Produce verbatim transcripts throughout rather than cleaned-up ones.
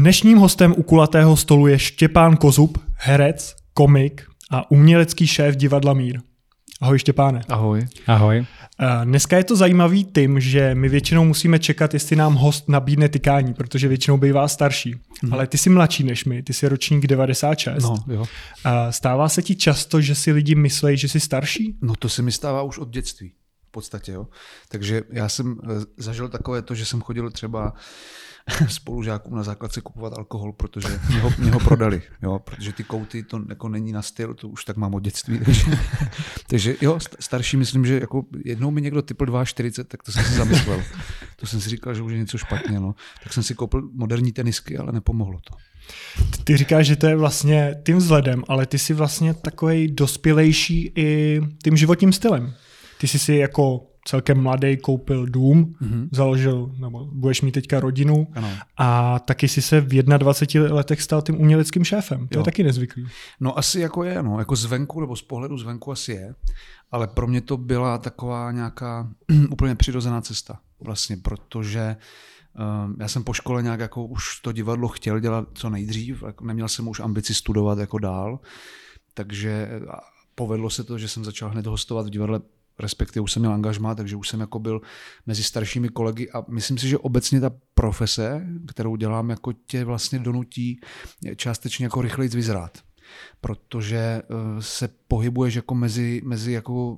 Dnešním hostem u kulatého stolu je Štěpán Kozub, herec, komik a umělecký šéf divadla Mír. Ahoj Štěpáne. Ahoj. Ahoj. Dneska je to zajímavý tím, že my většinou musíme čekat, jestli nám host nabídne tykání, protože většinou bývá starší. Hmm. Ale ty jsi mladší než my, ty jsi ročník devadesát šest. No, jo. Stává se ti často, že si lidi myslejí, že jsi starší? No to se mi stává už od dětství. V podstatě, jo. Takže já jsem zažil takové to, že jsem chodil třeba spolužákům na základce kupovat alkohol, protože mě ho, mě ho prodali, jo, protože ty kouty, to jako není na styl, to už tak mám od dětství. Takže, takže jo, starší myslím, že jako jednou mi někdo typl čtyřicet dva, tak to jsem si zamyslel. To jsem si říkal, že už je něco špatně, no. Tak jsem si koupil moderní tenisky, ale nepomohlo to. Ty říkáš, že to je vlastně tím vzhledem, ale ty jsi vlastně takovej dospělejší i tím životním stylem. Ty jsi si jako celkem mladý koupil dům, mm-hmm. založil, nebo budeš mít teďka rodinu, ano. A taky si se v dvaceti jedné letech stal tím uměleckým šéfem. To jo. Je taky nezvyklý. No asi jako je, no, jako zvenku nebo z pohledu zvenku asi je, ale pro mě to byla taková nějaká úplně přirozená cesta vlastně, protože um, já jsem po škole nějak jako už to divadlo chtěl dělat co nejdřív, neměl jsem už ambici studovat jako dál, takže povedlo se to, že jsem začal hned hostovat v divadle, respektive už jsem měl angažmá, takže už jsem jako byl mezi staršími kolegy a myslím si, že obecně ta profese, kterou dělám, jako tě vlastně donutí částečně jako rychleji vyzrát, protože se pohybuješ jako mezi, mezi jako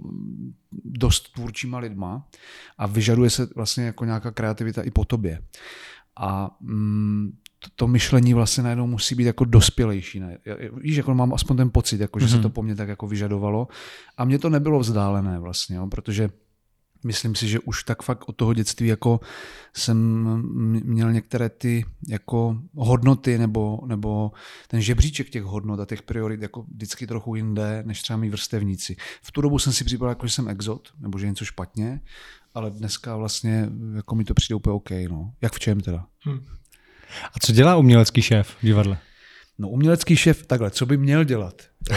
dost tvůrčíma lidma a vyžaduje se vlastně jako nějaká kreativita i po tobě. A mm, to myšlení vlastně najednou musí být jako dospělejší. Ne? Víš, jako mám aspoň ten pocit, jako, že mm-hmm. se to po mně tak jako vyžadovalo. A mně to nebylo vzdálené vlastně, jo, protože myslím si, že už tak fakt od toho dětství jako jsem měl některé ty jako hodnoty nebo, nebo ten žebříček těch hodnot a těch priorit jako vždycky trochu jinde, než třeba mý vrstevníci. V tu dobu jsem si připadal, jako, že jsem exot, nebo že je něco špatně, ale dneska vlastně jako mi to přijde úplně OK. No. Jak v čem teda? Hmm. A co dělá umělecký šéf v divadle? No umělecký šéf, takhle, co by měl dělat?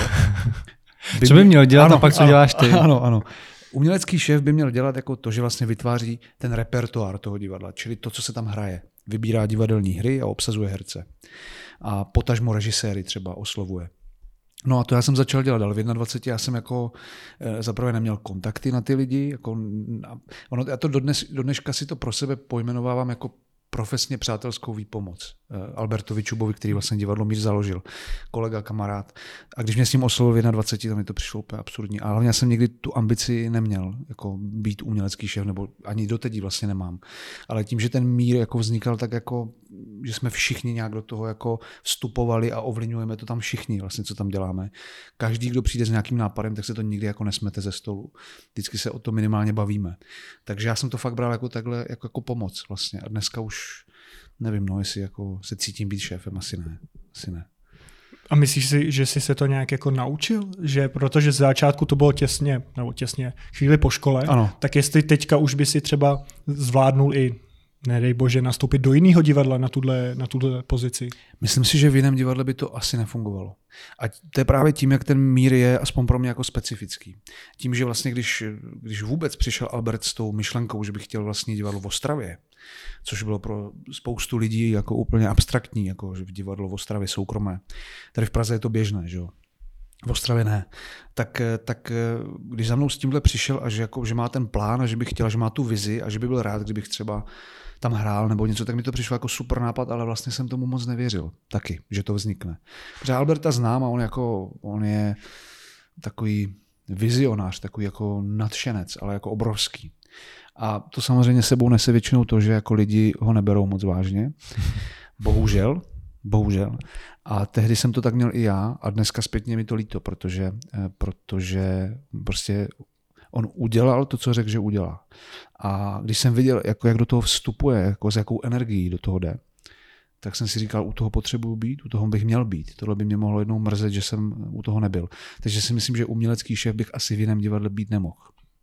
by co by měl dělat ano, a pak co ano, děláš ty? Ano, ano. Umělecký šéf by měl dělat jako to, že vlastně vytváří ten repertoár toho divadla, čili to, co se tam hraje. Vybírá divadelní hry a obsazuje herce. A potažmo režiséry třeba oslovuje. No a to já jsem začal dělat, ale v dvaceti jedné já jsem jako zaprvé neměl kontakty na ty lidi. Jako, ono, já to dodnes, do dneška si to pro sebe pojmenovávám jako profesně přátelskou výpomoc Albertovi Čubovi, který vlastně divadlo Mír založil, kolega, kamarád. A když mě s ním oslovil v dvaceti jedné, tam mi to přišlo úplně absurdní. A hlavně já jsem nikdy tu ambici neměl, jako být umělecký šéf, nebo ani doteď vlastně nemám. Ale tím, že ten Mír jako vznikal tak jako, že jsme všichni nějak do toho jako vstupovali a ovlivňujeme to tam všichni, vlastně, co tam děláme. Každý, kdo přijde s nějakým nápadem, tak se to nikdy jako nesmete ze stolu. Vždycky se o to minimálně bavíme. Takže já jsem to fakt bral jako takhle, jako, jako pomoc vlastně. A dneska už nevím, no, jestli jako se cítím být šéfem, asi ne. Asi ne. A myslíš si, že jsi se to nějak jako naučil? Že protože z začátku to bylo těsně, nebo těsně chvíli po škole, ano. Tak jestli teďka už by si třeba zvládnul i, nedej bože, nastoupit do jiného divadla na tuhle, na tuhle pozici? Myslím si, že v jiném divadle by to asi nefungovalo. A to je právě tím, jak ten Mír je, aspoň pro mě, jako specifický. Tím, že vlastně, když, když vůbec přišel Albert s tou myšlenkou, že by chtěl vlastně divadlo v Ostravě, což bylo pro spoustu lidí jako úplně abstraktní, jako že v divadlo v Ostravě soukromé. Tady v Praze je to běžné, že jo. V Ostravě ne. Tak, tak když za mnou s tímhle přišel a že, jako, že má ten plán a že by chtěl, že má tu vizi a že by byl rád, kdybych třeba tam hrál nebo něco, tak mi to přišlo jako super nápad, ale vlastně jsem tomu moc nevěřil taky, že to vznikne. Protože Alberta znám a on, jako, on je takový vizionář, takový jako nadšenec, ale jako obrovský. A to samozřejmě sebou nese většinou to, že jako lidi ho neberou moc vážně. Bohužel. Bohužel. A tehdy jsem to tak měl i já a dneska zpětně mi to líto, protože, protože prostě on udělal to, co řekl, že udělá. A když jsem viděl, jako jak do toho vstupuje, jako s jakou energií do toho jde, tak jsem si říkal, u toho potřebuju být, u toho bych měl být. Tohle by mě mohlo jednou mrzet, že jsem u toho nebyl. Takže si myslím, že umělecký šéf bych asi v jiném divadle být nemohl.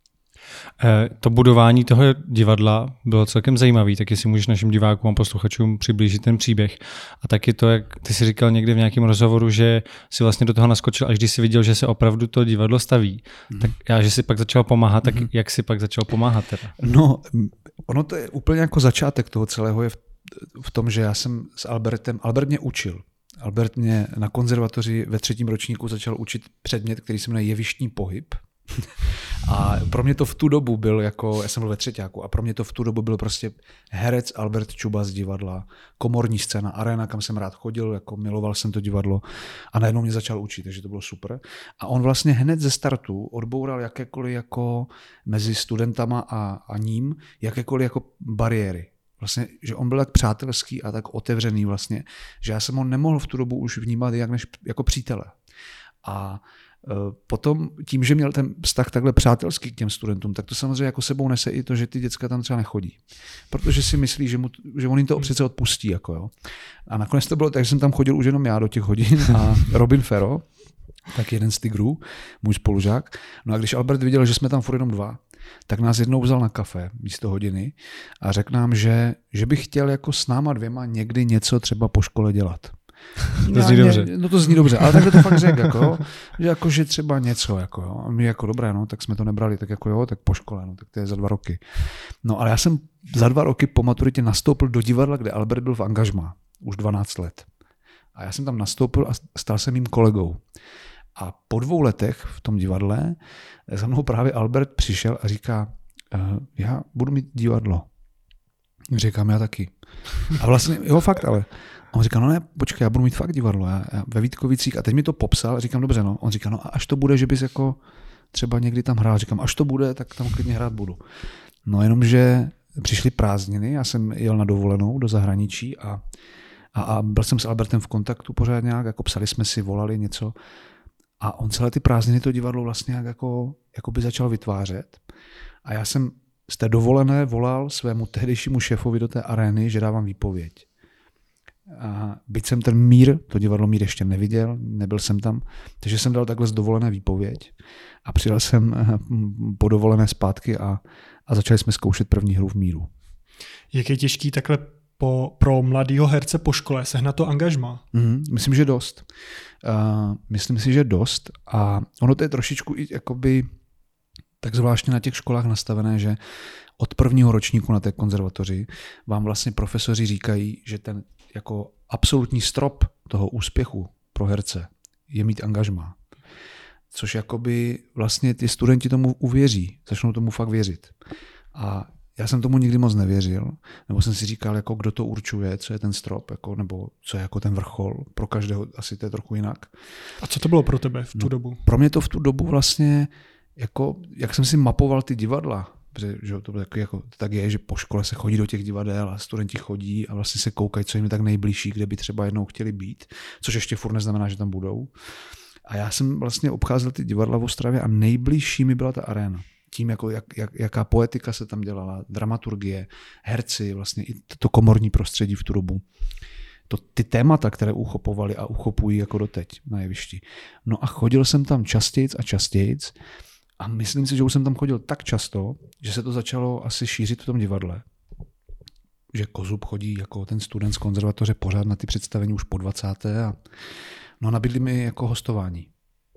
To budování toho divadla bylo celkem zajímavé, tak jestli můžeš našim divákům a posluchačům přiblížit ten příběh. A taky to, jak ty jsi říkal někde v nějakém rozhovoru, že si vlastně do toho naskočil, až když jsi viděl, že se opravdu to divadlo staví. Mm. Tak já, že si pak začal pomáhat, tak mm. jak si pak začal pomáhat teda? No, ono to je úplně jako začátek toho celého je v v tom, že já jsem s Albertem, Albert mě učil. Albert mě na konzervatoři ve třetím ročníku začal učit předmět, který se jmenuje jevištní pohyb. A pro mě to v tu dobu byl jako, já jsem byl ve třeťáku, a pro mě to v tu dobu byl prostě herec Albert Čuba z divadla, komorní scéna, aréna, kam jsem rád chodil, jako miloval jsem to divadlo a najednou mě začal učit, takže to bylo super. A on vlastně hned ze startu odboural jakékoliv jako mezi studentama a, a ním, jakékoliv jako bariéry. Vlastně, že on byl tak přátelský a tak otevřený vlastně, že já jsem ho nemohl v tu dobu už vnímat jak než jako přítele. A potom tím, že měl ten vztah takhle přátelský k těm studentům, tak to samozřejmě jako sebou nese i to, že ty děcka tam třeba nechodí. Protože si myslí, že, mu, že on jim to přece odpustí. Jako jo. A nakonec to bylo tak, že jsem tam chodil už jenom já do těch hodin a Robin Ferro, tak jeden z tigrů, můj spolužák. No a když Albert viděl, že jsme tam furt jenom dva, tak nás jednou vzal na kafe místo hodiny a řekl nám, že, že by chtěl jako s náma dvěma někdy něco třeba po škole dělat. To zní dobře. No to zní dobře, ale takhle to fakt řekl, jako, že, jako, že třeba něco, jako, jo. A my jako dobré, no, tak jsme to nebrali, tak jako jo, tak po škole, no, tak to je za dva roky. No ale já jsem za dva roky po maturitě nastoupil do divadla, kde Albert byl v angažmá, už dvanáct let. A já jsem tam nastoupil a stal jsem mým kolegou. A po dvou letech v tom divadle za mnou právě Albert přišel a říká, já budu mít divadlo. Říkám, já taky. A vlastně, jo, fakt, ale on říká, no ne, počkej, já budu mít fakt divadlo, já, já ve Vítkovicích, a teď mi to popsal, říkám, dobře, no, on říká, no a až to bude, že bys jako třeba někdy tam hrál, říkám, až to bude, tak tam klidně hrát budu. No jenom, že přišly prázdniny, já jsem jel na dovolenou do zahraničí a, a, a byl jsem s Albertem v kontaktu pořád nějak, jako psali jsme si, volali něco a on celé ty prázdniny to divadlo vlastně nějak jako, jako by začal vytvářet a já jsem z té dovolené volal svému tehdejšímu šéfovi do té arény, že dávám výpověď. A byť jsem ten Mír, to divadlo Mír ještě neviděl, nebyl jsem tam, takže jsem dal takhle z dovolené výpověď a přijel jsem po dovolené zpátky a, a začali jsme zkoušet první hru v Míru. Jak je těžký takhle po, pro mladýho herce po škole sehnat to angažmá? Mm, myslím, že dost. Uh, myslím si, že dost a ono to je trošičku i jakoby tak zvláštně na těch školách nastavené, že od prvního ročníku na té konzervatoři vám vlastně profesoři říkají, že ten jako absolutní strop toho úspěchu pro herce je mít angažmá. Což jakoby vlastně ty studenti tomu uvěří, začnou tomu fakt věřit. A já jsem tomu nikdy moc nevěřil, nebo jsem si říkal, jako kdo to určuje, co je ten strop, jako, nebo co je jako ten vrchol. Pro každého asi to je trochu jinak. A co to bylo pro tebe v tu no, dobu? Pro mě to v tu dobu vlastně, jako, jak jsem si mapoval ty divadla, protože že to, jako, jako, to tak je, že po škole se chodí do těch divadel a studenti chodí a vlastně se koukají, co jim je tak nejbližší, kde by třeba jednou chtěli být, což ještě furt neznamená, že tam budou. A já jsem vlastně obcházel ty divadla v Ostravě a nejbližší mi byla ta aréna. Tím, jako, jak, jak, jaká poetika se tam dělala, dramaturgie, herci, vlastně i to komorní prostředí v tu dobu. To, ty témata, které uchopovali a uchopují jako doteď na jevišti. No a chodil jsem tam častějc a častějc a myslím si, že už jsem tam chodil tak často, že se to začalo asi šířit v tom divadle. Že Kozub chodí jako ten student z konzervatoře pořád na ty představení už po dvacáté a no, nabídli mi jako hostování.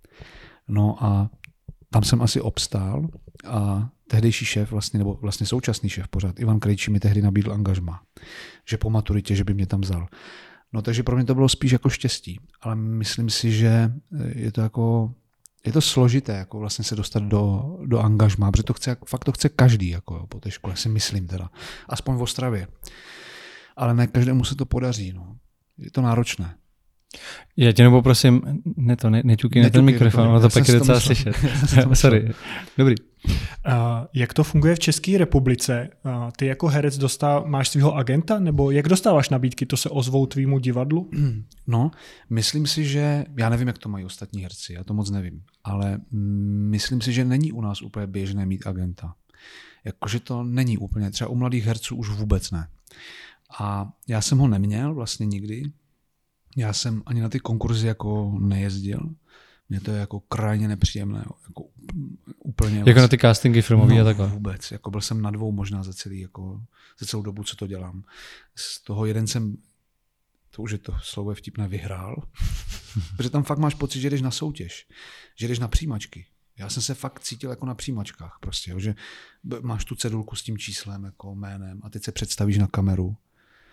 No a tam jsem asi obstál a tehdejší šéf, vlastně, nebo vlastně současný šéf pořád, Ivan Krejčí, mi tehdy nabídl angažmá. Že po maturitě, že by mě tam vzal. No takže pro mě to bylo spíš jako štěstí. Ale myslím si, že je to jako, je to složité, jako vlastně se dostat do, do angažmá, protože to chce, fakt to chce každý, jako po té škole, si myslím teda. Aspoň v Ostravě. Ale ne každému se to podaří, no. Je to náročné. Já tě nebo prosím, ne to, ne, neťuky na ten mikrofon, ono to pak je docela slyšet. Sorry, dobrý. Uh, jak to funguje v České republice? Uh, ty jako herec dostáv, máš svého agenta, nebo jak dostáváš nabídky, to se ozvou tvýmu divadlu? No, myslím si, že, já nevím, jak to mají ostatní herci, já to moc nevím, ale myslím si, že není u nás úplně běžné mít agenta. Jakože to není úplně, třeba u mladých herců už vůbec ne. A já jsem ho neměl vlastně nikdy. Já jsem ani na ty konkurzy jako nejezdil. Mně to je jako krajně nepříjemné. Jako úplně jako na ty castingy filmový no, a takhle. Vůbec. Jako byl jsem na dvou možná za, celý, jako, za celou dobu, co to dělám. Z toho jeden jsem, to už je to slovo je vtipné, vyhrál. Protože tam fakt máš pocit, že jdeš na soutěž. Že jdeš na přijímačky. Já jsem se fakt cítil jako na přijímačkách. Prostě, jo, že máš tu cedulku s tím číslem, jako jménem a teď se představíš na kameru.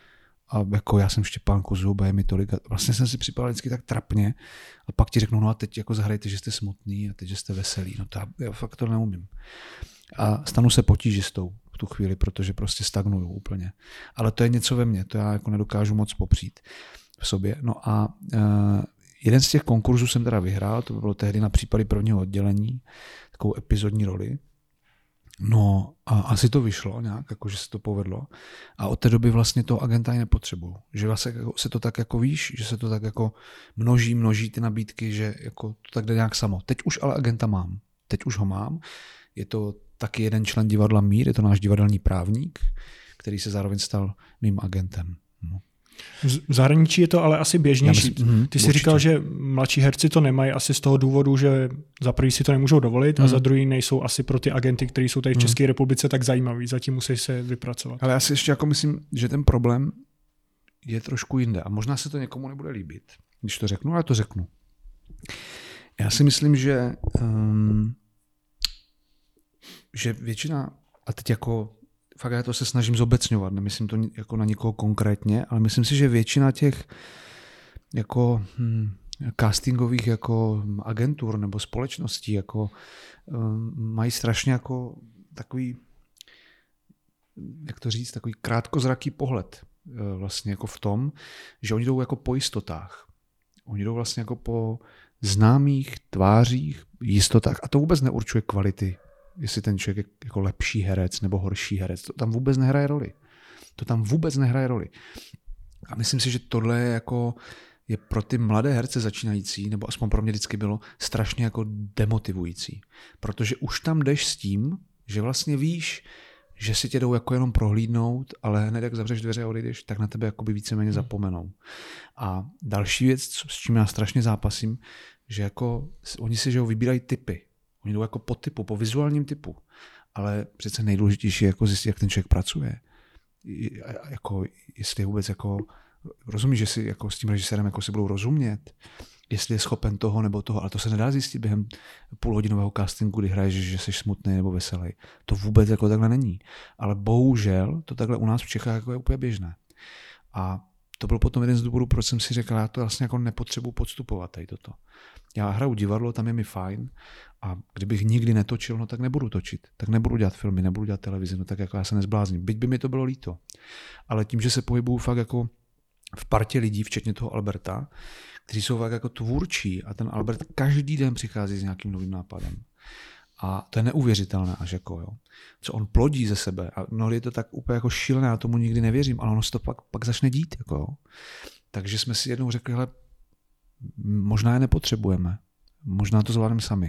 a jako já jsem Štěpán Kozub a je mi tolik. A vlastně jsem si připadal vždycky tak trapně a pak ti řeknou, no a teď jako zahrajte, že jste smutný a teď, že jste veselý. No to já, já fakt to neumím. A stanu se potížistou v tu chvíli, protože prostě stagnuju úplně. Ale to je něco ve mně, to já jako nedokážu moc popřít v sobě. No a uh, jeden z těch konkurzů jsem teda vyhrál, to bylo tehdy na případy prvního oddělení, takovou epizodní roli. No a asi to vyšlo nějak, jako že se to povedlo. A od té doby vlastně toho agenta ani nepotřebuju. Že vlastně se to tak jako víš, že se to tak jako množí, množí ty nabídky, že jako to tak jde nějak samo. Teď už ale agenta mám. Teď už ho mám. Je to taky jeden člen divadla Mír, je to náš divadelní právník, který se zároveň stal mým agentem. No. V zahraničí je to ale asi běžnější. Myslím, Ty jsi určitě. říkal, že mladší herci to nemají asi z toho důvodu, že za prvý si to nemůžou dovolit hmm. a za druhý nejsou asi pro ty agenty, kteří jsou tady v České republice, tak zajímaví. Zatím musí se vypracovat. Ale já si ještě jako myslím, že ten problém je trošku jinde. A možná se to někomu nebude líbit, když to řeknu, ale to řeknu. Já si myslím, že, um, že většina, a teď jako fakt já to se snažím zobecňovat, nemyslím to jako na nikoho konkrétně, ale myslím si, že většina těch jako hm, castingových jako agentur nebo společností jako um, mají strašně jako takový, jak to říct, takový krátkozraký pohled vlastně jako v tom, že oni jdou jako po jistotách. Oni jdou vlastně jako po známých tvářích, jistotách a to vůbec neurčuje kvality, jestli ten člověk je jako lepší herec nebo horší herec. To tam vůbec nehraje roli. To tam vůbec nehraje roli. A myslím si, že tohle je jako je pro ty mladé herce začínající, nebo aspoň pro mě vždycky bylo, strašně jako demotivující. Protože už tam jdeš s tím, že vlastně víš, že si tě jdou jako jenom prohlídnout, ale hned jak zavřeš dveře a odejdeš, tak na tebe jakoby víceméně zapomenou. A další věc, s čím já strašně zápasím, že jako oni si že ho vybírají typy. Oni jdou jako po typu, po vizuálním typu. Ale přece nejdůležitější je jako zjistit, jak ten člověk pracuje. Jako, jestli vůbec jako rozumíš, že si jako s tím režisérem jako si budou rozumět, jestli je schopen toho nebo toho, ale to se nedá zjistit během půlhodinového castingu, kdy hraješ, že jsi smutný nebo veselý. To vůbec jako takhle není. Ale bohužel to takhle u nás v Čechách jako je úplně běžné. A to byl potom jeden z důvodů, proč jsem si řekl, já to vlastně jako nepotřebuji podstupovat tady toto. Já hraju divadlo, tam je mi fajn a kdybych nikdy netočil, no tak nebudu točit, tak nebudu dělat filmy, nebudu dělat televizi, no tak jako já se nezblázním. Byť by mi to bylo líto. Ale tím, že se pohybuju fakt jako v partě lidí, včetně toho Alberta, kteří jsou fakt jako tvůrčí a ten Albert každý den přichází s nějakým novým nápadem. A to je neuvěřitelné až jako, jo. Co on plodí ze sebe a mnohdy je to tak úplně jako šílené, já tomu nikdy nevěřím, ale ono se to pak, pak začne dít, jako jo. Takže jsme si jednou řekli, hele, možná je nepotřebujeme, možná to zvládneme sami.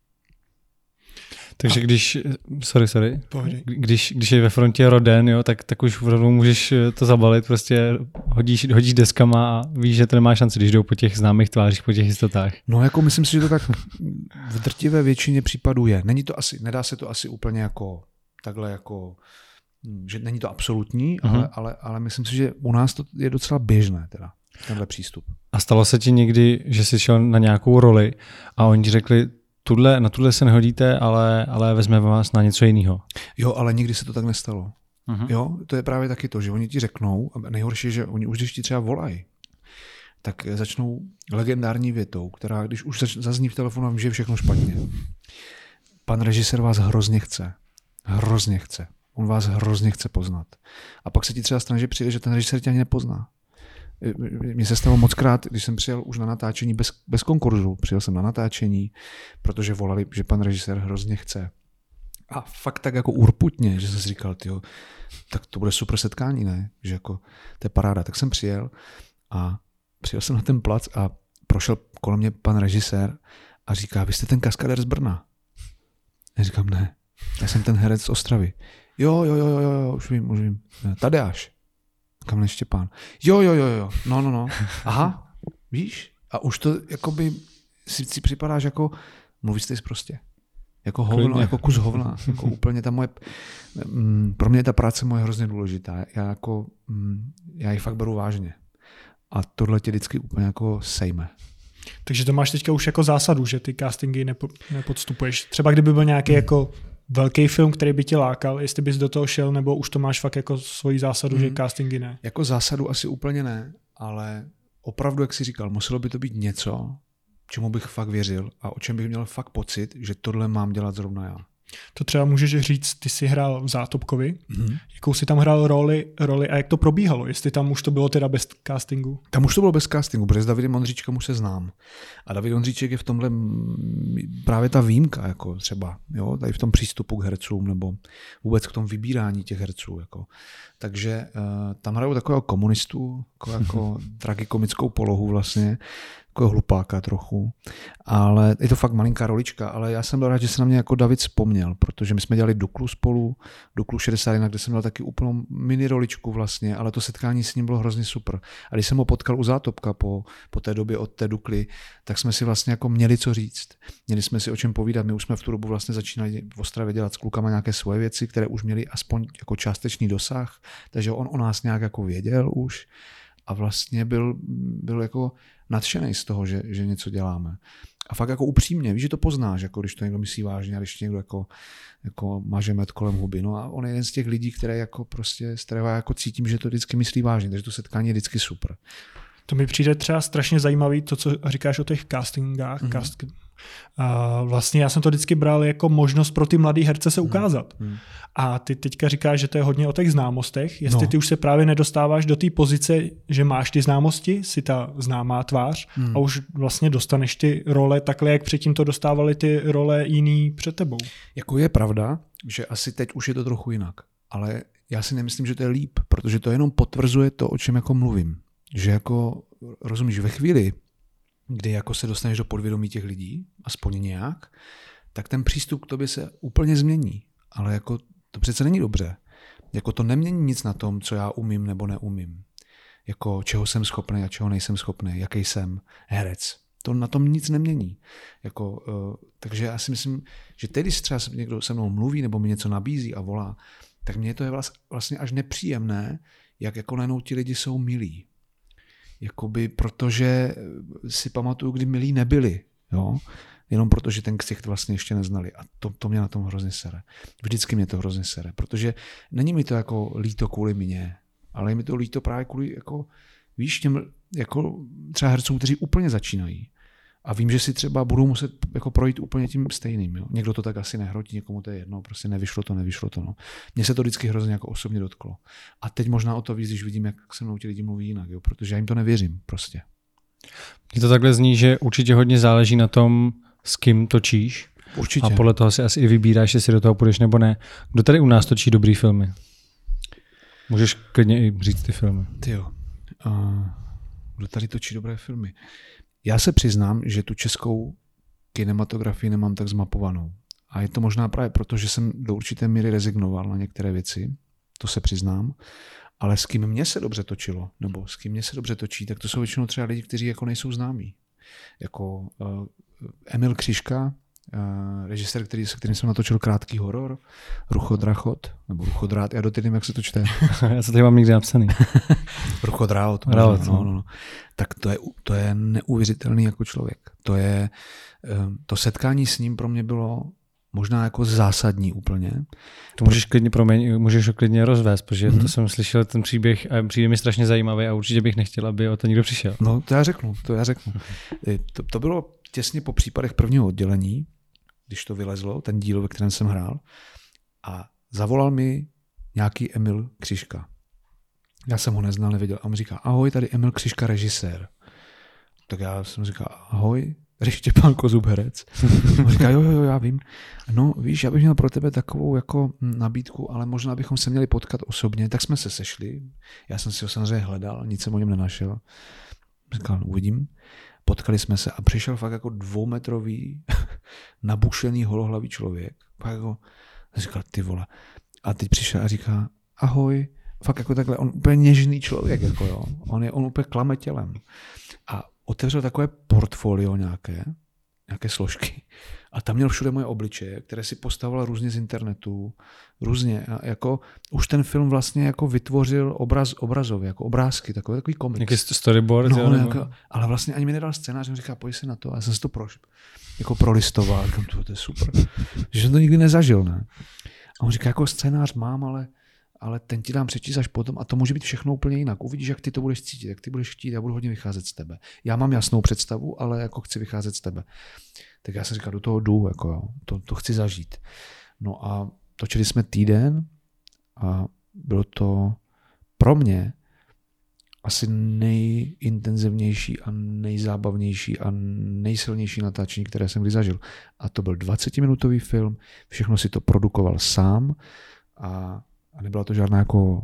Takže když, sorry, sorry, Pohodě. když, když je ve frontě Roden, jo, tak, tak už opravdu můžeš to zabalit, prostě hodíš, hodíš deskama a víš, že to nemá šanci, když jdou po těch známých tvářích, po těch jistotách. No jako myslím si, že to tak v drtivé většině případů je. Není to asi, nedá se to asi úplně jako takhle jako, že není to absolutní, uh-huh. ale, ale, ale myslím si, že u nás to je docela běžné teda, tenhle přístup. A stalo se ti někdy, že jsi šel na nějakou roli a oni ti řekli, Tudle, na tuhle se nehodíte, ale, ale vezmeme vás na něco jiného. Jo, ale nikdy se to tak nestalo. Uh-huh. Jo, to je právě taky to, že oni ti řeknou, a nejhorší je, že oni už když ti třeba volají, tak začnou legendární větou, která když už zazní v telefonu, vím, že je všechno špatně. Pan režisér vás hrozně chce. Hrozně chce. On vás hrozně chce poznat. A pak se ti třeba stane, že přijde, že ten režisér tě ani nepozná. Mně se stalo moc krát, když jsem přijel už na natáčení bez, bez konkurzu. Přijel jsem na natáčení, protože volali, že pan režisér hrozně chce. A fakt tak jako urputně, že jsem si říkal, tyjo, tak to bude super setkání, ne? Že jako, to je paráda. Tak jsem přijel a přijel jsem na ten plac a prošel kolem mě pan režisér a říká, vy jste ten kaskadér z Brna. Já říkám, ne, já jsem ten herec z Ostravy. Jo, jo, jo, jo, jo, už vím, už vím. Tadeáš. Kamil Štěpán. Jo, jo, jo, jo, no, no, no. Aha, víš? A už to jakoby si, si připadáš jako, mluvíš ty prostě. Jako hovno, Klidně. Jako kus hovna. Jako úplně ta moje, mm, pro mě je ta práce moje hrozně důležitá. Já jako, mm, já ji fakt beru vážně. A tohle tě vždycky úplně jako sejme. Takže to máš teďka už jako zásadu, že ty castingy nepo, nepodstupuješ. Třeba kdyby byl nějaký jako velký film, který by tě lákal, jestli bys do toho šel, nebo už to máš fakt jako svoji zásadu, mm. že castingy ne? Jako zásadu asi úplně ne, ale opravdu, jak jsi říkal, muselo by to být něco, čemu bych fakt věřil a o čem bych měl fakt pocit, že tohle mám dělat zrovna já. To třeba můžeš říct, ty jsi hrál v Zátopkovi, mm-hmm. jakou jsi tam hrál roli, roli a jak to probíhalo, jestli tam už to bylo teda bez castingu? Tam už to bylo bez castingu, protože s Davidem Ondříčkem už se znám. A David Ondříček je v tomhle právě ta výjimka, jako třeba, jo, tady v tom přístupu k hercům nebo vůbec k tomu vybírání těch herců. Jako. Takže uh, tam hrajou takového komunistu, jako, jako tragikomickou polohu vlastně, jako hlupáka trochu, ale je to fakt malinká rolička, ale já jsem byl rád, že se na mě jako David vzpomněl, protože my jsme dělali Duklu spolu, Duklu šedesát jedna, kde jsem měl taky úplnou mini roličku vlastně, ale to setkání s ním bylo hrozně super. A když jsem ho potkal u Zátopka po, po té době od té Dukly, tak jsme si vlastně jako měli co říct. Měli jsme si o čem povídat, my už jsme v tu dobu vlastně začínali v Ostravě dělat s klukama nějaké svoje věci, které už měly aspoň jako částečný dosah, takže on o nás nějak jako věděl už a vlastně byl, byl jako nadšený z toho, že, že něco děláme. A fakt jako upřímně, víš, že to poznáš, jako když to někdo myslí vážně a když někdo jako, jako maže med kolem huby. No a on je jeden z těch lidí, které jako prostě, z kterého já jako cítím, že to vždycky myslí vážně, takže to setkání je vždycky super. To mi přijde třeba strašně zajímavý, to, co říkáš o těch castingách. Mm-hmm. Cast... A vlastně já jsem to vždycky bral jako možnost pro ty mladý herce se ukázat. Mm-hmm. A ty teďka říkáš, že to je hodně o těch známostech. Jestli no. ty už se právě nedostáváš do té pozice, že máš ty známosti, jsi ta známá tvář mm. a už vlastně dostaneš ty role takhle, jak předtím to dostávali ty role jiný před tebou. Jako je pravda, že asi teď už je to trochu jinak. Ale já si nemyslím, že to je líp, protože to jenom potvrzuje to, o čem jako mluvím. Že jako, rozumíš, ve chvíli, kdy jako se dostaneš do podvědomí těch lidí, aspoň nějak, tak ten přístup k tobě se úplně změní. Ale jako to přece není dobře. Jako to nemění nic na tom, co já umím nebo neumím. Jako čeho jsem schopný a čeho nejsem schopný, jaký jsem herec. To na tom nic nemění. Jako, uh, takže já si myslím, že teď, když třeba někdo se mnou mluví nebo mi něco nabízí a volá, tak mně to je vlastně až nepříjemné, jak jako najednou ti lidi jsou milí. Jakoby, protože si pamatuju, kdy milí nebyli, jo? Jenom protože ten ksicht vlastně ještě neznali. A to, to mě na tom hrozně sere. Vždycky mě to hrozně sere, protože není mi to jako líto kvůli mně, ale je mi to líto právě kvůli, jako, víš, těm jako třeba hercům, kteří úplně začínají. A vím, že si třeba budou muset jako projít úplně tím stejným. Jo? Někdo to tak asi nehrotí, někomu to je jedno, prostě nevyšlo to, nevyšlo to. No. Mně se to vždycky hrozně jako osobně dotklo. A teď možná o to víc, když vidím, jak se mnou ti lidi mluví jinak, jo? Protože já jim to nevěřím prostě. Mně to takhle zní, že určitě hodně záleží na tom, s kým točíš. Určitě. A podle toho si asi i vybíráš, jestli do toho půjdeš nebo ne. Kdo tady u nás točí dobrý filmy? Můžeš klidně i říct ty filmy. Ty jo. Uh, kdo tady točí dobré filmy? Já se přiznám, že tu českou kinematografii nemám tak zmapovanou. A je to možná právě proto, že jsem do určité míry rezignoval na některé věci. To se přiznám. Ale s kým mě se dobře točilo, nebo s kým mě se dobře točí, tak to jsou většinou třeba lidi, kteří jako nejsou známí. Jako uh, Emil Křižka, uh, režisér, který, se kterým jsem natočil krátký horor, Ruchodrachot, nebo Ruchodrát, já doteď nevím, jak se to čte. Já se tady mám někde napsaný. Ruchodrát, no, no, no. Tak to je, to je neuvěřitelný jako člověk. To je, uh, to setkání s ním pro mě bylo možná jako zásadní úplně. To můžeš klidně, proměň, můžeš klidně rozvést, protože mm-hmm. to jsem slyšel ten příběh a přijde mi strašně zajímavý a určitě bych nechtěl, aby o to někdo přišel. No to já řeknu, to já řeknu. To, to bylo těsně po případech prvního oddělení, když to vylezlo, ten díl, ve kterém jsem hrál, a zavolal mi nějaký Emil Křižka. Já jsem ho neznal, nevěděl. A on říká, ahoj, tady Emil Křižka, režisér. Tak já jsem říkal, ahoj, Štěpán Kozub, herec. On říká, jo, jo, jo, já vím. No, víš, já bych měl pro tebe takovou jako nabídku, ale možná bychom se měli potkat osobně. Tak jsme se sešli. Já jsem si ho samozřejmě hledal, nic jsem o něm nenašel. Říkal, uvidím. Potkali jsme se a přišel fakt jako dvoumetrový, nabušený, holohlavý člověk. Fakt jako, říkal, ty vole. A teď přišel a říká, ahoj. Fakt jako takhle, on úplně něžný člověk, jako jo. On je, on úplně klame tělem. A otevřel takové portfolio nějaké, nějaké složky. A tam měl všude moje obličeje, které si postavoval různě z internetu, různě. A jako už ten film vlastně jako vytvořil obraz, obrazově, jako obrázky, takový, takový komiks. Jaký storyboard? No, jo, nebo... jako, ale vlastně ani mi nedal scénář, mi říká, pojď se na to. A já jsem si to proš, jako prolistoval, to, to je super. Že jsem to nikdy nezažil, ne? A on říká, jako scénář mám, ale, ale ten ti dám přečíst až potom a to může být všechno úplně jinak. Uvidíš, jak ty to budeš cítit, jak ty budeš chtít, já budu hodně vycházet z tebe. Já mám jasnou představu, ale jako chci vycházet z tebe. Tak já jsem říkal, do toho jdu, jako jo, to, to chci zažít. No a točili jsme týden a bylo to pro mě asi nejintenzivnější a nejzábavnější a nejsilnější natáčení, které jsem kdy zažil. A to byl dvacetiminutový film, všechno si to produkoval sám a, a nebyla to žádná jako,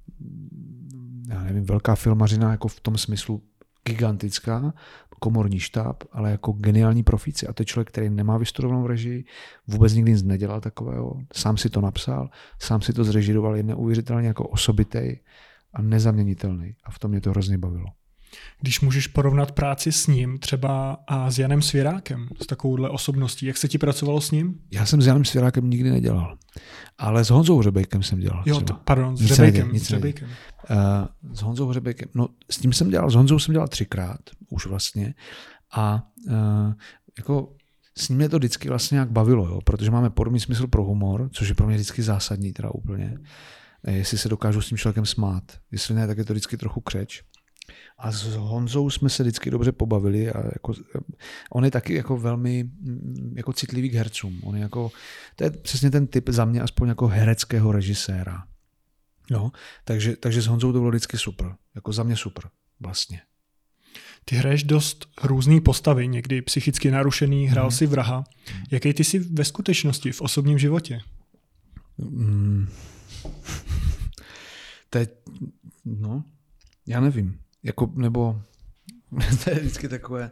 já nevím, velká filmařina jako v tom smyslu gigantická, komorní štáb, ale jako geniální profíci. A to je člověk, který nemá vystudovanou režii, vůbec nikdy nic nedělal takového, sám si to napsal, sám si to zrežíroval, je neuvěřitelně jako osobitej a nezaměnitelný. A v tom mě to hrozně bavilo. Když můžeš porovnat práci s ním třeba a s Janem Svěrákem, s takovouhle osobností, jak se ti pracovalo s ním? Já jsem s Janem Svěrákem nikdy nedělal, ale s Honzou Hřebejkem jsem dělal. Jo, to, pardon, s Hřebejkem. S, Hřebejkem. Uh, s Honzou Hřebejkem, no s tím jsem dělal, s Honzou jsem dělal třikrát už vlastně a uh, jako s ním mě to vždycky vlastně nějak bavilo, jo, protože máme podobný smysl pro humor, což je pro mě vždycky zásadní teda úplně. Jestli se dokážu s tím člověkem smát. Jestli ne, tak je to vždycky trochu křeč. A s Honzou jsme se vždycky dobře pobavili. A jako, on je taky jako velmi jako citlivý k hercům. On je jako, to je přesně ten typ za mě aspoň jako hereckého režiséra. No, takže, takže s Honzou to bylo vždycky super. Jako za mě super vlastně. Ty hraješ dost různý postavy, někdy psychicky narušený, hrál mm. si vraha. Jaký ty jsi ve skutečnosti, v osobním životě? Mm. Teď, no, já nevím, jako, nebo, to je vždycky takové,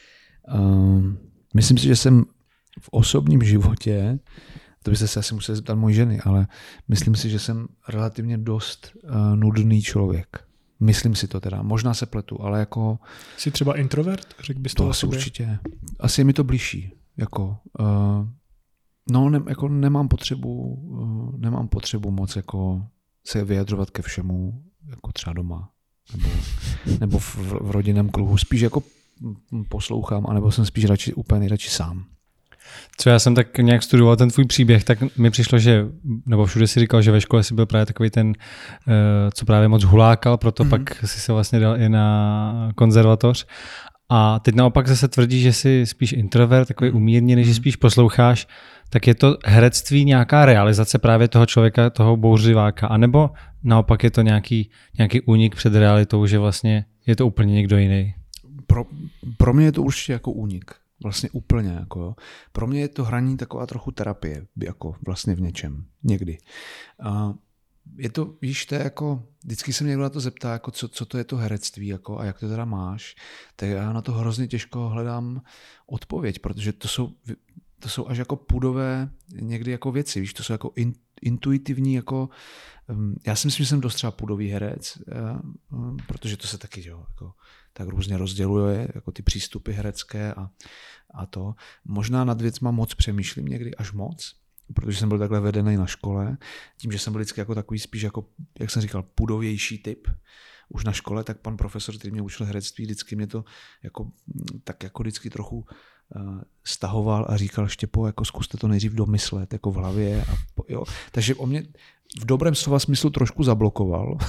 um, myslím si, že jsem v osobním životě, to byste se asi museli zeptat mojí ženy, ale myslím si, že jsem relativně dost uh, nudný člověk. Myslím si to teda, možná se pletu, ale jako... Jsi třeba introvert? Řekl bys to to asi určitě. Asi je mi to blížší, jako... Uh, No, ne, jako nemám potřebu, nemám potřebu moc jako se vyjadřovat ke všemu, jako třeba doma, nebo, nebo v, v rodinném kruhu. Spíš jako poslouchám, anebo jsem spíš radši, úplně nejradši sám. Co já jsem tak nějak studoval ten tvůj příběh, tak mi přišlo, že, nebo všude si říkal, že ve škole si byl právě takový ten, co právě moc hulákal, proto mm-hmm. pak si se vlastně dal i na konzervatoř. A teď naopak zase tvrdí, že jsi spíš introvert, takový umírněný, že spíš posloucháš, tak je to herectví nějaká realizace právě toho člověka, toho bouřliváka, anebo naopak je to nějaký, nějaký únik před realitou, že vlastně je to úplně někdo jiný? Pro, pro mě je to určitě jako únik. Vlastně úplně. Jako, jo. Pro mě je to hraní taková trochu terapie, jako vlastně v něčem. Někdy. A je to, víš, to je jako, vždycky se mě někdo na to zeptá, jako co, co to je to herectví jako, a jak to teda máš, tak já na to hrozně těžko hledám odpověď, protože to jsou, to jsou až jako pudové někdy jako věci, víš, to jsou jako in, intuitivní, jako, já si myslím, že jsem dost třeba pudový herec, protože to se taky jo, jako, tak různě rozděluje, jako ty přístupy herecké a, a to. Možná nad věcma moc přemýšlím někdy, až moc, protože jsem byl takhle vedený na škole, tím, že jsem byl vždycky jako takový spíš jako, jak jsem říkal, pudovější typ už na škole, tak pan profesor, který mě učil herectví, vždycky mě to jako, tak jako vždycky trochu uh, stahoval a říkal, Štěpo, jako zkuste to nejdřív domyslet, jako v hlavě. A, jo. Takže on mě v dobrém slova smyslu trošku zablokoval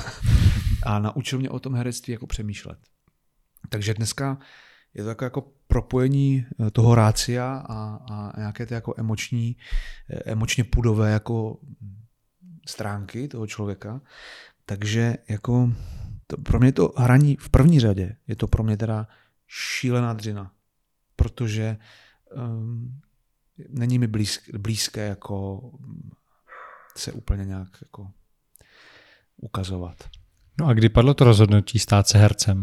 a naučil mě o tom herectví jako přemýšlet. Takže dneska je to jako propojení toho rácia a, a nějaké ty jako emoční, emočně pudové jako stránky toho člověka. Takže jako to, pro mě to hraní v první řadě je to pro mě teda šílená dřina, protože um, není mi blízké, blízké jako se úplně nějak jako ukazovat. No a kdy padlo to rozhodnutí stát se hercem?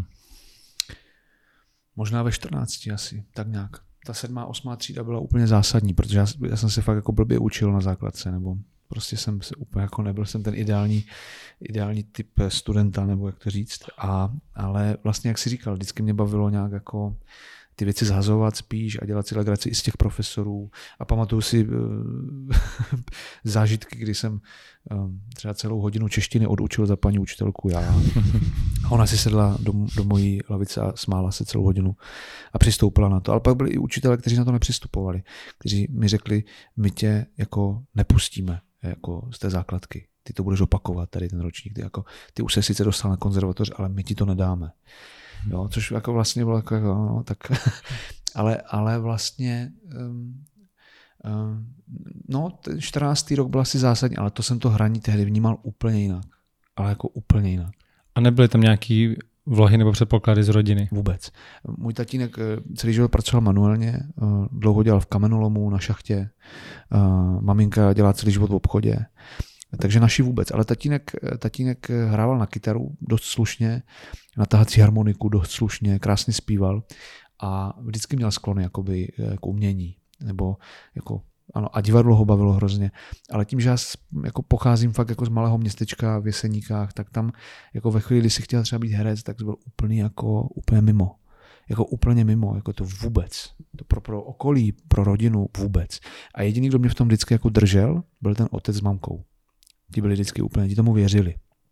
Možná ve čtrnácti asi, tak nějak. Ta sedmá, osmá třída byla úplně zásadní, protože já, já jsem se fakt jako blbě učil na základce, nebo prostě jsem se úplně jako nebyl jsem ten ideální, ideální typ studenta, nebo jak to říct. A, ale vlastně, jak jsi říkal, vždycky mě bavilo nějak jako ty věci zhazovat spíš a dělat si legraci i z těch profesorů. A pamatuju si uh, zážitky, kdy jsem um, třeba celou hodinu češtiny odučil za paní učitelku já. A ona si sedla do, do mojí lavice a smála se celou hodinu a přistoupila na to. Ale pak byli i učitelé, kteří na to nepřistupovali, kteří mi řekli, my tě jako nepustíme jako z té základky. Ty to budeš opakovat, tady ten ročník. Ty, jako, ty už se sice dostal na konzervatoř, ale my ti to nedáme. Jo, což jako vlastně bylo jako, no, tak, ale, ale vlastně um, um, no, ten čtrnáctý rok byl asi zásadní, ale to jsem to hraní tehdy vnímal úplně jinak. Ale jako úplně jinak. A nebyly tam nějaký vlohy nebo předpoklady z rodiny? Vůbec. Můj tatínek celý život pracoval manuálně, dlouho dělal v kamenolomu, na šachtě, maminka dělá celý život v obchodě, takže naši vůbec. Ale tatínek, tatínek hrával na kytaru dost slušně, na tahací harmoniku dost slušně, krásně zpíval a vždycky měl sklony jakoby, jako umění. Nebo jako, ano, a divadlo ho bavilo hrozně. Ale tím, že já jako pocházím fakt jako z malého městečka v Jeseníkách, tak tam jako ve chvíli, kdy si chtěl třeba být herec, tak to byl úplně jako úplně mimo. Jako úplně mimo, jako to vůbec. To pro, pro okolí, pro rodinu vůbec. A jediný, kdo mě v tom vždycky jako držel, byl ten otec s mamkou. Ti byli vždycky úplně, ti tomu věřili.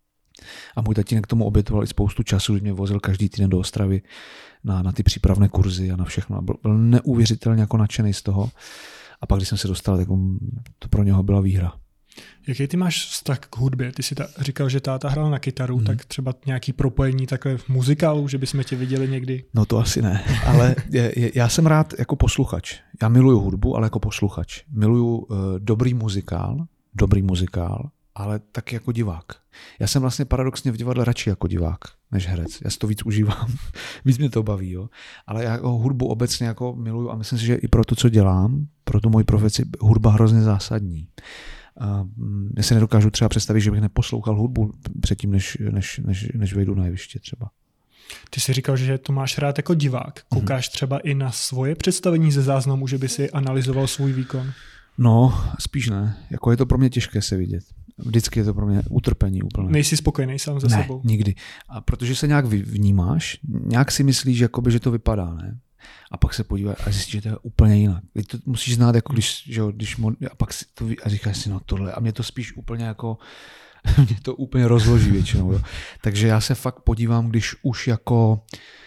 A můj tatínek k tomu obětoval i spoustu času, když mě vozil každý týden do Ostravy na, na ty přípravné kurzy a na všechno. A byl, byl neuvěřitelně jako nadšený z toho. A pak, když jsem se dostal, tak to pro něho byla výhra. Jaký ty máš vztah k hudbě? Ty jsi ta, říkal, že táta hrál na kytaru, hmm. tak třeba nějaký propojení takhle v muzikálu, že bychom tě viděli někdy? No to asi ne, ale je, je, já jsem rád jako posluchač. Já miluju hudbu, ale jako posluchač. Miluju uh, dobrý muzikál, dobrý muzikál, ale taky jako divák. Já jsem vlastně paradoxně v divadle radši jako divák než herec. Já si to víc užívám, víc mě to baví. Jo. Ale já jako hudbu obecně jako miluju a myslím si, že i pro to, co dělám, pro tu moji profesi, hudba hrozně zásadní. A já si nedokážu třeba představit, že bych neposlouchal hudbu předtím, než, než, než, než vejdu na jeviště třeba. Ty jsi říkal, že to máš rád jako divák. Koukáš třeba i na svoje představení ze záznamu, že by si analyzoval svůj výkon? No, spíš ne. Jako je to pro mě těžké se vidět. Vždycky je to pro mě utrpení úplně. Nejsi spokojený sám ze ne, sebou? Nikdy. A protože se nějak vnímáš, nějak si myslíš, jakoby, že to vypadá, ne? A pak se podíváš a zjistíš, že to je úplně jinak. To musíš znát, jako když, že jo, když a pak si to a říkáš si, no tohle. A mě to spíš úplně jako, mě to úplně rozloží většinou. Jo. Takže já se fakt podívám, když už jako,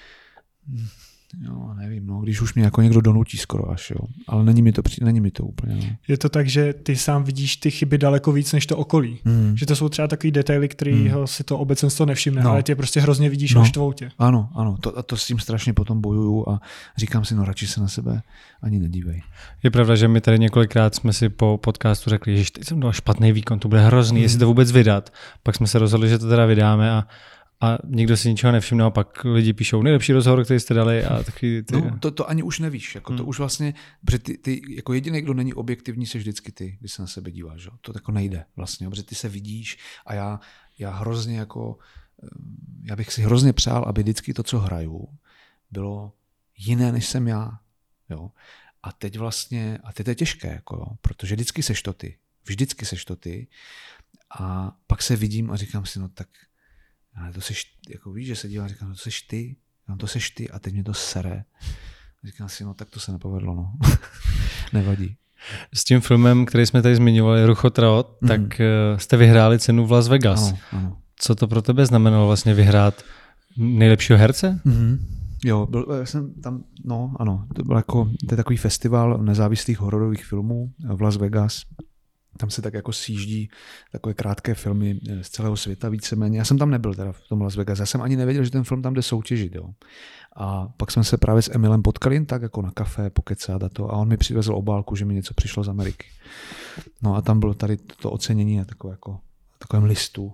jo, nevím, no, když už mě jako někdo donutí skoro až, jo. Ale není mi to, není mi to úplně. No. Je to tak, že ty sám vidíš ty chyby daleko víc než to okolí. Mm. Že to jsou třeba takový detaily, který mm. si to obecenstvo nevšimne, no. ale ty prostě hrozně vidíš no. a štvou tě. Ano, ano. To, a to s tím strašně potom bojuju a říkám si, no radši se na sebe ani nedívej. Je pravda, že my tady několikrát jsme si po podcastu řekli, že teď jsem dal špatný výkon, to bude hrozný, mm. jestli to vůbec vydat. Pak jsme se rozhodli, že to teda vydáme a A nikdo si ničeho nevšimne a pak lidi píšou nejlepší rozhovor, který jste dali. A taky ty... No, to, to ani už nevíš. Jako, hmm. To už vlastně, protože ty, ty jako jediný, kdo není objektivní, jsi vždycky ty, když se na sebe díváš. Jo? To jako nejde vlastně, protože ty se vidíš a já, já hrozně jako, já bych si hrozně přál, aby vždycky to, co hraju, bylo jiné, než jsem já. Jo? A teď vlastně, a teď je těžké, jako, jo? Protože vždycky seš to ty. Vždycky seš to ty. A pak se vidím a říkám si, no tak ale to seš, jako víš, že se dívám, říkám, no to seš ty, no to seš ty a teď mě to sere. Říkám si, no tak to se nepovedlo, no. Nevadí. S tím filmem, který jsme tady zmiňovali, Ruchotraot, mm. tak jste vyhráli cenu v Las Vegas. Ano, ano. Co to pro tebe znamenalo vlastně vyhrát nejlepšího herce? Mm-hmm. Jo, byl, jsem tam, no ano, to byl jako, to je takový festival nezávislých hororových filmů v Las Vegas. Tam se tak jako sjíždí takové krátké filmy z celého světa víceméně. Já jsem tam nebyl teda v tom Las Vegas. Já jsem ani nevěděl, že ten film tam jde soutěžit. Jo. A pak jsme se právě s Emilem potkali tak jako na kafe, pokecat a to. A on mi přivezl obálku, že mi něco přišlo z Ameriky. No a tam bylo tady to ocenění na takové jako, takovém listu.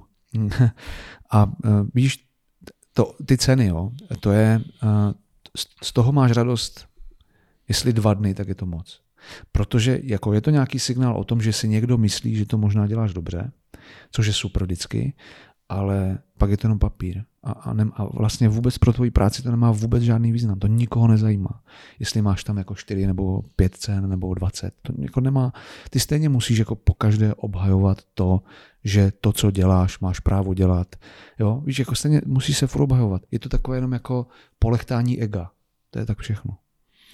A uh, víš, to, ty ceny, jo, to je, uh, z toho máš radost, jestli dva dny, tak je to moc. Protože jako je to nějaký signál o tom, že si někdo myslí, že to možná děláš dobře, což je super vždycky, ale pak je to jenom papír. A, a, ne, a vlastně vůbec pro tvoji práci to nemá vůbec žádný význam. To nikoho nezajímá. Jestli máš tam jako čtyři nebo pět cen nebo dvacet. To jako nemá. Ty stejně musíš jako pokaždé obhajovat to, že to, co děláš, máš právo dělat. Jo? Víš, jako stejně musíš se furt obhajovat. Je to takové jenom jako polechtání ega. To je tak všechno.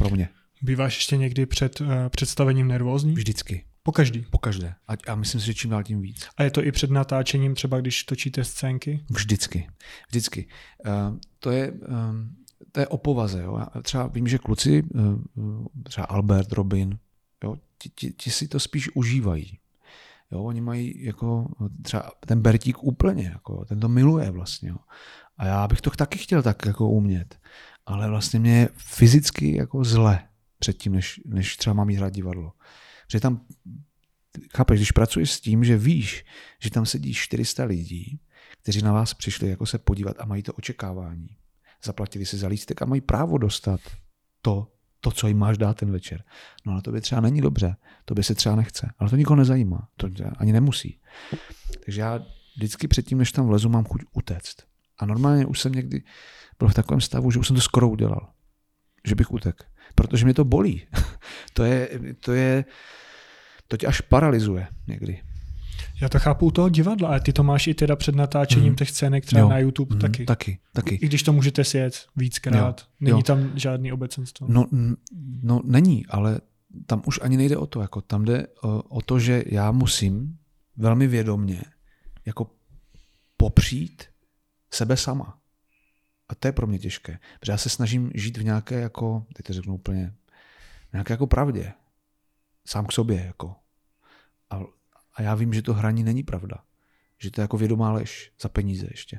pro mě. Býváš ještě někdy před uh, představením nervózní? Vždycky. Po každý? Po každé. A, a myslím si, že čím dál tím víc. A je to i před natáčením, třeba když točíte scénky? Vždycky. Vždycky. Uh, to je... Um, To je o povaze. Jo. Já třeba vím, že kluci, třeba Albert, Robin, jo, ti, ti, ti si to spíš užívají. Jo, oni mají jako třeba ten Bertík úplně, jako, ten to miluje vlastně. Jo. A já bych to taky chtěl tak jako umět. Ale vlastně mě je fyzicky jako zle předtím, než, než třeba mám jít hrát divadlo. Protože tam, chápeš, když pracuješ s tím, že víš, že tam sedí čtyři sta lidí, kteří na vás přišli jako se podívat a mají to očekávání. Zaplatili si za lístek a mají právo dostat to, to, co jim máš dát ten večer. No ale to by třeba není dobře, to by se třeba nechce, ale to nikoho nezajímá, to ani nemusí. Takže já vždycky předtím, než tam vlezu, mám chuť utéct. A normálně už jsem někdy byl v takovém stavu, že už jsem to skoro udělal, že bych utek, protože mě to bolí. to je, to je, to tě až paralyzuje někdy. Já to chápu u toho divadla, ale ty to máš i teda před natáčením mm. těch scének třeba jo. na YouTube mm. taky. Taky, taky. I když to můžete sjet víckrát, jo. není jo. tam žádný obecenstvo. No, no není, ale tam už ani nejde o to. Jako tam jde o, o to, že já musím velmi vědomně jako popřít sebe sama. A to je pro mě těžké. Protože já se snažím žít v nějaké jako, teď to řeknu úplně, nějaké jako pravdě. Sám k sobě. Jako. A A já vím, že to hraní není pravda. Že to je jako vědomá lež za peníze ještě.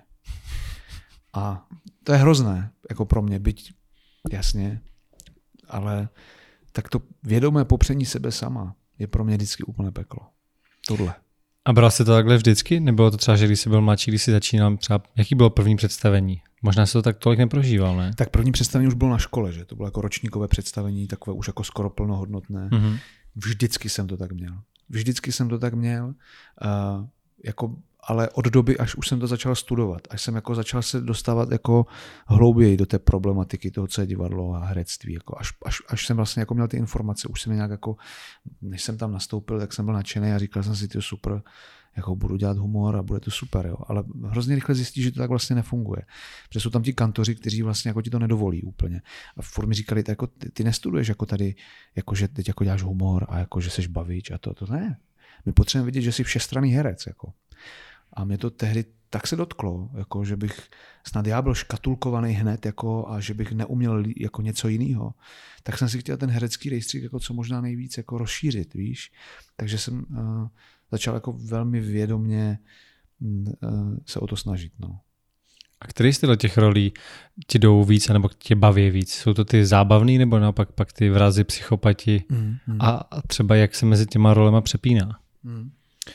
A to je hrozné, jako pro mě, byť jasně, ale tak to vědomé popření sebe sama je pro mě vždycky úplně peklo. Tohle. A bral jsi to takhle vždycky? Nebylo to třeba, že když jsi byl mladší, když jsi začínal, třeba, jaký bylo první představení? Možná se to tak tolik neprožíval, ne? Tak první představení už bylo na škole, že? To bylo jako ročníkové představení, takové už jako skoro plnohodnotné. Mm-hmm. Vždycky jsem to tak měl. Vždycky jsem to tak měl, uh, jako, ale od doby, až už jsem to začal studovat, až jsem jako začal se dostávat jako hlouběji do té problematiky toho, co je divadlo a herectví, jako až, až, až jsem vlastně jako měl ty informace, už jsem nějak jako, než jsem tam nastoupil, tak jsem byl nadšený a říkal jsem si, to je super, jako budu dělat humor a bude to super, jo. Ale hrozně rychle zjistí, že to tak vlastně nefunguje. Protože jsou tam ti kantoři, kteří vlastně jako ti to nedovolí úplně. A furt mi říkali, jako, ty, ty nestuduješ jako tady, jako, že teď jako děláš humor a jako, že seš bavič a to, to ne. My potřebujeme vidět, že jsi všestranný herec. Jako. A mě to tehdy tak se dotklo, jako, že bych snad já byl škatulkovaný hned jako, a že bych neuměl jako něco jiného. Tak jsem si chtěl ten herecký rejstřík jako co možná nejvíc jako rozšířit, víš. Takže jsem uh, začal jako velmi vědomně uh, se o to snažit. No. A který z těch rolí ti jdou víc, nebo tě baví víc? Jsou to ty zábavný, nebo naopak pak ty vrazi, psychopati? Mm, mm. A třeba jak se mezi těma rolema přepíná? Mm.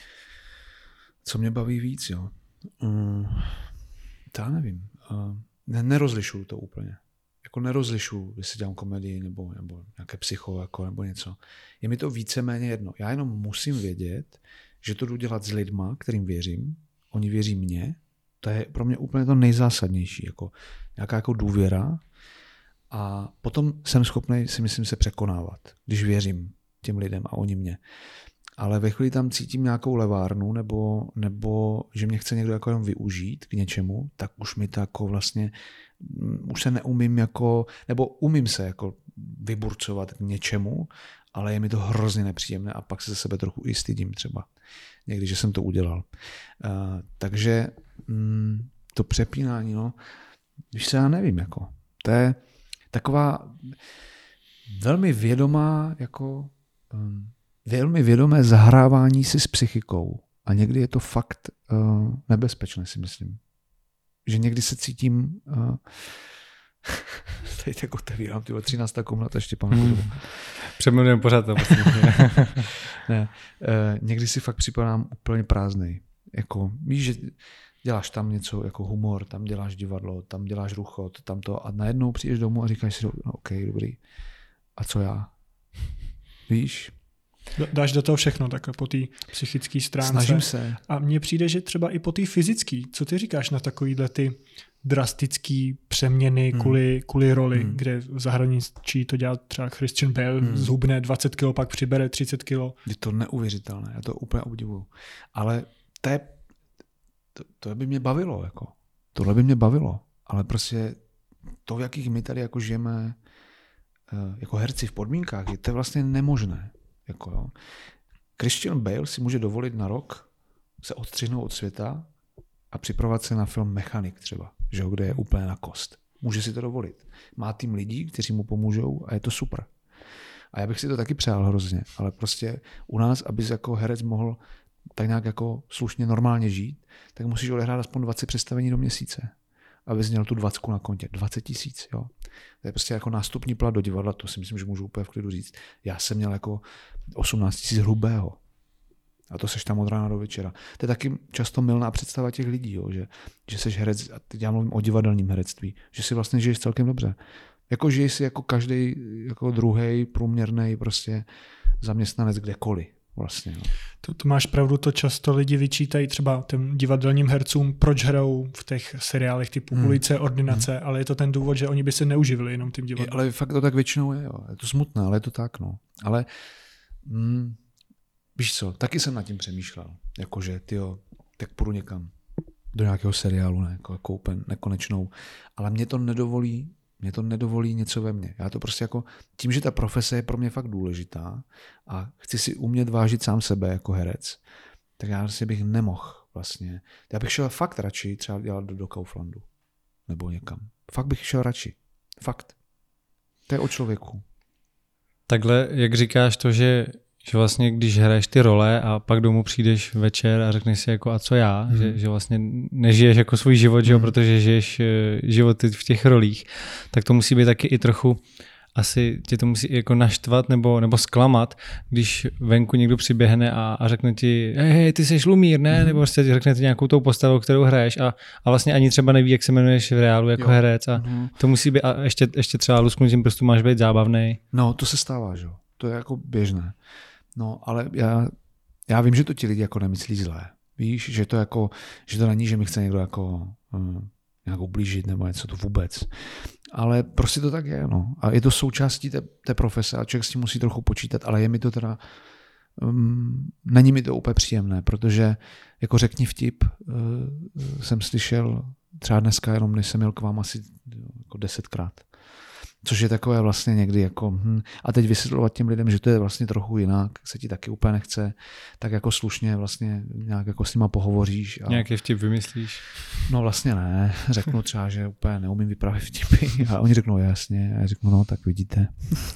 Co mě baví víc, jo? Mm, to já nevím. Uh, ne, nerozlišuju to úplně. Jako nerozlišuju, jestli dělám komedii nebo, nebo nějaké psycho jako, nebo něco. Je mi to víceméně jedno. Já jenom musím vědět, že to jdu dělat s lidma, kterým věřím. Oni věří mně. To je pro mě úplně to nejzásadnější. Jako nějaká jako důvěra. A potom jsem schopný, si myslím, se překonávat, když věřím těm lidem a oni mě. Ale ve chvíli tam cítím nějakou levárnu, nebo, nebo že mě chce někdo jako jenom využít k něčemu, tak už mi to jako vlastně, už se neumím jako, nebo umím se jako vyburcovat k něčemu, ale je mi to hrozně nepříjemné a pak se ze sebe trochu i stydím třeba někdy, že jsem to udělal. Uh, takže mm, to přepínání, no, když se já nevím, jako, to je taková velmi vědomá, jako um, velmi vědomé zahrávání si s psychikou. A někdy je to fakt uh, nebezpečné, si myslím. Že někdy se cítím... Uh, teď tak otevírám, tyhle třináctá komnata, Štěpán. Hmm. Přemluvím pořád to. Ne, uh, někdy si fakt připadám úplně prázdnej. Jako, víš, že děláš tam něco jako humor, tam děláš divadlo, tam děláš ruchot, tam to a najednou přijdeš domů a říkáš si, no, OK, dobrý. A co já? Víš? Dáš do toho všechno, takhle po té psychické stránce. Snažím se. A mně přijde, že třeba i po té fyzické. Co ty říkáš na takovýhle ty drastické přeměny hmm. kvůli, kvůli roli, hmm. kde v zahraničí to dělá třeba Christian Bale, hmm. zhubne dvacet kilo, pak přibere třicet kilo. Je to neuvěřitelné, já to úplně obdivuju. Ale to, je, to, to by mě bavilo. Jako. Tohle by mě bavilo. Ale prostě to, v jakých my tady jako žijeme, jako herci v podmínkách, je to vlastně nemožné. Jako, jo. Christian Bale si může dovolit na rok se odstřihnout od světa a připravovat se na film Mechanik třeba, že jo, kde je úplně na kost. Může si to dovolit. Má tým lidí, kteří mu pomůžou a je to super. A já bych si to taky přál hrozně, ale prostě u nás, abys jako herec mohl tak nějak jako slušně normálně žít, tak musíš odehrát aspoň dvacet představení do měsíce, abys měl tu dvacku na kontě. dvacet tisíc, jo. To je prostě jako nástupní plat do divadla, to si myslím, že můžu úplně v klidu říct. Já jsem měl jako osmnáct tisíc hrubého. A to seš tam od rána do večera. To je taky často mylná představa těch lidí, jo, že, že seš herec, a teď já mluvím o divadelním herectví, že si vlastně žiješ celkem dobře. Jako žiješ si jako každý jako druhej průměrný prostě zaměstnanec kdekoliv. Vlastně, no. to, to máš pravdu, to často lidi vyčítají třeba těm divadelním hercům, proč hrajou v těch seriálech typu hmm. Ulice, Ordinace, hmm. ale je to ten důvod, že oni by se neuživili jenom tím divadlem. Ale fakt to tak většinou je, jo. Je to smutné, ale je to tak, no. Ale mm, víš co, taky jsem nad tím přemýšlel, jakože tyjo, tak půjdu někam do nějakého seriálu, ne, jako, jako úplně nekonečnou, ale mě to nedovolí Mě to nedovolí něco ve mně. Já to prostě jako, tím, že ta profese je pro mě fakt důležitá a chci si umět vážit sám sebe jako herec, tak já si bych nemohl vlastně. Já bych šel fakt radši třeba dělat do, do Kauflandu. Nebo někam. Fakt bych šel radši. Fakt. To je o člověku. Takhle, jak říkáš to, že že vlastně když hraješ ty role a pak domů přijdeš večer a řekneš si jako a co já, hmm. že, že vlastně nežiješ jako svůj život, že jo, protože žiješ životy v těch rolích, tak to musí být taky i trochu, asi tě to musí jako naštvat nebo, nebo zklamat, když venku někdo přiběhne a, a řekne ti, hej, hej, ty jsi Lumír, ne? Hmm. Nebo prostě řekne ti nějakou tou postavu, kterou hraješ a, a vlastně ani třeba neví, jak se jmenuješ v reálu jako jo. herec a hmm. to musí být, a ještě, ještě třeba lusknutím prstu máš být zábavnej. No, to se stává, že jo, to je jako běžné. No, ale já, já vím, že to ti lidi jako nemyslí zlé. Víš, že to jako, že to není, že mi chce někdo jako um, nějak ublížit nebo něco, to vůbec. Ale prostě to tak je, no. A je to součástí té, té profese a člověk s tím musí trochu počítat, ale je mi to teda, um, není mi to úplně příjemné, protože jako řekni vtip, uh, jsem slyšel třeba dneska jenom, než jsem jel k vám asi jako desetkrát. Což je takové vlastně někdy jako hm, a teď vysvětlovat těm lidem, že to je vlastně trochu jinak, se ti taky úplně nechce, tak jako slušně vlastně nějak jako s nima pohovoříš. A... Nějaký vtip vymyslíš? No vlastně ne, řeknu třeba, že úplně neumím vyprávět vtipy a oni řeknou jasně a já řeknu no tak vidíte.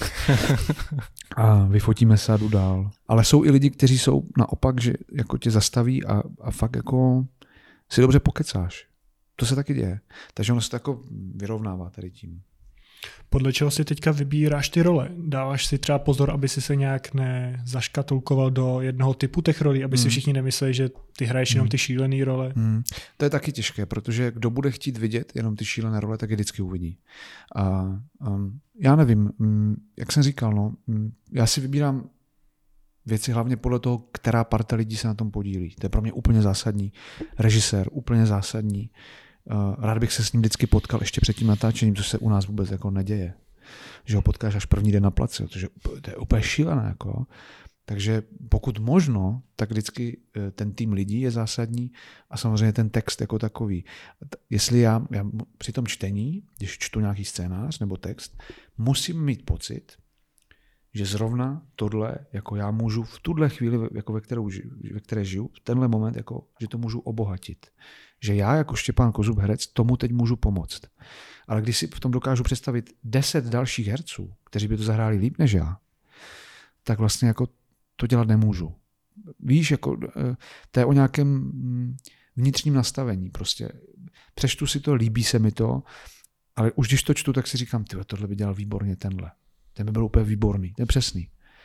A vyfotíme se a jdu dál. Ale jsou i lidi, kteří jsou naopak, že jako tě zastaví a, a fakt jako si dobře pokecáš. To se taky děje. Takže ono se to jako vyrovnává tady tím. Podle čeho si teďka vybíráš ty role? Dáváš si třeba pozor, aby si se nějak nezaškatulkoval do jednoho typu těch rolí, aby hmm. si všichni nemysleli, že ty hraješ hmm. jenom ty šílený role? Hmm. To je taky těžké, protože kdo bude chtít vidět jenom ty šílené role, tak je vždycky uvidí. A um, já nevím, um, jak jsem říkal, no, um, já si vybírám věci hlavně podle toho, která parta lidí se na tom podílí. To je pro mě úplně zásadní. Režisér, úplně zásadní. Uh, rád bych se s ním vždycky potkal ještě před tím natáčením, což se u nás vůbec jako neděje. Že ho potkáš až první den na place, protože to je úplně šílené. Jako. Takže pokud možno, tak vždycky ten tým lidí je zásadní a samozřejmě ten text jako takový. Jestli já, já při tom čtení, když čtu nějaký scénář nebo text, musím mít pocit, že zrovna tohle, jako já můžu v tuhle chvíli, jako ve, kterou, ve které žiju, v tenhle moment, jako, že to můžu obohatit. Že já jako Štěpán Kozub herec tomu teď můžu pomoct. Ale když si v tom dokážu představit deset dalších herců, kteří by to zahráli líp než já, tak vlastně jako to dělat nemůžu. Víš, jako, to je o nějakém vnitřním nastavení. Prostě přečtu si to, líbí se mi to, ale už když to čtu, tak si říkám, tyhle, tohle by dělal výborně tenhle. Ten by byl úplně výborný, ten je přesný.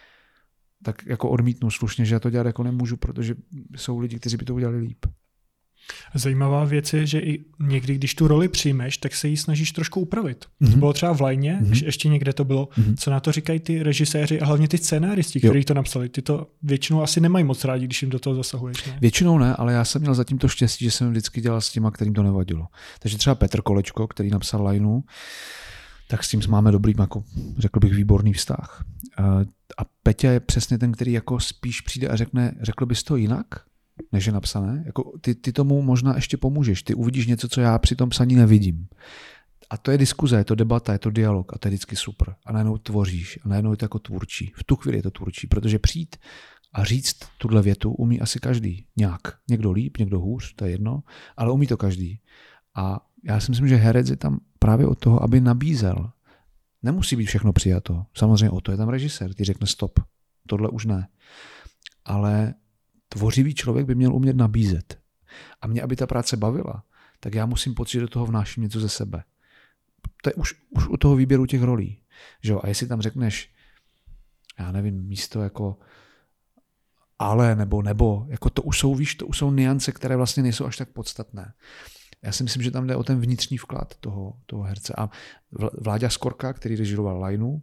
Tak jako odmítnu slušně, že já to dělat jako nemůžu, protože jsou lidi, kteří by to udělali líp. Zajímavá věc je, že i někdy, když tu roli přijmeš, tak se ji snažíš trošku upravit. Mm-hmm. To bylo třeba v Lajně, mm-hmm. ještě někde to bylo. Mm-hmm. Co na to říkají ty režiséři a hlavně ty scénáristi, kteří to napsali. Ty to většinou asi nemají moc rádi, když jim do toho zasahuješ. Ne? Většinou ne, ale já jsem měl zatím to štěstí, že jsem vždycky dělal s těma, kterým to nevadilo. Takže třeba Petr Kolečko, který napsal Lajnu, tak s tím máme dobrý, jako řekl bych, výborný vztah. A Peťa je přesně ten, který jako spíš přijde a řekne, řekl bys to jinak, než je napsané. Jako ty, ty tomu možná ještě pomůžeš. Ty uvidíš něco, co já při tom psaní nevidím. A to je diskuze, je to debata, je to dialog a to je vždycky super. A najednou tvoříš a najednou je to jako tvůrčí. V tu chvíli je to tvůrčí, protože přijít a říct tuhle větu umí asi každý nějak. Někdo líp, někdo hůř, to je jedno, ale umí to každý. A já si myslím, že herec je tam právě od toho, aby nabízel. Nemusí být všechno přijato. Samozřejmě o to je tam režisér, ty řekne stop, tohle už ne. Ale tvořivý člověk by měl umět nabízet. A mě, aby ta práce bavila, tak já musím pocit, že do toho vnáším něco ze sebe. To je už, už u toho výběru těch rolí. Že jo? A jestli tam řekneš, já nevím, místo jako ale nebo nebo, jako to už jsou, víš, to už jsou nuance, které vlastně nejsou až tak podstatné. Já si myslím, že tam jde o ten vnitřní vklad toho, toho herce. A Vláďa Skorka, který režíroval Lajnu,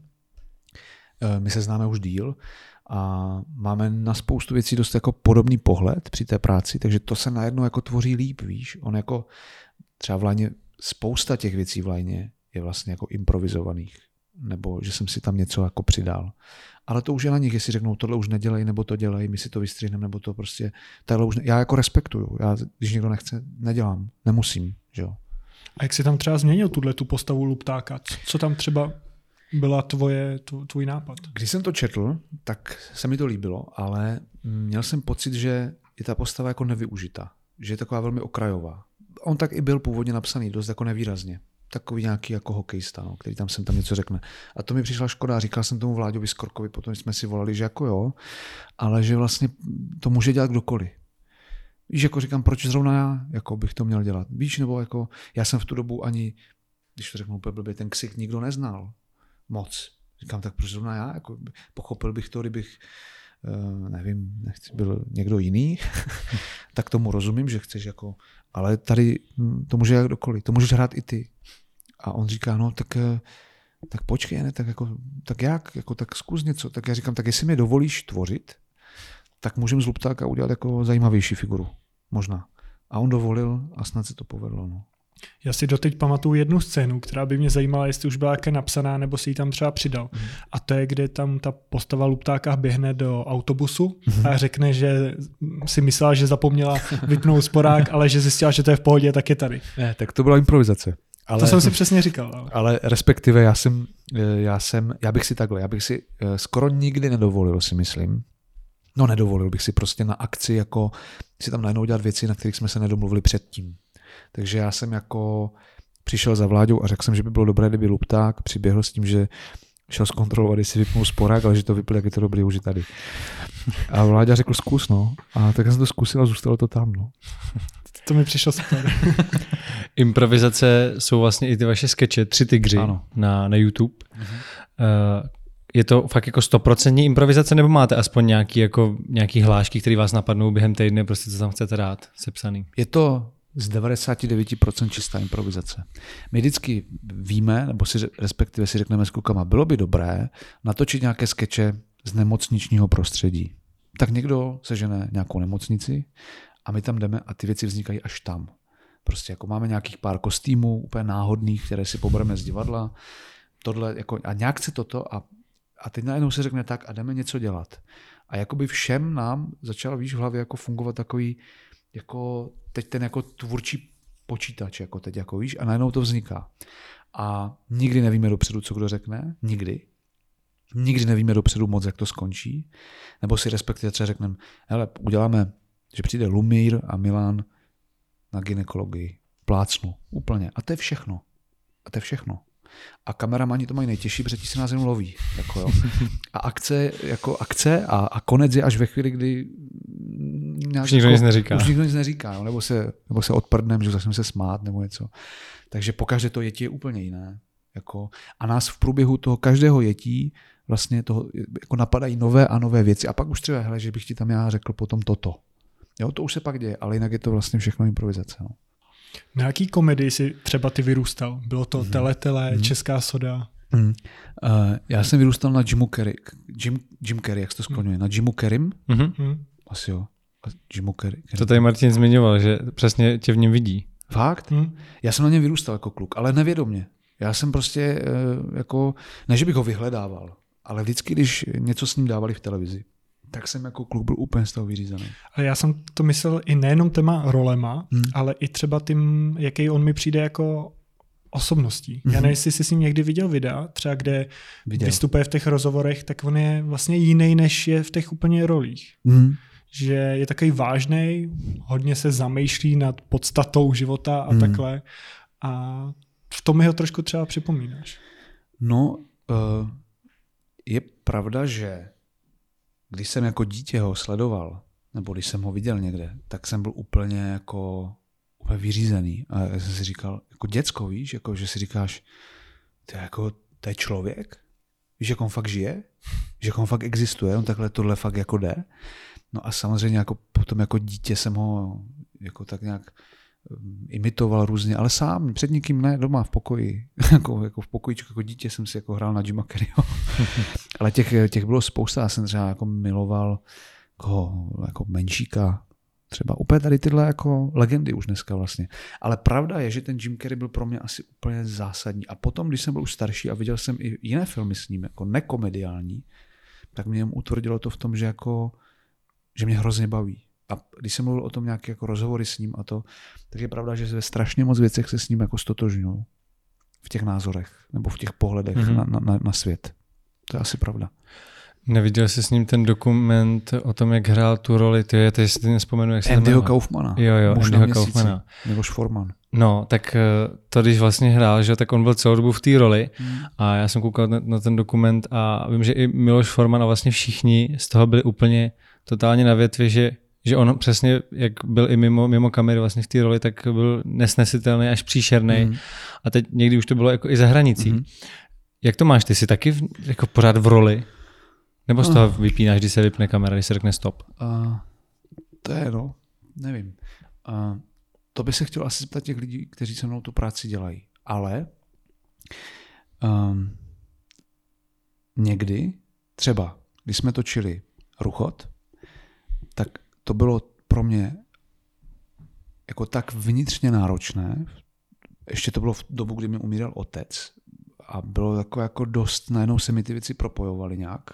my se známe už díl a máme na spoustu věcí dost jako podobný pohled při té práci, takže to se najednou jako tvoří líp, víš. On jako třeba v Lajně, spousta těch věcí v Lajně je vlastně jako improvizovaných, nebo že jsem si tam něco jako přidal. Ale to už je na nich, jestli řeknou, tohle už nedělej, nebo to dělej, my si to vystřihneme, nebo to prostě, tohle už ne... Já jako respektuju, já, když někdo nechce, nedělám, nemusím, že jo. A jak jsi tam třeba změnil tuhle tu postavu Luptáka? Co, co tam třeba byla tvoje, tvůj nápad? Když jsem to četl, tak se mi to líbilo, ale měl jsem pocit, že je ta postava jako nevyužita, že je taková velmi okrajová. On tak i byl původně napsaný, dost jako nevýrazně. Takový nějaký jako hokejista, no, který tam sem tam něco řekne. A to mi přišla škoda. Říkal jsem tomu Vláďovi Skorkovi, potom jsme si volali, že jako jo, ale že vlastně to může dělat kdokoliv. Víš, jako říkám, proč zrovna já jako bych to měl dělat? Víš, nebo jako já jsem v tu dobu ani, když to řeknu úplně blbě, ten ksik nikdo neznal moc. Říkám, tak proč zrovna já? Jako, pochopil bych to, kdybych, nevím, nechci, byl někdo jiný, tak tomu rozumím, že chceš jako, ale tady to může dělat kdokoliv. To můžeš hrát i ty. A on říká, no tak, tak počkej, ne, tak, jako, tak jak, jako, tak zkus něco. Tak já říkám, tak jestli mi dovolíš tvořit, tak můžeme z Luptáka udělat jako zajímavější figuru. Možná. A on dovolil a snad se to povedlo. No. Já si doteď pamatuju jednu scénu, která by mě zajímala, jestli už byla jaké napsaná, nebo si ji tam třeba přidal. Mm. A to je, kde tam ta postava Luptáka běhne do autobusu mm. a řekne, že si myslela, že zapomněla vypnout sporák, ale že zjistila, že to je v pohodě, tak je tady. Ne, tak to byla improvizace. Ale, to jsem si přesně říkal. Ale, ale respektive já jsem, já jsem, já bych si takhle, já bych si skoro nikdy nedovolil, si myslím. No nedovolil bych si prostě na akci jako si tam najednou dělat věci, na kterých jsme se nedomluvili předtím. Takže já jsem jako přišel za Vláďou a řekl jsem, že by bylo dobré, kdyby Lupták přiběhl s tím, že šel zkontrolovat, jestli vypnul sporák, ale že to vypl, jak je to dobrý, už je tady. A Vláďa řekl zkus, no. A tak jsem to zkusil a zůstalo to tam, no. To mi přišlo super. Improvizace jsou vlastně i ty vaše skeče, Tři tygři na, na YouTube. Uh-huh. Uh, je to fakt jako stoprocentní improvizace, nebo máte aspoň nějaký, jako, nějaký hlášky, které vás napadnou během týdne, prostě co tam chcete dát sepsaný? Je to z devadesát devět procent čistá improvizace. My vždycky víme, nebo si respektive si řekneme s klukama, bylo by dobré natočit nějaké skeče z nemocničního prostředí. Tak někdo sežene nějakou nemocnici a my tam jdeme a ty věci vznikají až tam. Prostě jako máme nějakých pár kostýmů, úplně náhodných, které si pobereme z divadla, tohle, jako, a nějak chce toto a, a teď najednou se řekne tak a jdeme něco dělat. A jakoby všem nám začal, víš, v hlavě jako fungovat takový, jako teď ten jako tvůrčí počítač, jako teď, jako víš, a najednou to vzniká. A nikdy nevíme dopředu, co kdo řekne, nikdy. Nikdy nevíme dopředu moc, jak to skončí. Nebo si respektive třeba řekneme, hele, uděláme, že přijde Lumír a Milan na gynekologii. Plácnu. Úplně. A to je všechno. A to je všechno. A kameramani to mají nejtěžší, protože ti se nás jenom loví. Jako jo. A akce, jako akce a, a konec je až ve chvíli, kdy už nikdo nic neříká. Už nikdo nic neříká, jo. nebo se, nebo se odprdnem, že začneme se smát nebo něco. Takže pokaždé to jetí je úplně jiné. Jako, a nás v průběhu toho každého jetí vlastně toho, jako napadají nové a nové věci. A pak už třeba, hele, že bych ti tam já řekl potom toto. Jo, to už se pak děje, ale jinak je to vlastně všechno improvizace. No. Na jaký komedii jsi třeba ty vyrůstal? Bylo to mm. Teletele, mm. Česká soda? Mm. Uh, já jsem vyrůstal na Jimu Carrey. Jim, Jim Carrey, jak se to skloňuje? Mm. Na Jimu Carreym? Mm. Asi jo. Jimu Carrey. To tady Martin zmiňoval, že přesně tě v něm vidí. Fakt? Mm. Já jsem na něm vyrůstal jako kluk, ale nevědomě. Já jsem prostě uh, jako, ne, že bych ho vyhledával, ale vždycky, když něco s ním dávali v televizi, tak jsem jako kluk byl úplně z toho vyřízený. Ale já jsem to myslel i nejenom těma rolema, hmm. ale i třeba tím, jaký on mi přijde jako osobností. Mm-hmm. Já nevím, jestli jsi s ním někdy viděl videa, třeba kde viděl. Vystupuje v těch rozhovorech, tak on je vlastně jiný, než je v těch úplně rolích. Mm-hmm. Že je takový vážnej, hodně se zamýšlí nad podstatou života a mm. takhle. A v tom mi ho trošku třeba připomínáš. No, uh, je pravda, že když jsem jako dítě ho sledoval, nebo když jsem ho viděl někde, tak jsem byl úplně jako úplně vyřízený. A já jsem si říkal, jako děcko, víš, jako, že si říkáš, to je, jako, to je člověk? Víš, jak on fakt žije? Že on fakt existuje? On takhle tohle fakt jako jde? No a samozřejmě jako potom jako dítě jsem ho jako tak nějak imitoval různě, ale sám, před nikým ne, doma v pokoji. jako, jako v pokojíčku, jako dítě jsem si jako hrál na Jima Carreyho. ale těch, těch bylo spousta, já jsem třeba jako miloval jako, jako Menšíka, třeba úplně tady tyhle jako legendy už dneska vlastně. Ale pravda je, že ten Jim Carrey byl pro mě asi úplně zásadní. A potom, když jsem byl už starší a viděl jsem i jiné filmy s ním, jako nekomediální, tak mě utvrdilo to v tom, že jako že mě hrozně baví. A když jsem mluvil o tom nějaké jako rozhovory s ním a to, tak je pravda, že ve strašně moc věcech se s ním jako stotožňuju. V těch názorech, nebo v těch pohledech mm-hmm. na, na, na svět. To je asi pravda. Neviděl jsi s ním ten dokument o tom, jak hrál tu roli? Ty, ty si nespomenu, jak se Andyho Kaufmana. Jo, jo, Andyho Kaufmana. Miloš Forman. No, tak to, když vlastně hrál, že, tak on byl celou dobu v té roli hmm. a já jsem koukal na, na ten dokument a vím, že i Miloš Forman a vlastně všichni z toho byli úplně totálně na větvi, že, že on přesně, jak byl i mimo, mimo kamery vlastně v té roli, tak byl nesnesitelný až příšerný hmm. a teď někdy už to bylo jako i za hranicí. Hmm. Jak to máš? Ty jsi taky v, jako pořád v roli? Nebo z toho vypínáš, když se vypne kamera, když se řekne stop? Uh, to je, no, nevím. Uh, to by se chtěl asi zeptat těch lidí, kteří se mnou tu práci dělají. Ale um, někdy, třeba, když jsme točili Ruchot, tak to bylo pro mě jako tak vnitřně náročné. Ještě to bylo v dobu, kdy mi umíral otec. A bylo jako, jako dost, najednou se mi ty věci propojovaly nějak.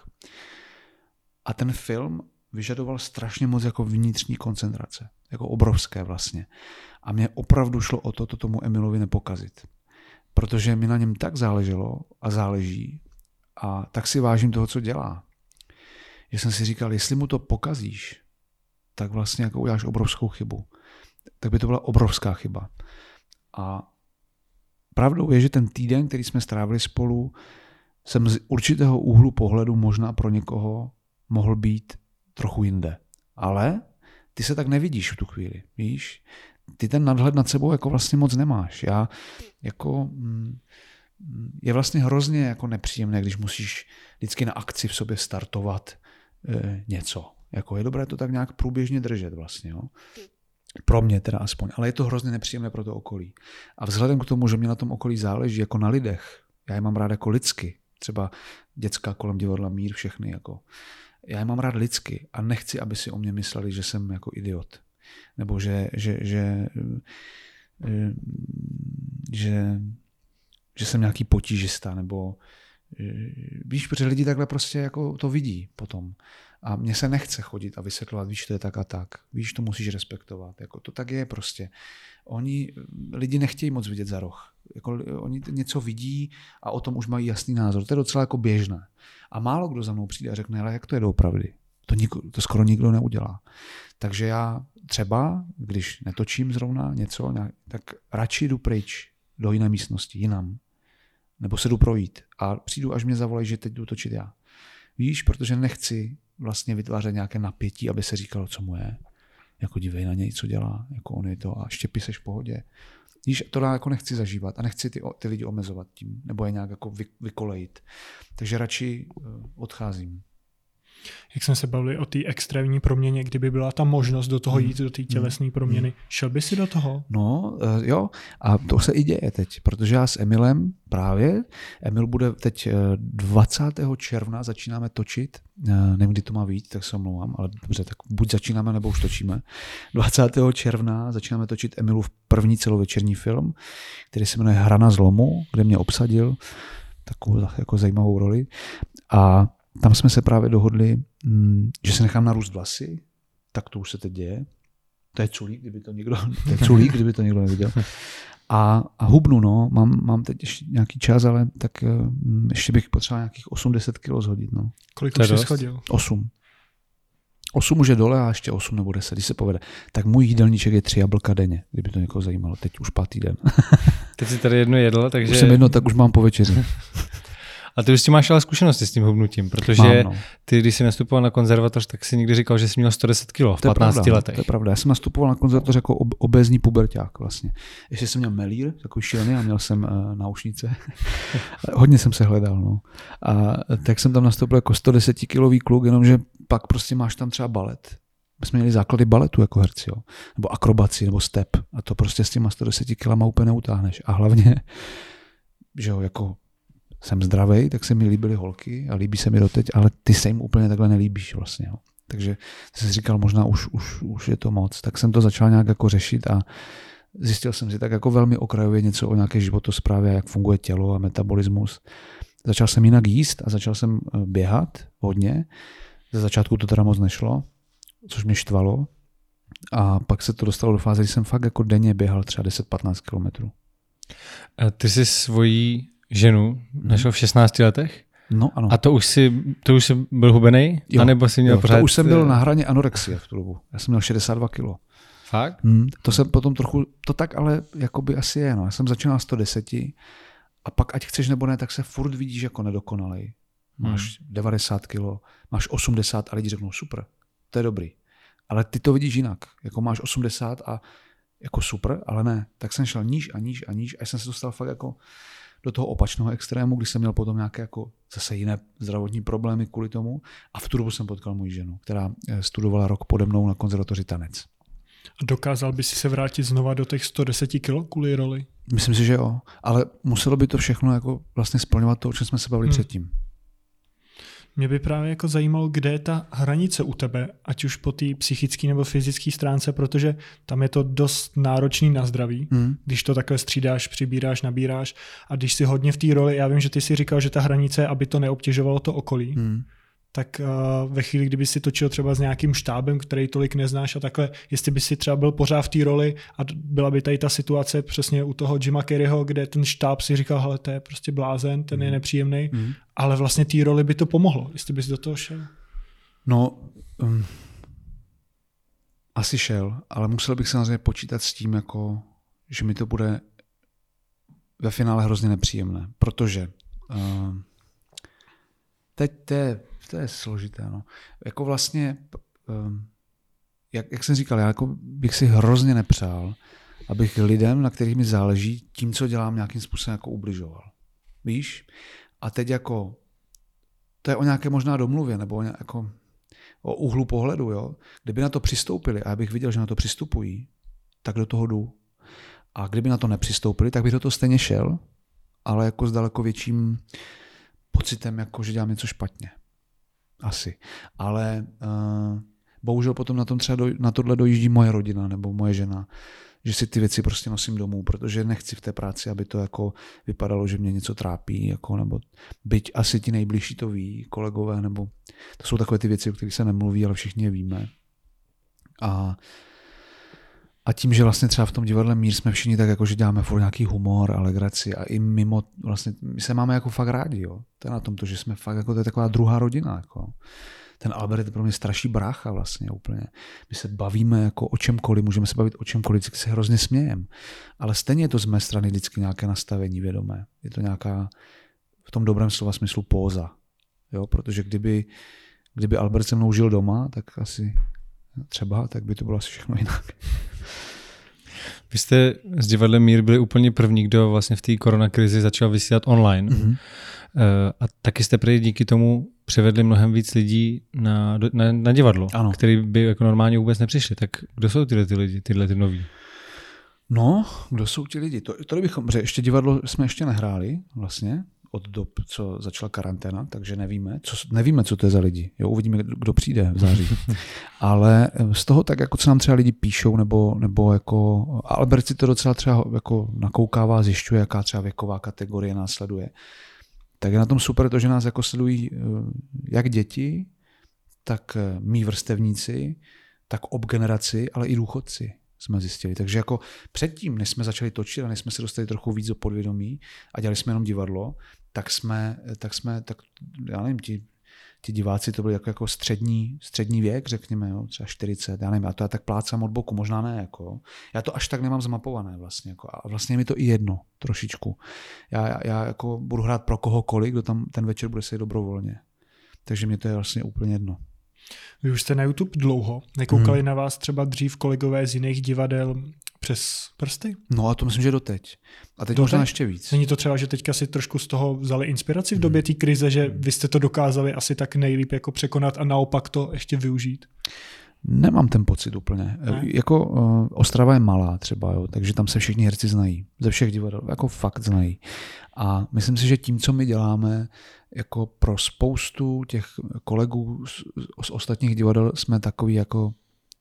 A ten film vyžadoval strašně moc jako vnitřní koncentrace. Jako obrovské vlastně. A mně opravdu šlo o to, to tomu Emilovi nepokazit. Protože mi na něm tak záleželo a záleží a tak si vážím toho, co dělá. Že jsem si říkal, jestli mu to pokazíš, tak vlastně jako uděláš obrovskou chybu. Tak by to byla obrovská chyba. A pravdou je, že ten týden, který jsme strávili spolu, jsem z určitého úhlu pohledu možná pro někoho mohl být trochu jinde. Ale ty se tak nevidíš v tu chvíli, víš? Ty ten nadhled nad sebou jako vlastně moc nemáš. Já jako je vlastně hrozně jako nepříjemné, když musíš vždycky na akci v sobě startovat e, něco. Jako je dobré to tak nějak průběžně držet vlastně, jo? Pro mě teda aspoň, ale je to hrozně nepříjemné pro to okolí. A vzhledem k tomu, že mě na tom okolí záleží jako na lidech, já je mám rád jako lidsky, třeba děcka kolem divadla Mír, všechny jako, já je mám rád lidsky a nechci, aby si o mě mysleli, že jsem jako idiot. Nebo že, že, že, že, že, že jsem nějaký potížista, nebo víš, protože lidi takhle prostě jako to vidí potom. A mně se nechce chodit a vysvětlovat, víš, to je tak a tak. Víš, to musíš respektovat. Jako to tak je prostě. Oni, lidi nechtějí moc vidět za roh. Jako, oni něco vidí a o tom už mají jasný názor. To je docela jako běžné. A málo kdo za mnou přijde a řekne, ale jak to je doopravdy? To, nikdo, to skoro nikdo neudělá. Takže já třeba, když netočím zrovna něco, tak radši jdu pryč do jiné místnosti, jinam. Nebo se jdu projít a přijdu, až mě zavolají, že teď jdu točit já. Víš, protože nechci vlastně vytvářet nějaké napětí, aby se říkalo, co mu je. Jako dívej na něj, co dělá, jako on je to a štěpí seš v pohodě. Víš, to jako nechci zažívat a nechci ty, ty lidi omezovat tím, nebo je nějak jako vy, vykolejit. Takže radši odcházím. Jak jsme se bavili o té extrémní proměně, kdyby byla ta možnost do toho jít, do té tělesné proměny, šel by si do toho? No, jo, a to se i děje teď, protože já s Emilem právě, Emil bude teď dvacátého června, začínáme točit, nevím, kdy to má být, tak se omlouvám, ale dobře, tak buď začínáme, nebo už točíme. dvacátého června začínáme točit Emilův první celovečerní film, který se jmenuje Hra na zlomu, kde mě obsadil takovou jako zajímavou roli a tam jsme se právě dohodli, že se nechám narůst vlasy, tak to už se teď děje. To je culík, kdyby to někdo, to je culík, kdyby to někdo neviděl. A, a hubnu, no, mám, mám teď ještě nějaký čas, ale tak um, ještě bych potřeboval nějakých osmdesát kilo zhodit, no. Kolik už jsi schodil? osm. osm už je dole a ještě osm nebo deset, když se povede. Tak můj jídelníček je tři jablka denně, kdyby to někoho zajímalo. Teď už pátý den. Teď jsi tady jedno jedl, takže... Už jsem jedno, tak už mám po večeři. A ty už s tím máš ale zkušenosti s tím hubnutím, protože mám, no. Ty, když jsi nastupoval na konzervatoř, tak jsi někdy říkal, že jsi měl sto deset kilo v patnácti letech. To je pravda. Já jsem nastupoval na konzervatoř jako ob- obézní puberťák vlastně. Ještě jsem měl melír, takový šílený, a měl jsem uh, náušnice. Hodně jsem se hledal. No. A tak jsem tam nastoupil jako sto deset kilový kluk, jenomže pak prostě máš tam třeba balet. My jsme měli základy baletu jako herci, jo. Nebo akrobaci, nebo step. A to prostě s těma sto deset kilama úplně neutáhneš. A hlavně, že jo, jako jsem zdravej, tak se mi líbily holky a líbí se mi doteď, ale ty se jim úplně takhle nelíbíš vlastně. Jo. Takže jsem si říkal, možná už, už, už je to moc. Tak jsem to začal nějak jako řešit a zjistil jsem si tak jako velmi okrajově něco o nějaké životosprávě, jak funguje tělo a metabolismus. Začal jsem jinak jíst a začal jsem běhat hodně. Ze začátku to teda moc nešlo, což mě štvalo. A pak se to dostalo do fáze, kdy jsem fakt jako denně běhal třeba deset patnáct kilometrů. A ty jsi svojí ženu našel v šestnácti letech? No ano. A to už jsi, to už jsi byl hubenej? Jo, anebo jsi měl jo, pořád... To už jsem byl na hraně anorexie v tu dobu. Já jsem měl šedesát dva kilo. Fakt? Hmm, to jsem potom trochu, to tak ale jakoby asi je. No. Já jsem začínal na sto deset a pak ať chceš nebo ne, tak se furt vidíš jako nedokonalej. Máš hmm. devadesát kilo, máš osmdesát a lidi řeknou super, to je dobrý. Ale ty to vidíš jinak. Jako máš osmdesát a jako super, ale ne. Tak jsem šel níž a níž a níž a jsem se dostal fakt jako do toho opačného extrému, kdy jsem měl potom nějaké jako zase jiné zdravotní problémy kvůli tomu. A v tu dobu jsem potkal moji ženu, která studovala rok pode mnou na konzervatoři tanec. A dokázal by si se vrátit znova do těch sto deset kilo kvůli roli? Myslím si, že jo. Ale muselo by to všechno jako vlastně splňovat to, o čem jsme se bavili hmm. předtím. Mě by právě jako zajímalo, kde je ta hranice u tebe, ať už po té psychické nebo fyzické stránce, protože tam je to dost náročný na zdraví, hmm. když to takhle střídáš, přibíráš, nabíráš a když si hodně v té roli, já vím, že ty si říkal, že ta hranice, aby to neobtěžovalo to okolí, hmm. tak uh, ve chvíli, kdyby si točil třeba s nějakým štábem, který tolik neznáš a takhle, jestli by si třeba byl pořád v té roli a byla by tady ta situace přesně u toho Jima Carreyho, kde ten štáb si říkal, hele, to je prostě blázen, ten mm. je nepříjemný, mm. ale vlastně té roli by to pomohlo, jestli bys do toho šel. No, um, asi šel, ale musel bych samozřejmě počítat s tím, jako, že mi to bude ve finále hrozně nepříjemné, protože uh, teď to je To je složité. No. Jako vlastně, jak, jak jsem říkal, já jako bych si hrozně nepřál, abych lidem, na kterých mi záleží, tím, co dělám, nějakým způsobem jako ubližoval. Víš? A teď jako, to je o nějaké možná domluvě, nebo o, jako, o úhlu pohledu. Jo? Kdyby na to přistoupili a já bych viděl, že na to přistupují, tak do toho jdu. A kdyby na to nepřistoupili, tak bych do toho stejně šel, ale jako s daleko větším pocitem, jako, že dělám něco špatně. Asi. Ale uh, bohužel potom na tom třeba do, na tohle dojíždí moje rodina nebo moje žena, že si ty věci prostě nosím domů, protože nechci v té práci, aby to jako vypadalo, že mě něco trápí, jako, nebo byť asi ti nejbližší to ví, kolegové, nebo to jsou takové ty věci, o kterých se nemluví, ale všichni je víme. A A tím, že vlastně třeba v tom divadle Mír jsme všichni tak jako, že děláme furt nějaký humor a legraci a i mimo, vlastně my se máme jako fakt rádi, jo. To je na tom to, že jsme fakt jako, to je taková druhá rodina, jako. Ten Albert je pro mě strašný brácha vlastně úplně. My se bavíme jako o čemkoliv, můžeme se bavit o čemkoliv, vždycky se hrozně smějem. Ale stejně je to z mé strany vždycky nějaké nastavení vědomé. Je to nějaká, v tom dobrém slova smyslu póza, jo, protože kdyby, kdyby Albert se mnou žil doma, tak asi třeba, tak by to bylo asi všechno jinak. Vy jste s divadlem Mír byli úplně první, kdo vlastně v té koronakrizi začal vysílat online. Mm-hmm. A taky jste prý díky tomu přivedli mnohem víc lidí na, na, na divadlo, ano. Který by jako normálně vůbec nepřišli. Tak kdo jsou tyhle ty lidi, tyhle ty noví? No, kdo jsou ti lidi? To, to bychom, protože ještě divadlo jsme ještě nehráli vlastně od dob, co začala karanténa, takže nevíme, co, nevíme, co to je za lidi. Jo, uvidíme, kdo přijde v září. Ale z toho tak, jako co nám třeba lidi píšou, nebo, nebo jako Albert si to docela třeba jako nakoukává, zjišťuje, jaká třeba věková kategorie následuje. Tak je na tom super to, že nás jako sledují jak děti, tak mí vrstevníci, tak obgeneraci, ale i důchodci. jsme zjistili. Takže jako předtím, než jsme začali točit a než jsme se dostali trochu víc do podvědomí a dělali jsme jenom divadlo, tak jsme, tak jsme, tak já nevím, ti, ti diváci to byli jako, jako střední, střední věk, řekněme, jo, třeba čtyřicet, já nevím, já to já tak plácám od boku, možná ne, jako. Já to až tak nemám zmapované vlastně, jako, a vlastně je mi to i jedno, trošičku. Já, já, já jako budu hrát pro kohokoliv, kdo tam ten večer bude sedět dobrovolně. Takže mě to je vlastně úplně jedno. Vy už jste na YouTube dlouho. Nekoukali hmm. na vás třeba dřív kolegové z jiných divadel přes prsty? No a to myslím, že doteď. A teď doteď? možná ještě víc. Není to třeba, že teďka si trošku z toho vzali inspiraci v době té krize, že vy jste to dokázali asi tak nejlíp jako překonat a naopak to ještě využít? Nemám ten pocit úplně. Ne? Jako uh, Ostrava je malá třeba, jo, takže tam se všichni herci znají. Ze všech divadel, jako fakt znají. A myslím si, že tím, co my děláme, jako pro spoustu těch kolegů z, z ostatních divadel jsme takový jako,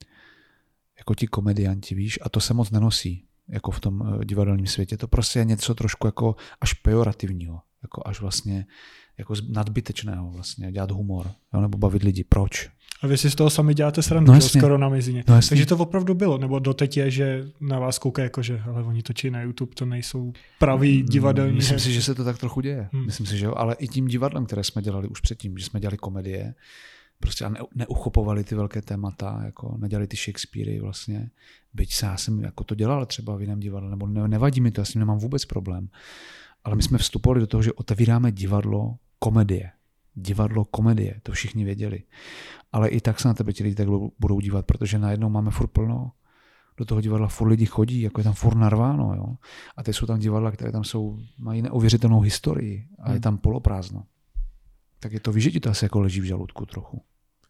jako ti komedianti, víš, a to se moc nenosí jako v tom uh, divadelním světě. To prostě je něco trošku jako až pejorativního, jako až vlastně jako nadbytečného vlastně, dělat humor, jo, nebo bavit lidi. Proč? A vy si z toho sami děláte srandu, no skoro na mizině. No takže to opravdu bylo, nebo doteď je, že na vás koukají jako, že ale oni točí na YouTube, to nejsou praví divadelní. Myslím herci. si, že se to tak trochu děje. Hmm. Myslím si, že jo, ale i tím divadlem, které jsme dělali už předtím, že jsme dělali komedie, prostě a ne, neuchopovali ty velké témata, jako nedělali ty Shakespeary vlastně. Byť se já jsem jako to dělal třeba v jiném divadle, nebo ne, nevadí mi to, já s tím nemám vůbec problém. Ale my jsme vstupovali do toho, že otevíráme divadlo komedie. Divadlo komedie, to všichni věděli. Ale i tak se na tebe ti lidi tak budou dívat, protože najednou máme furt plno. Do toho divadla furt lidi chodí, jako je tam furt narváno. Jo? A teď jsou tam divadla, které tam jsou, mají neuvěřitelnou historii a je tam poloprázdno. Tak je to, víš, že ti to asi jako leží v žaludku trochu.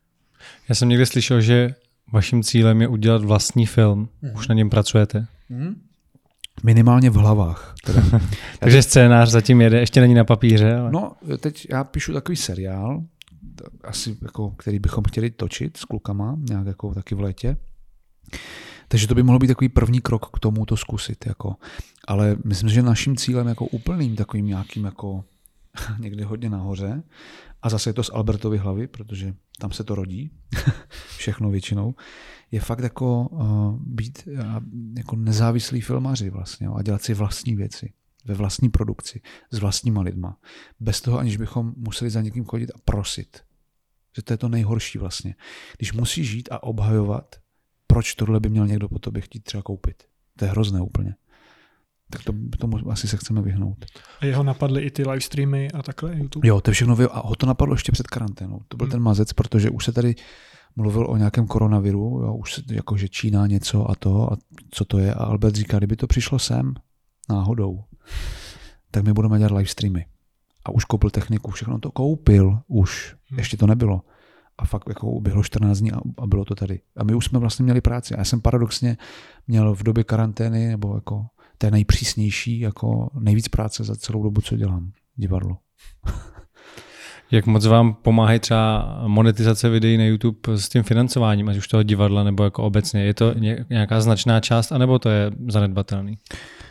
Já jsem někde slyšel, že vaším cílem je udělat vlastní film. Mm. Už na něm pracujete? Mm. Minimálně v hlavách. Teda. Takže scénář zatím jede, ještě není na papíře. Ale... No, teď já píšu takový seriál, asi jako, který bychom chtěli točit s klukama, nějak jako taky v létě. Takže to by mohlo být takový první krok k tomu to zkusit. Jako. Ale myslím, že naším cílem jako úplným takovým nějakým jako někde hodně nahoře, a zase je to z Albertovy hlavy, protože tam se to rodí, všechno většinou, je fakt jako uh, být uh, jako nezávislí filmaři vlastně, jo, a dělat si vlastní věci ve vlastní produkci s vlastníma lidma. Bez toho, aniž bychom museli za někým chodit a prosit. Že to je to nejhorší vlastně. Když musíš žít a obhajovat, proč tohle by měl někdo po tobě chtít třeba koupit. To je hrozné úplně. Tak to, tomu asi se chceme vyhnout. A jeho napadly i ty livestreamy a takhle YouTube? Jo, to je všechno. A ho to napadlo ještě před karanténou. To byl hmm. ten mazec, protože už se tady mluvil o nějakém koronaviru, jo, už se, jako, že Čína něco a to, a co to je. A Albert říká, kdyby to přišlo sem náhodou, tak my budeme dělat livestreamy. A už koupil techniku, všechno to koupil už. Hmm. Ještě to nebylo. A fakt jako uběhlo čtrnáct dní a, a bylo to tady. A my už jsme vlastně měli práci. A já jsem paradoxně měl v době karantény, nebo jako to je nejpřísnější, jako nejvíc práce za celou dobu, co dělám. Divadlo. Jak moc vám pomáhají třeba monetizace videí na YouTube s tím financováním, ať už toho divadla, nebo jako obecně? Je to nějaká značná část, anebo to je zanedbatelný?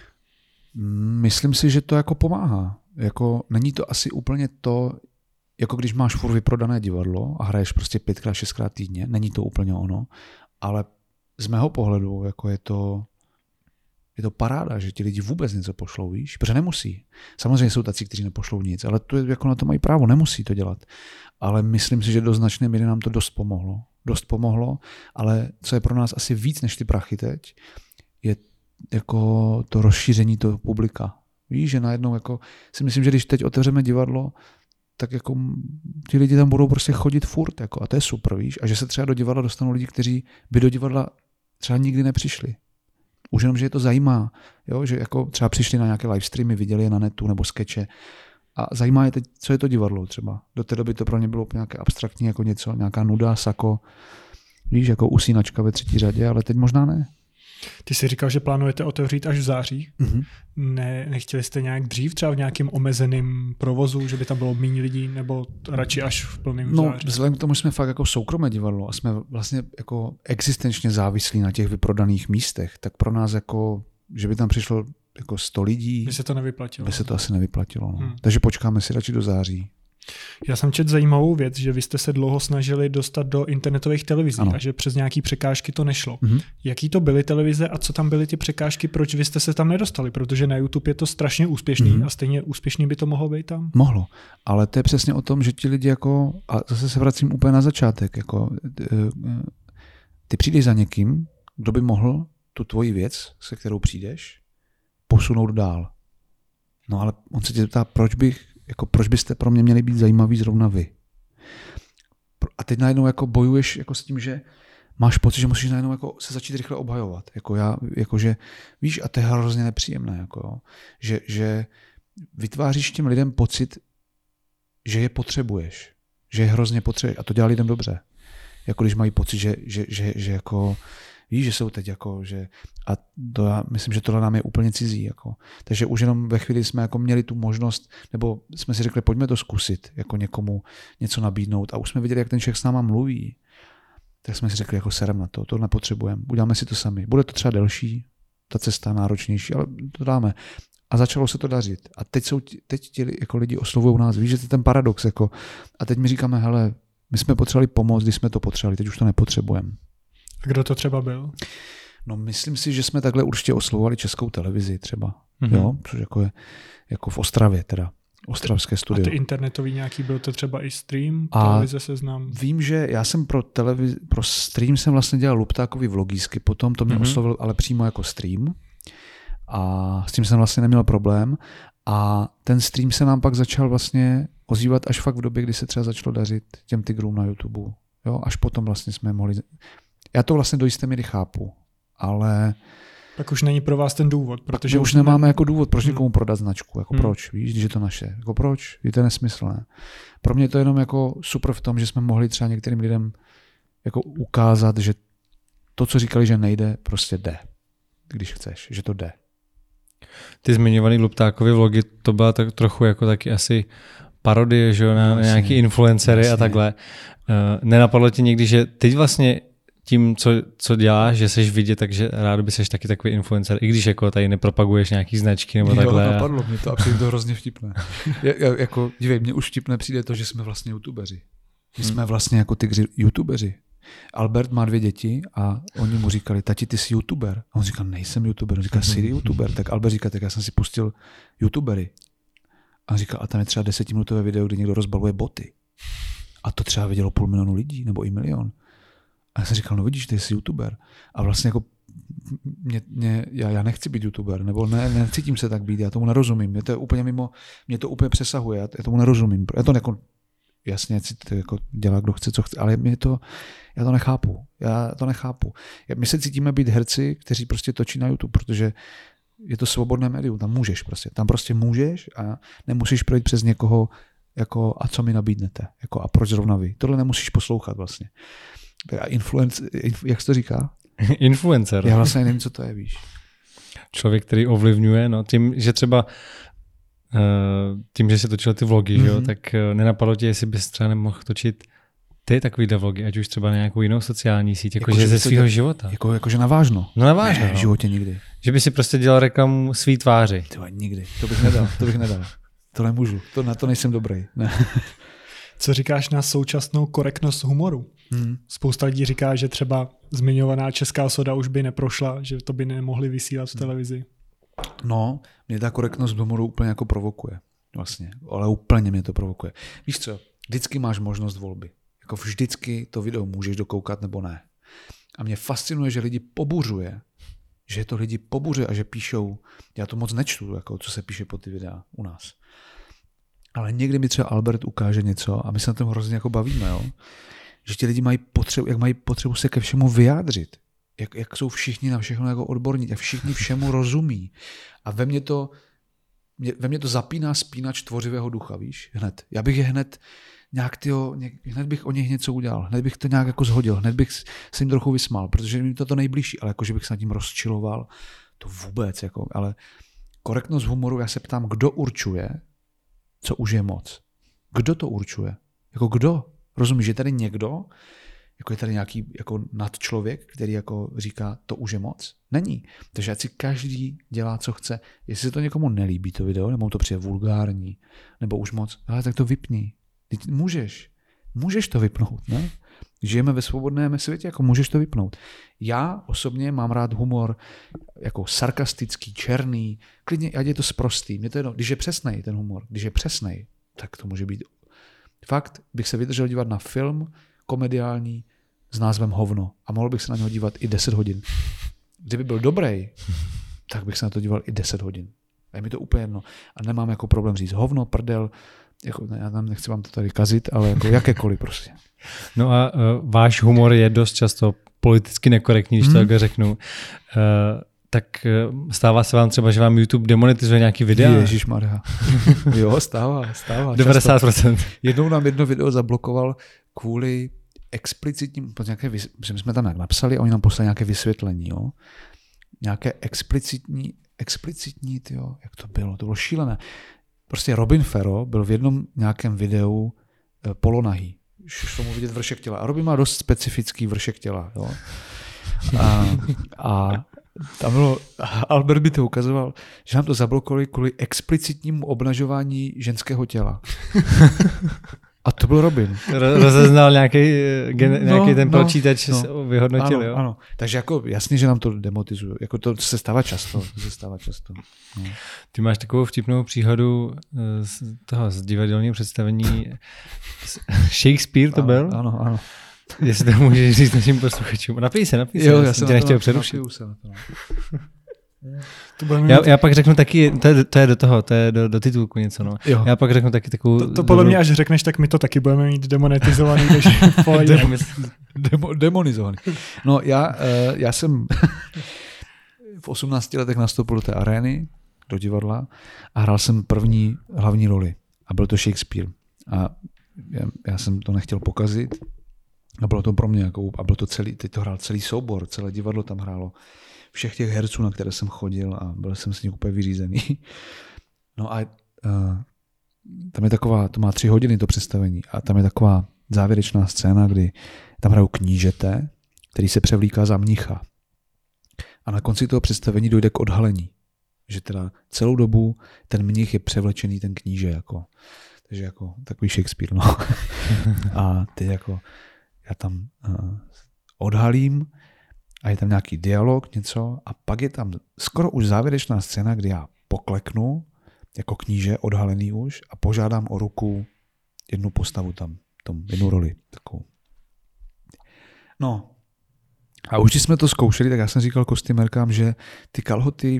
Myslím si, že to jako pomáhá. Jako, není to asi úplně to, jako když máš furt vyprodané divadlo a hraješ prostě pětkrát, šestkrát týdně, není to úplně ono, ale z mého pohledu jako je to je to paráda, že ti lidi vůbec něco pošlou, víš, protože nemusí. Samozřejmě jsou tací, kteří nepošlou nic, ale to je, jako na to mají právo, nemusí to dělat. Ale myslím si, že do značné míry nám to dost pomohlo. Dost pomohlo, ale co je pro nás asi víc než ty prachy teď, je jako to rozšíření toho publika. Víš, že najednou jako si myslím, že když teď otevřeme divadlo, tak jako ti lidi tam budou prostě chodit furt, jako, a to je super, víš, a že se třeba do divadla dostanou lidi, kteří by do divadla třeba nikdy nepřišli. Už jenom, že je to zajímá, jo? Že jako třeba přišli na nějaké livestreamy, viděli je na netu nebo skeče a zajímá je teď, co je to divadlo třeba. Do té doby to pro ně bylo nějaké abstraktní, jako něco, nějaká nuda, sako, víš, jako usínačka ve třetí řadě, ale teď možná ne. Ty jsi říkal, že plánujete otevřít až v září. Mm-hmm. Ne, nechtěli jste nějak dřív, třeba v nějakém omezeném provozu, že by tam bylo méně lidí, nebo radši až v plném no, září? Vzhledem k tomu, že jsme fakt jako soukromé divadlo a jsme vlastně jako existenčně závislí na těch vyprodaných místech, tak pro nás jako, že by tam přišlo jako sto lidí, by se to nevyplatilo. By se to asi nevyplatilo. No. Hmm. Takže počkáme si radši do září. Já jsem četl zajímavou věc, že vy jste se dlouho snažili dostat do internetových televizí ano. a že přes nějaký překážky to nešlo. Mm-hmm. Jaký to byly televize a co tam byly ty překážky, proč vy jste se tam nedostali? Protože na YouTube je to strašně úspěšný mm-hmm. a stejně úspěšný by to mohlo být tam. Mohlo, ale to je přesně o tom, že ti lidi jako, a zase se vracím úplně na začátek, jako ty přijdeš za někým, kdo by mohl tu tvoji věc, se kterou přijdeš, posunout dál. No ale on se tě ptá, proč bych, jako proč byste pro mě měli být zajímaví zrovna vy. A teď najednou jako bojuješ jako s tím, že máš pocit, že musíš najednou jako se začít rychle obhajovat. Jako já, jakože, víš, a to je hrozně nepříjemné. Jako jo. Že, že vytváříš těm lidem pocit, že je potřebuješ. Že je hrozně potřebuješ. A to dělá lidem dobře. Jako když mají pocit, že, že, že, že jako víš, že jsou teď jako, že a to já myslím, že tohle nám je úplně cizí. Jako. Takže už jenom ve chvíli jsme jako měli tu možnost, nebo jsme si řekli, pojďme to zkusit, jako někomu něco nabídnout a už jsme viděli, jak ten člověk s náma mluví. Tak jsme si řekli, jako serem na to, to nepotřebujeme, uděláme si to sami. Bude to třeba delší, ta cesta náročnější, ale to dáme. A začalo se to dařit. A teď jsou teď ti jako lidi oslovují nás, víš, že to je ten paradox. Jako. A teď mi říkáme, hele, my jsme potřebovali pomoct, když jsme to potřebovali, teď už to nepotřebujeme. A kdo to třeba byl? No myslím si, že jsme takhle určitě oslovovali Českou televizi třeba, mm-hmm. jo, což jako je jako v Ostravě teda, ostravské studio. A ty internetový nějaký, byl to třeba i stream, a televize Seznam? Vím, že já jsem pro televizi, pro stream jsem vlastně dělal Luptákový vlogísky, potom to mě mm-hmm. oslovil, ale přímo jako stream a s tím jsem vlastně neměl problém a ten stream se nám pak začal vlastně ozývat až fakt v době, kdy se třeba začalo dařit těm tigrům na YouTube, jo, až potom vlastně jsme mohli. Já to vlastně do jisté míry chápu, ale tak už není pro vás ten důvod, protože už nemáme ne... jako důvod, proč hmm. někomu prodat značku, jako hmm. proč, víš, když je to naše, jako proč, je to nesmyslné. Pro mě to je jenom jako super v tom, že jsme mohli třeba některým lidem jako ukázat, že to, co říkali, že nejde, prostě jde, když chceš, že to jde. Ty zmiňovaný Luptákovy vlogy, to byla tak trochu jako taky asi parodie, že jo, na vlastně, nějaký influencery vlastně. A takhle. Uh, nenapadlo ti někdy, že teď vlastně tím, co, co děláš, že seš vidět, takže rád by seš taky takový influencer, i když jako tady nepropaguješ nějaký značky nebo jo, takhle. Jo, napadlo mě to a přijde to hrozně vtipné. Já, jako, dívej, mně už vtipné přijde to, že jsme vlastně youtubeři. My jsme hmm. vlastně jako tygři youtubeři. Albert má dvě děti a oni mu říkali, tati, ty jsi youtuber. A on říkal, nejsem youtuber. On říkal, jsi youtuber. Tak Albert říká, tak já jsem si pustil youtubery. A on říkal, a tam je třeba desetiminutové video, kdy někdo rozbaluje boty. A to třeba vidělo půl milionu lidí, nebo i milion. A já jsem říkal, no vidíš, ty jsi youtuber. A vlastně jako mě, mě, já, já nechci být youtuber, nebo ne, necítím se tak být, já tomu nerozumím. Mě to je úplně mimo, mě to úplně přesahuje, já, já tomu nerozumím. Já to jako, jasně, si to jako dělá, kdo chce, co chce, ale mě to, já to nechápu. Já to nechápu. My se cítíme být herci, kteří prostě točí na YouTube, protože je to svobodné médium, tam můžeš prostě. Tam prostě můžeš a nemusíš projít přes někoho, jako a co mi nabídnete, jako a proč zrovna vy. Tohle nemusíš poslouchat vlastně. A influence, jak se to říká? Influencer. Já vlastně nevím, co to je, víš. Člověk, který ovlivňuje, no tím, že třeba tím, že jsi točil ty vlogy, mm-hmm. že jo, tak nenapadlo tě, jestli bys třeba nemohl točit ty takovýhle vlogy, ať už třeba na nějakou jinou sociální síť, jakože jako, ze svého děl... života. Jako, jakože navážno. No navážno. Ne, v životě nikdy. Že by si prostě dělal reklamu svý tváři. Tyhle, nikdy. To bych nedal. To bych nedal. To nemůžu. To, na to nejsem dobrý. Ne. Co říkáš na současnou korektnost humoru? Hmm. Spousta lidí říká, že třeba zmiňovaná Česká soda už by neprošla, že to by nemohli vysílat v televizi. No, mě ta korektnost humoru úplně jako provokuje. Vlastně. Ale úplně mě to provokuje. Víš co? Vždycky máš možnost volby. Jako vždycky to video můžeš dokoukat nebo ne. A mě fascinuje, že lidi pobuřuje, že to lidi pobuřuje a že píšou, já to moc nečtu, jako co se píše pod ty videa u nás. Ale někdy mi třeba Albert ukáže něco a my se na tom hrozně jako bavíme, jo? Že ti lidi mají potřebu, jak mají potřebu se ke všemu vyjádřit. Jak, jak jsou všichni na všechno jako odborní, jak všichni všemu rozumí. A ve mně to, mě, ve mně to zapíná spínač tvořivého ducha, víš, hned. Já bych je hned nějak tyjo, hned bych o nich něco udělal, hned bych to nějak jako zhodil, hned bych se jim trochu vysmál, protože mi to to nejbližší, ale jako, že bych se nad tím rozčiloval, to vůbec, jako, ale korektnost humoru, já se ptám, kdo určuje, co už je moc. Kdo to určuje? Jako kdo? Rozumíš, že tady někdo, jako je tady nějaký jako nadčlověk, který jako říká, to už je moc? Není. Takže ať si každý dělá, co chce. Jestli se to někomu nelíbí, to video, nebo to přijde vulgární, nebo už moc, ale tak to vypni. Teď můžeš. Můžeš to vypnout, ne? Žijeme ve svobodném světě, jako můžeš to vypnout. Já osobně mám rád humor jako sarkastický, černý, klidně, ať je to sprostý. Mě to jedno, když je přesnej ten humor, když je přesnej, tak to může být. Fakt bych se vydržel dívat na film komediální s názvem Hovno a mohl bych se na něho dívat i deset hodin. Kdyby byl dobrý, tak bych se na to díval i deset hodin. A je mi to úplně jedno. A nemám jako problém říct hovno, prdel, jako, ne, já tam nechci vám to tady kazit, ale jako jakékoliv prostě. No a uh, váš humor je dost často politicky nekorektní, když hmm. to tak řeknu. Uh, tak uh, stává se vám třeba, že vám YouTube demonetizuje nějaký videa? Ježišmarja. Jo, stává, stává. devadesát procent. Často. Jednou nám jedno video zablokoval kvůli explicitním, nějaké, že my jsme tam napsali a oni nám poslali nějaké vysvětlení, jo. Nějaké explicitní, explicitní, tyjo, jak to bylo, to bylo šílené. Prostě Robin Ferro byl v jednom nějakém videu eh, polonahý. Šlo mu vidět vršek těla. A Robin má dost specifický vršek těla. Jo? A, a tam bylo, Albert by to ukazoval, že nám to zablokovali kvůli explicitnímu obnažování ženského těla. A to byl Robin. Rozeznal nějaký, gen, no, nějaký ten no, počítač, no, vyhodnotil, ano, jo? Ano. Takže jako jasně, že nám to demonetizuje. Jako to se stává často. To se stává často. No. Ty máš takovou vtipnou příhodu z toho z divadelního představení. Shakespeare to ano, byl? Ano, ano. Jestli to můžeš říct našim posluchačům. Napij se, napij se. Jo, já, já jsem tě nechtěl přerušit. Já, já pak řeknu taky, to je, to je do toho, to je do, do titulku něco, no. Jo. Já pak řeknu taky takovou... To, to podle mě, až řekneš, tak my to taky budeme mít demonetizovaný, takže Demo, demonizovaný. No já, já jsem v osmnácti letech nastoupil do té arény, do divadla a hrál jsem první hlavní roli a byl to Shakespeare. A já, já jsem to nechtěl pokazit a bylo to pro mě jako, a byl to celý, teď to hrál celý soubor, celé divadlo tam hrálo. Všech těch herců, na které jsem chodil a byl jsem s nich úplně vyřízený. No a uh, tam je taková, to má tři hodiny to představení a tam je taková závěrečná scéna, kdy tam hrajou knížete, který se převlíká za mnicha. A na konci toho představení dojde k odhalení, že teda celou dobu ten mnich je převlečený ten kníže, jako. Takže jako takový Shakespeare, no. A teď jako já tam uh, odhalím a je tam nějaký dialog, něco a pak je tam skoro už závěrečná scéna, kdy já pokleknu jako kníže, odhalený už a požádám o ruku jednu postavu tam, tom, jednu roli takovou. No a už když jsme to zkoušeli, tak já jsem říkal kostýmerkám, že ty kalhoty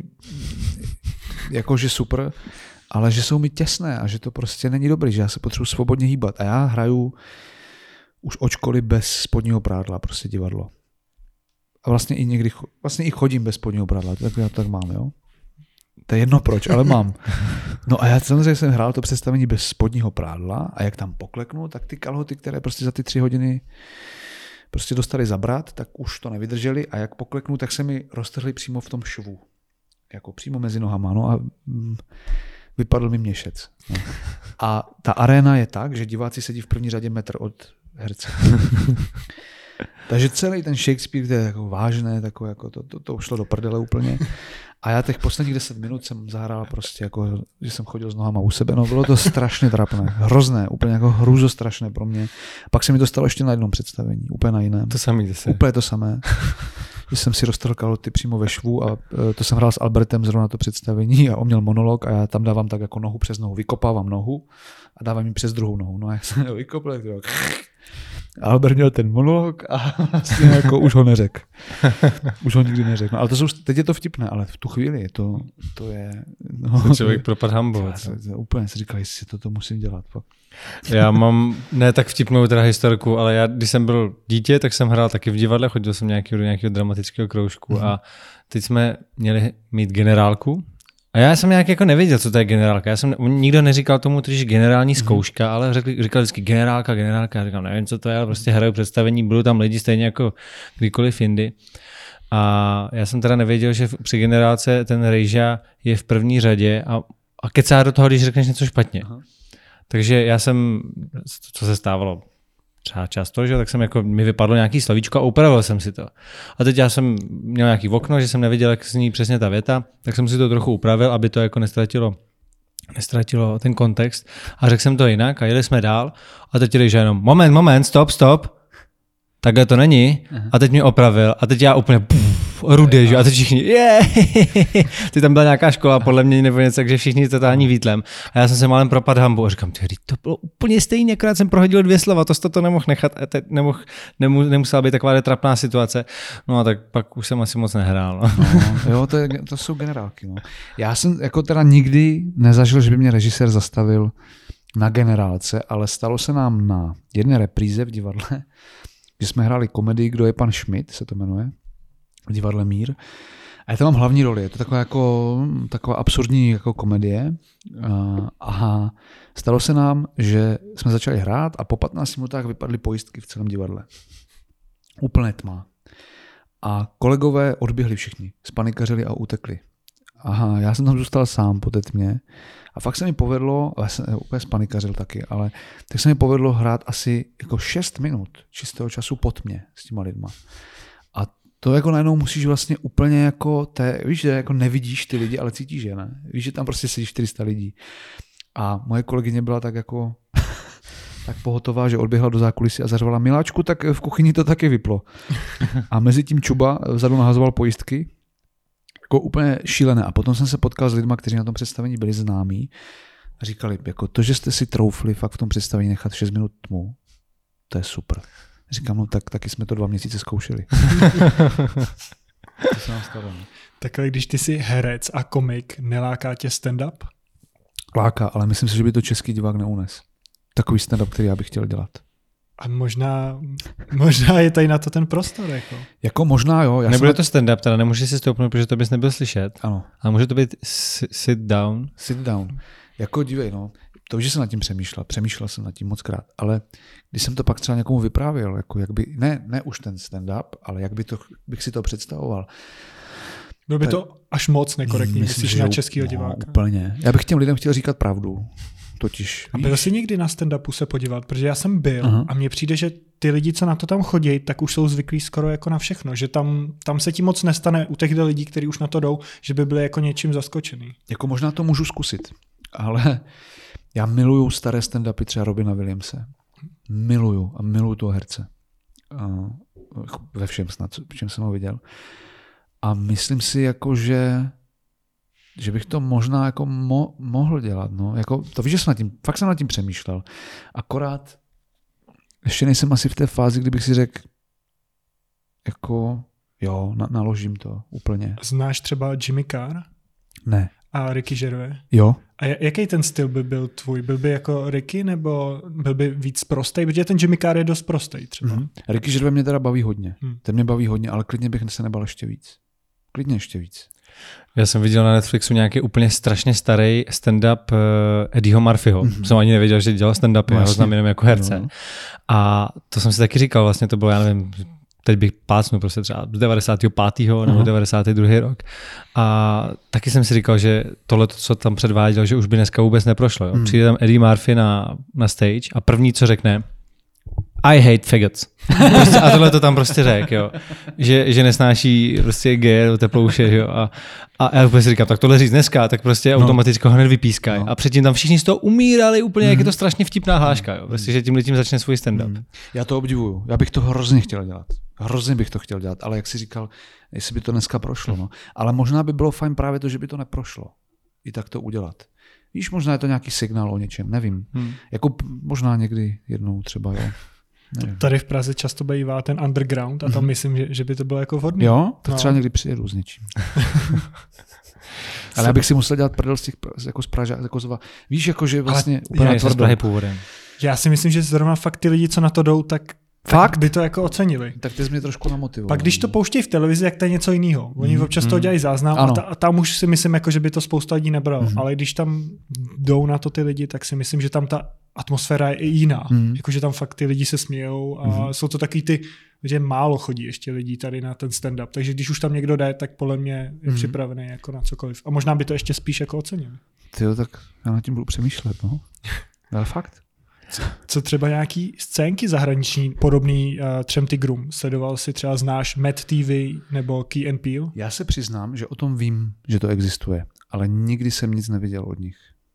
jakože super, ale že jsou mi těsné a že to prostě není dobrý, že já se potřebuji svobodně hýbat a já hraju už od školy bez spodního prádla, prostě divadlo. A vlastně i někdy, vlastně i chodím bez spodního prádla, tak já to tak mám, jo. To je jedno proč, ale mám. No a já samozřejmě jsem hrál to představení bez spodního prádla a jak tam pokleknu, tak ty kalhoty, které prostě za ty tři hodiny prostě dostali zabrat, tak už to nevydrželi a jak pokleknu, tak se mi roztrhli přímo v tom švu. Jako přímo mezi nohama, no a mm, vypadl mi měšec. No. A ta aréna je tak, že diváci sedí v první řadě metr od herce. Takže celý ten Shakespeare, to je jako vážné, takové, jako to, to, to už šlo do prdele úplně. A já těch posledních deset minut jsem zahrál prostě, jako, že jsem chodil s nohama u sebe. No, bylo to strašně trapné, hrozné, úplně jako hrůzostrašné pro mě. Pak se mi to stalo ještě na jednom představení, úplně na jiném. To samé zase. Úplně to samé. Že jsem si roztrhl kalhoty přímo ve švu a to jsem hrál s Albertem zrovna to představení a on měl monolog a já tam dávám tak jako nohu přes nohu, vykopávám nohu a dávám ji přes druhou nohu. No a jak jsem ho vykopl, tak to Albert měl ten monolog a vlastně jako už ho neřekl. Už ho nikdy neřekl. No, ale to jsou, teď je to vtipné, ale v tu chvíli je to, to je... No, to člověk propad hambo. Úplně si říkal, jestli to, to musím dělat. Fakt. Já mám ne tak vtipnou teda historku, ale já, když jsem byl dítě, tak jsem hrál taky v divadle, chodil jsem nějaký, do nějakého dramatického kroužku mm-hmm. a teď jsme měli mít generálku. A já jsem nějak jako nevěděl, co to je generálka. Já jsem, nikdo neříkal tomu totiž generální zkouška, mm-hmm. ale řekl, říkal vždycky generálka, generálka. Já říkám, nevím, co to je, ale prostě hraju představení, budou tam lidi stejně jako kdykoliv jindy. A já jsem teda nevěděl, že při generálce ten rejža je v první řadě a, a kecá do toho, když řekneš něco špatně. Aha. Takže já jsem, co se stávalo třeba často, že tak jsem jako, mi vypadlo nějaký slovíčko a upravil jsem si to. A teď já jsem měl nějaký okno, že jsem nevěděl, jak zní přesně ta věta, tak jsem si to trochu upravil, aby to jako nestratilo nestratilo ten kontext a řekl jsem to jinak a jeli jsme dál a teď jeli, že jenom moment, moment, stop, stop, takhle to není a teď mě opravil a teď já úplně puf, rudy, že? A teď všichni yeah! Ty tam byla nějaká škola podle mě nebo něco, takže všichni totální výtlem a já jsem se málem propadl hambu a říkám, ty, to bylo úplně stejně, akorát jsem prohodil dvě slova, to jsi to nemohl nechat a teď nemohl, nemu, nemusela být taková trapná situace, no a tak pak už jsem asi moc nehrál. No. No, jo, to, je, to jsou generálky. No. Já jsem jako teda nikdy nezažil, že by mě režisér zastavil na generálce, ale stalo se nám na jedné repríze v divadle, že jsme hráli komedii Kdo je pan Schmidt, se to jmenuje, v divadle Mír. A já tam mám hlavní roli. Je to taková, jako, taková absurdní jako komedie. A stalo se nám, že jsme začali hrát a po patnácti minutách vypadly pojistky v celém divadle. Úplné tma. A kolegové odběhli všichni, spanikařili a utekli. Aha, já jsem tam zůstal sám po té tmě. A fakt se mi povedlo, já jsem úplně spanikařil taky, ale tak se mi povedlo hrát asi jako šest minut čistého času po tmě s těma lidma. A to jako najednou musíš vlastně úplně jako, té, víš, že jako nevidíš ty lidi, ale cítíš je, ne? Víš, že tam prostě sedí čtyři sta lidí. A moje kolegyně byla tak jako tak pohotová, že odběhla do zákulisí a zařvala miláčku, tak v kuchyni to taky vyplo. A mezi tím Čuba vzadu nahazoval pojistky, jako úplně šílené. A potom jsem se potkal s lidmi, kteří na tom představení byli známí a říkali, jako to, že jste si troufli fakt v tom představení nechat šest minut tmu, to je super. Říkám, no tak taky jsme to dva měsíce zkoušeli. To se nám stalo. Tak ale když ty jsi herec a komik, neláká tě stand-up? Láká, ale myslím si, že by to český divák neunes. Takový stand-up, který já bych chtěl dělat. A možná, možná je tady na to ten prostor. Jako, jako možná, jo. Já Nebude jsem... to stand-up, teda nemůžeš si stoupnout, protože to bys nebyl slyšet. Ano. A může to být sit down. Sit down. Jako dívej, no. To, že jsem nad tím přemýšlel, přemýšlel jsem nad tím moc krát, ale když jsem to pak třeba někomu vyprávěl, jako jak by, ne, ne už ten stand-up, ale jak by to, bych si to představoval. Bylo by tak, to až moc nekorektní, myslíš na českýho no, diváka. Úplně. Já bych těm lidem chtěl říkat pravdu. Totiž, a byl jsi někdy na stand-upu se podívat, protože já jsem byl uh-huh. a mně přijde, že ty lidi, co na to tam chodí, tak už jsou zvyklí skoro jako na všechno, že tam, tam se ti moc nestane u těch lidí, kteří už na to jdou, že by byli jako něčím zaskočený. Jako možná to můžu zkusit, ale já miluju staré stand-upy třeba Robina Williamse. Miluju a miluju toho herce. Uh, ve všem snad, v čem jsem ho viděl. A myslím si, jako, že že bych to možná jako mo- mohl dělat. No. Jako, to víš, že jsem nad tím, fakt jsem nad tím přemýšlel. Akorát ještě nejsem asi v té fázi, kdybych si řekl, jako jo, na- naložím to úplně. Znáš třeba Jimmy Carr? Ne. A Ricky Gervais? Jo. A jaký ten styl by byl tvůj? Byl by jako Ricky nebo byl by víc prostej? Protože ten Jimmy Carr je dost prostej třeba. Mm-hmm. Ricky Gervais mě teda baví hodně. Hmm. Ten mě baví hodně, ale klidně bych se nebal ještě víc. Klidně ještě víc. Já jsem viděl na Netflixu nějaký úplně strašně starý stand-up uh, Eddieho Murphyho. Mm-hmm. Jsem ani nevěděl, že dělal stand-up, no, já ho znám jenom jako herce. No. A to jsem si taky říkal, vlastně to bylo, já nevím, teď bych plácnul prostě třeba z devadesátého pátého nebo devadesátého druhého rok. A taky jsem si říkal, že tohle, co tam předváděl, že už by dneska vůbec neprošlo. Jo. Mm. Přijde tam Eddie Murphy na, na stage a první, co řekne, I hate faggots. Prostě, a tohle to tam prostě řek, jo. Že, že nesnáší prostě geje, teplouše, jo. A, a já si říkám, tak tohle říct dneska, tak prostě no. automaticky ho hned vypískají. No. A předtím tam všichni z toho umírali úplně, mm. jak je to strašně vtipná hláška, jo. Prostě, že tím tím začne svůj stand-up. Mm. Já to obdivuju. Já bych to hrozně chtěl dělat. Hrozně bych to chtěl dělat, ale jak jsi říkal, jestli by to dneska prošlo, no. Ale možná by bylo fajn právě to, že by to neprošlo. I tak to udělat. Víš, možná je to nějaký signál o něčem, nevím. Hmm. Jako možná někdy jednou třeba, jo. Nevím. Tady v Praze často bývá ten underground a tam mm-hmm. myslím, že, že by to bylo jako vhodné. Jo, tak no. třeba někdy přijedu s něčím. Ale já bych si musel dělat prdel z těch, jako z Praža, jako zva. Víš, jako že vlastně úplně z Prahy původem. Já si myslím, že zrovna fakt ty lidi, co na to jdou, tak Fakt? Tak by to jako ocenili. Tak ty jsi mě trošku namotivoval. Pak když to pouštějí v televizi, jak to je něco jiného. Oni mm, občas mm. to dělají záznam a, ta, a tam už si myslím, jako, že by to spousta lidí nebralo. Mm. Ale když tam jdou na to ty lidi, tak si myslím, že tam ta atmosféra je i jiná. Mm. Jako, že tam fakt ty lidi se smějou a mm. jsou to takový ty, že málo chodí ještě lidí tady na ten stand-up. Takže když už tam někdo jde, tak podle mě je mm. připravený jako na cokoliv. A možná by to ještě spíš jako ocenili. Tyjo, tak já nad tím budu přemýšlet, no. Ale fakt. Co, co třeba nějaký scénky zahraniční, podobný uh, Třem tigrům? Sledoval si třeba, znáš Mad T V nebo Key and Peele? Já se přiznám, že o tom vím, že to existuje, ale nikdy jsem nic neviděl od nich.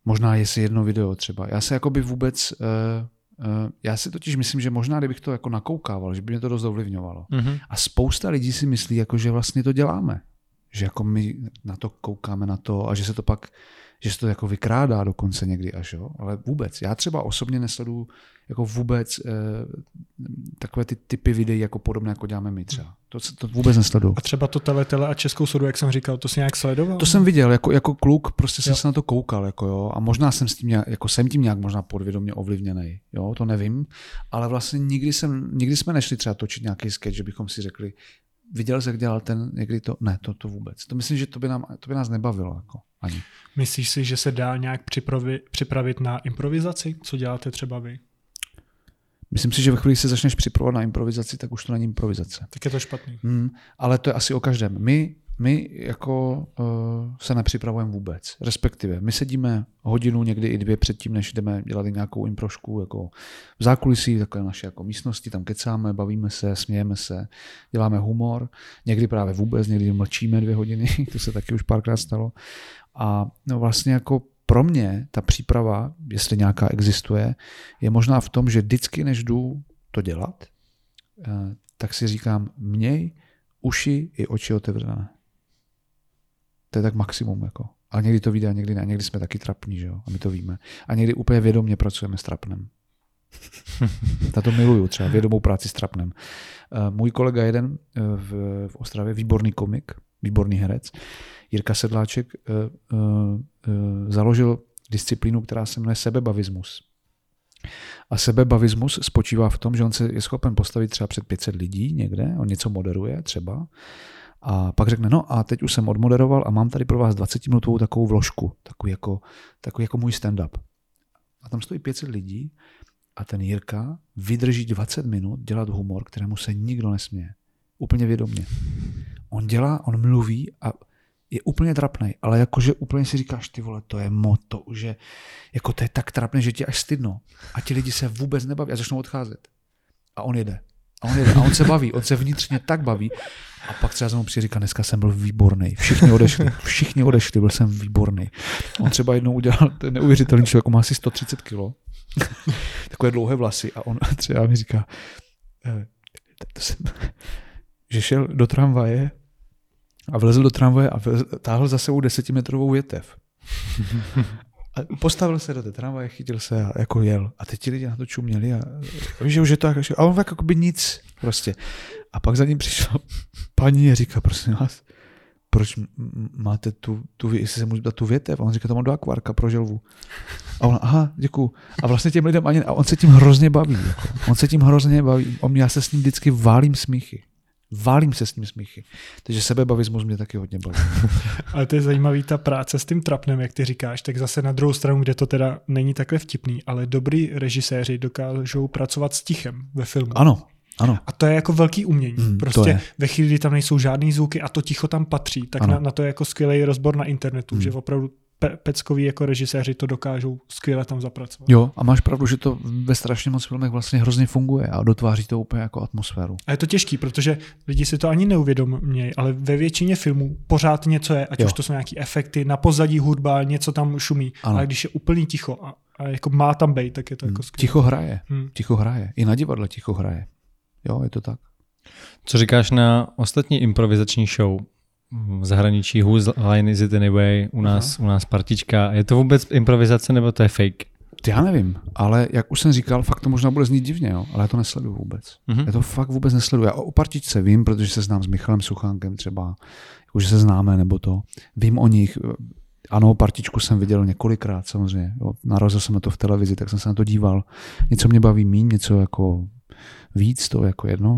Možná jestli jedno video třeba. Já se jakoby vůbec, uh, uh, já si totiž myslím, že možná kdybych to jako nakoukával, že by mě to dost ovlivňovalo. Mm-hmm. A spousta lidí si myslí, jako, že vlastně to děláme. Že jako my na to koukáme na to a že se to pak, že se to jako vykrádá dokonce někdy až, jo? Ale vůbec. Já třeba osobně nesleduju jako vůbec eh, takové ty typy videí jako podobné, jako děláme my třeba. To, to vůbec nesleduju. A třeba to Teletele a Českou sodu, jak jsem říkal, to si nějak sledoval? To jsem viděl, jako, jako kluk, prostě jsem jo. se na to koukal, jako jo, a možná jsem s tím nějak, jako jsem tím nějak možná podvědomě ovlivněný, jo, to nevím, ale vlastně nikdy jsem, nikdy jsme nešli třeba točit nějaký sketch, že bychom si řekli, viděl jsi, jak dělal ten, někdy to, ne, to, to vůbec. To myslím, že to by, nám, to by nás nebavilo, jako ani. Myslíš si, že se dá nějak připravit, připravit na improvizaci? Co děláte třeba vy? Myslím si, že ve chvíli, kdy se začneš připravovat na improvizaci, tak už to není improvizace. Tak je to špatný. Hmm, ale to je asi o každém. My, my jako uh, se nepřipravujeme vůbec. Respektive, my sedíme hodinu, někdy i dvě předtím, než jdeme dělat nějakou improšku jako v zákulisí, takové naše jako místnosti, tam kecáme, bavíme se, smějeme se, děláme humor. Někdy právě vůbec, někdy mlčíme dvě hodiny, to se taky už párkrát stalo. A no vlastně jako pro mě ta příprava, jestli nějaká existuje, je možná v tom, že vždycky, než jdu to dělat, tak si říkám, měj uši i oči otevřené. To je tak maximum. Jako. Ale někdy to vyjde a někdy ne. Někdy jsme taky trapní, že jo? A my to víme. A někdy úplně vědomě pracujeme s trapnem. Já to miluju, třeba vědomou práci s trapnem. Můj kolega jeden v, v Ostravě, výborný komik, výborný herec, Jirka Sedláček, uh, uh, uh, založil disciplínu, která se jmenuje sebebavismus. A sebebavismus spočívá v tom, že on se je schopen postavit třeba před pět set lidí někde, on něco moderuje třeba a pak řekne, no a teď už jsem odmoderoval a mám tady pro vás dvacetiminutovou takovou vložku, takový jako, takový jako můj stand-up. A tam stojí pět set lidí a ten Jirka vydrží dvacet minut dělat humor, kterému se nikdo nesměje. Úplně vědomě. On dělá, on mluví a je úplně trapnej, ale jakože úplně si říkáš, ty vole, to je mo, to už je, jako to je tak trapné, že ti až stydno. A ti lidi se vůbec nebaví a začnou odcházet. A on jede. A on jede. A on se baví, on se vnitřně tak baví. A pak třeba znovu přijde říká, dneska jsem byl výborný. Všichni odešli, všichni odešli, byl jsem výborný. On třeba jednou udělal, to je neuvěřitelný člověk, má asi sto třicet kilo. Takové dlouhé vlasy. A on třeba mi říká, to jsem, že šel do tramvaje a vlezl do tramvaje a táhl za sebou desetimetrovou větev. A postavil se do té tramvaje, chytil se a jako jel. A teď ti lidi na to čuměli a víš, že už je to jako, a on jako by nic prostě. A pak za ním přišla paní a říká, prosím vás, proč máte tu, tu jestli se můžu dát tu větev? A on říká, to mám do akvárka pro želvu. A on, aha, děkuju. A vlastně těm lidem ani, a on se tím hrozně baví. Jako. On se tím hrozně baví. On, já se s ním vždycky válím smíchy. Válím se s ním smíchy. Takže sebebavismus mě taky hodně baví. Ale to je zajímavý, ta práce s tím trapnem, jak ty říkáš, tak zase na druhou stranu, kde to teda není takhle vtipný, ale dobrý režiséři dokážou pracovat s tichem ve filmu. Ano, ano. A to je jako velký umění. Mm, prostě ve chvíli, kdy tam nejsou žádný zvuky a to ticho tam patří, tak na, na to je jako skvělý rozbor na internetu, mm. že opravdu pe- peckoví jako režiséři to dokážou skvěle tam zapracovat. Jo, a máš pravdu, že to ve strašně moc filmech vlastně hrozně funguje a dotváří to úplně jako atmosféru. A je to těžký, protože lidi si to ani neuvědomějí, ale ve většině filmů pořád něco je, ať jo. už to jsou nějaký efekty, na pozadí hudba, něco tam šumí, ano. ale když je úplný ticho a, a jako má tam bejt, tak je to hmm. jako skvělé. Ticho hraje, hmm. ticho hraje. I na divadle ticho hraje. Jo, je to tak. Co říkáš na ostatní improvizační show? V zahraničí Whose Line Is It Anyway, u nás, u nás partička. Je to vůbec improvizace nebo to je fake? Já nevím, ale jak už jsem říkal, fakt to možná bude znít divně, jo, ale já to nesleduju vůbec. Mm-hmm. Já to fakt vůbec nesleduju. Já o partičce vím, protože se znám s Michalem Suchánkem třeba, jakože se známe nebo to. Vím o nich. Ano, partičku jsem viděl několikrát samozřejmě. Jo. Narazil jsem na to v televizi, tak jsem se na to díval. Něco mě baví míň, něco jako víc, to jako jedno.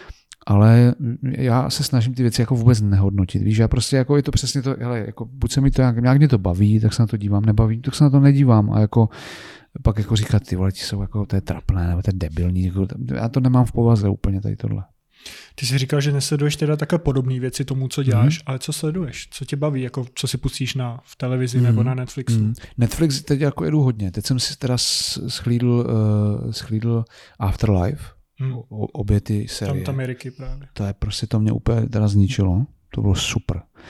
Ale já se snažím ty věci jako vůbec nehodnotit. Víš, já prostě jako je to přesně to, hele, jako buď se mi to nějak, nějak mě to baví, tak se na to dívám, nebaví, tak se na to nedívám a jako pak jako říkat, ty vole, ti jsou jako, to je trapné, nebo to je debilní, jako, já to nemám v povaze úplně tady tohle. Ty jsi říkal, že nesleduješ teda takhle podobné věci tomu, co děláš, mm. ale co sleduješ? Co tě baví? Jako, co si pustíš na v televizi mm. nebo na Netflixu? Mm. Netflix teď jako jedu hodně. Teď jsem si teda schlídl, uh, schlídl Afterlife, Hmm. O, obě ty série. Tam Ameriky právě. To je prostě, to mě úplně teda zničilo. To bylo super.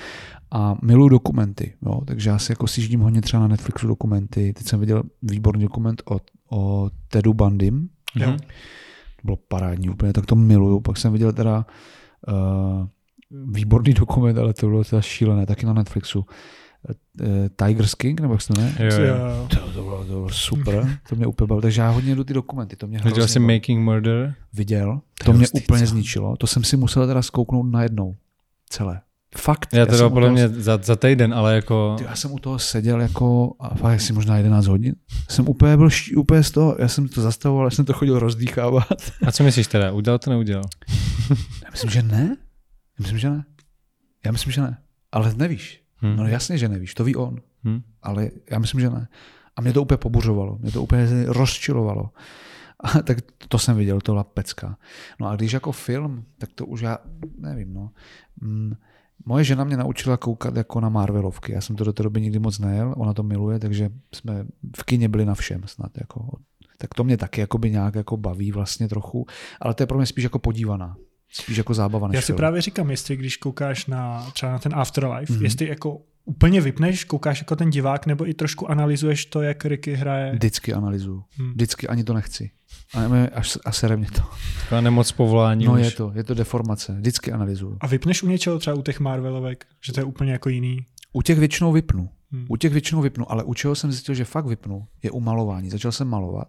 A miluju dokumenty, jo? Takže já si jako sjíždím hodně třeba na Netflixu dokumenty. Teď jsem viděl výborný dokument o, o Tedu Bundym. Jo. To bylo parádní úplně, tak to miluju. Pak jsem viděl teda uh, výborný dokument, ale to bylo teda šílené, taky na Netflixu. Uh, Tiger's King, nebo jak se to ne? Jo, jo. To, to, bylo, to bylo super, to mě úplně bavilo. Takže já hodně jdu ty dokumenty, to mě hrozně Viděl jsi bavilo. Making Murder? Viděl, to mě úplně zničilo. To jsem si musel teda zkouknout najednou. Celé. Fakt. Já to podle toho, mě za, za týden, ale jako... Já jsem u toho seděl jako, a fakt asi možná jedenáct hodin. Jsem úplně byl ší, úplně z toho, já jsem to zastavoval, já jsem to chodil rozdýchávat. A co myslíš teda, udělal to, neudělal? Já myslím, že ne. Já myslím, že ne. Já myslím, že ne. Ale nevíš. Hmm. No jasně, že nevíš, to ví on. Hmm. Ale já myslím, že ne. A mě to úplně pobuřovalo, mě to úplně rozčilovalo. A tak to jsem viděl, to byla pecka. No a když jako film, tak to už já nevím, no. Mm, moje žena mě naučila koukat jako na Marvelovky. Já jsem to do té doby nikdy moc nejel, ona to miluje, takže jsme v kině byli na všem snad. Jako. Tak to mě taky jakoby nějak jako baví vlastně trochu, ale to je pro mě spíš jako podívaná. Spíš jako zábava než Já si film. právě říkám, jestli když koukáš na třeba na ten Afterlife, mm-hmm. jestli jako úplně vypneš, koukáš jako ten divák, nebo i trošku analyzuješ to, jak Ricky hraje. Vždycky analyzuju. Hmm. Vždycky ani to nechci. A, až, a sere mě to. Taková nemoc povolání. No už. je to, je to deformace. Vždycky analyzuju. A vypneš u něčeho třeba u těch Marvelovek, že to je úplně jako jiný? U těch většinou vypnu. Hmm. U těch většinou vypnu, ale u čeho jsem zjistil, že fakt vypnu, je u malování. Začal jsem malovat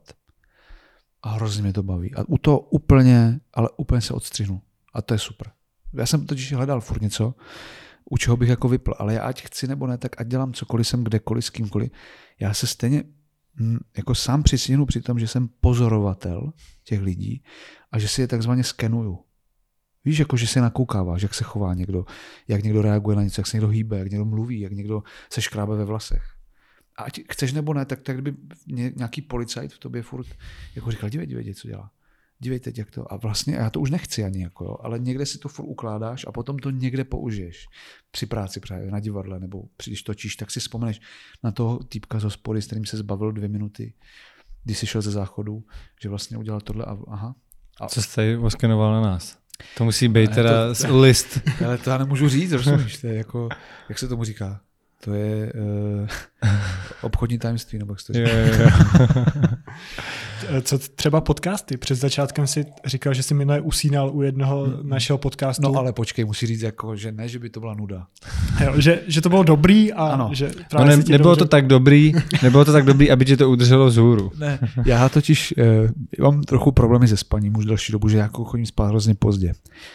a hrozně mě to baví. A u toho úplně, ale úplně se odstřihnu. A to je super. Já jsem totiž hledal furt něco, u čeho bych jako vypl, ale já ať chci nebo ne, tak ať dělám cokoliv, jsem kdekoliv, s kýmkoliv. Já se stejně hm, jako sám přistěhnu při tom, že jsem pozorovatel těch lidí a že si je takzvaně skenuju. Víš, jako že si nakoukáváš, jak se chová někdo, jak někdo reaguje na něco, jak se někdo hýbe, jak někdo mluví, jak někdo se škrábe ve vlasech. A ať chceš nebo ne, tak, tak kdyby nějaký policajt v tobě furt jako říkal, dívej, dívej, co dělá. Dívejte, jak to. A vlastně já to už nechci ani, jako, jo, ale někde si to furt ukládáš a potom to někde použiješ. Při práci právě na divadle, nebo když točíš, tak si vzpomeneš na toho týpka z hospody, s kterým se zbavil dvě minuty, když jsi šel ze záchodu, že vlastně udělal tohle a aha. A... Co jsi tady oskenoval na nás? To musí být teda to, to, list. Ale to já nemůžu říct, rozumíš, to je jako, jak se tomu říká? To je uh, obchodní tajemství, nebo jak to říká. Jo, jo. Co třeba podcasty? Před začátkem si říkal, že jsi minule usínal u jednoho hmm. našeho podcastu. No ale počkej, musí říct, jako, že ne, že by to byla nuda. Jo, že, že to bylo dobrý a ano. že právě no ne, nebylo dobře... to tak dobrý, nebylo to tak dobrý, aby tě to udrželo vzhůru. Ne, já totiž eh, mám trochu problémy se spaním už další dobu, že jako chodím spát hrozně pozdě.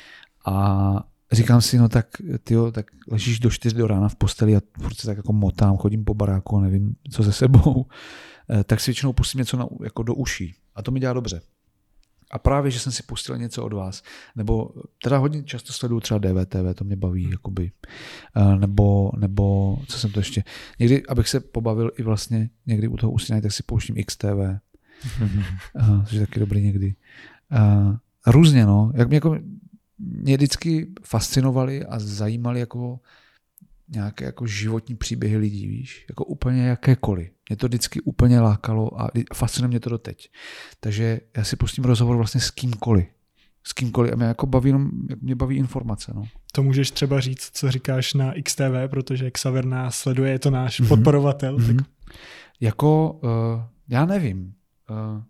A říkám si, no tak tyjo, tak ležíš do čtyř do rána v posteli a furt se tak jako motám, chodím po baráku a nevím, co se sebou, tak si většinou pustím něco na, jako do uší. A to mi dělá dobře. A právě, že jsem si pustil něco od vás, nebo teda hodně často sleduju třeba D V T V, to mě baví, jakoby. Nebo, nebo co jsem to ještě, někdy, abych se pobavil i vlastně, někdy u toho usínání, tak si pouštím X T V, což je taky dobrý někdy. Různě, no, jak mě jako mě vždycky fascinovaly a zajímaly jako nějaké jako životní příběhy lidí, víš, jako úplně jakékoliv. Mě to vždycky úplně lákalo a fascinuje mě to doteď. Takže já si pustím rozhovor vlastně s kýmkoliv. S kýmkoliv a mě jako baví, mě baví informace. No. To můžeš třeba říct, co říkáš na X T V, protože Xaver nás sleduje, je to náš mm-hmm. podporovatel. Mm-hmm. Tak... Jako, uh, já nevím. Uh,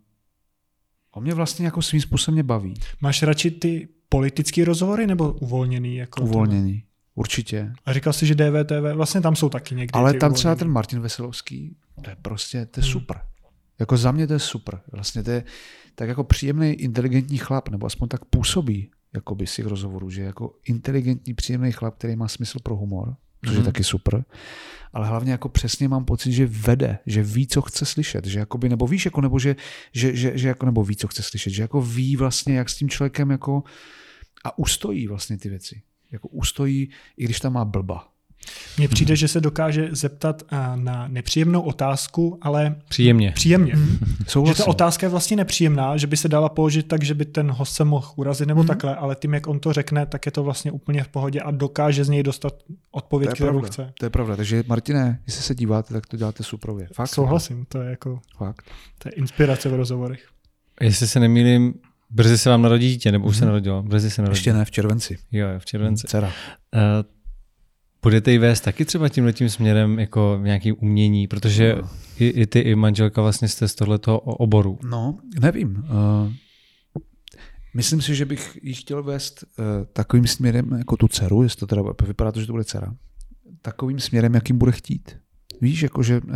on mě vlastně jako svým způsobem mě baví. Máš radši ty politický rozhovory nebo uvolněný? Jako uvolněný, to? Určitě. A říkal jsi, že D V T V, vlastně tam jsou taky někdy. Ale tam uvolněný. Třeba ten Martin Veselovský, to je prostě, to je hmm. super. Jako za mě to je super. Vlastně to je tak jako příjemný, inteligentní chlap, nebo aspoň tak působí jakoby si v rozhovoru, že jako inteligentní, příjemný chlap, který má smysl pro humor, což hmm. je taky super. Ale hlavně jako přesně mám pocit, že vede, že ví, co chce slyšet, že jakoby, nebo víš, jako, nebo že, že, že, že jako, nebo ví, co chce slyšet, že jako ví vlastně, jak s tím člověkem jako a ustojí vlastně ty věci. Jako ustojí, i když tam má blba. Mně přijde, hmm. že se dokáže zeptat na nepříjemnou otázku, ale příjemně. Příjemně. Hmm. Že ta otázka je vlastně nepříjemná, že by se dala položit tak, že by ten host se mohl urazit nebo hmm. takhle, ale tím, jak on to řekne, tak je to vlastně úplně v pohodě a dokáže z něj dostat odpověď, kterou pravda. chce. To je pravda. Takže Martine, jestli se díváte, tak to děláte suprově. Fakt. Souhlasím, to je jako Fakt. To je inspirace v rozhovorech. Jestli se nemýlím, brzy se vám narodí dítě, nebo už se narodilo? Brzy se narodilo. Ještě ne, v červenci. Jo, v červenci. Dcera. Uh, Budete jí vést taky třeba tímhletím směrem jako nějaký umění, protože no. i, i ty, i manželka vlastně jste z tohletoho oboru. No, nevím. Uh, myslím si, že bych jí chtěl vést uh, takovým směrem jako tu dceru, jestli to teda vypadá to, že to bude dcera, takovým směrem, jakým bude chtít. Víš, jakože uh,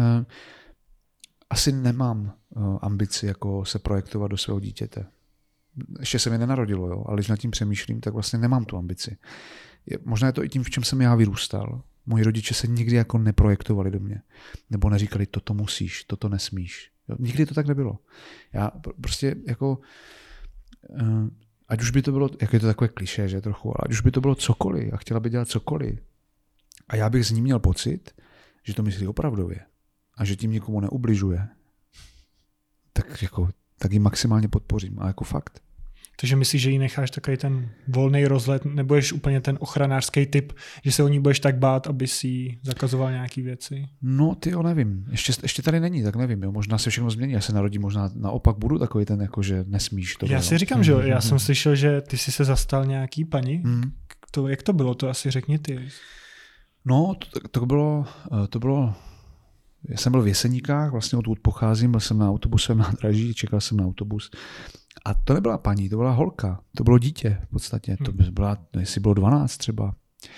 asi nemám uh, ambici jako se projektovat do svého dítěte. Ještě se mi nenarodilo, jo, ale když nad tím přemýšlím, tak vlastně nemám tu ambici. Je, možná je to i tím, v čem jsem já vyrůstal. Moji rodiče se nikdy jako neprojektovali do mě. Nebo neříkali, toto musíš, toto nesmíš. Jo, nikdy to tak nebylo. Já prostě jako, uh, ať už by to bylo, jak je to takové klišé, že trochu, ale ať už by to bylo cokoliv a chtěla by dělat cokoliv. A já bych z ní měl pocit, že to myslí opravdově a že tím nikomu neubližuje, tak jako, tak ji maximálně podpořím. A jako fakt. Takže myslíš, že jí necháš takový ten volný rozhled, nebo ješ úplně ten ochranářský typ, že se o ní budeš tak bát, aby si zakazoval nějaký věci? No, ty jo, nevím. Ještě, ještě tady není, tak nevím. Jo. Možná se všechno změní. Já se narodím, možná naopak budu takový ten, jako, že nesmíš to. Já si říkám, že jo. Já jsem slyšel, že ty jsi se zastal nějaký paní. Hmm. To, jak to bylo? To asi řekni ty. No, to, to bylo, to bylo, já jsem byl v Jeseníkách, vlastně odtud pocházím, byl jsem na autobusovém nádraží, čekal jsem na autobus. A to nebyla paní, to byla holka, to bylo dítě v podstatě, to byla, jestli bylo dvanáct třeba.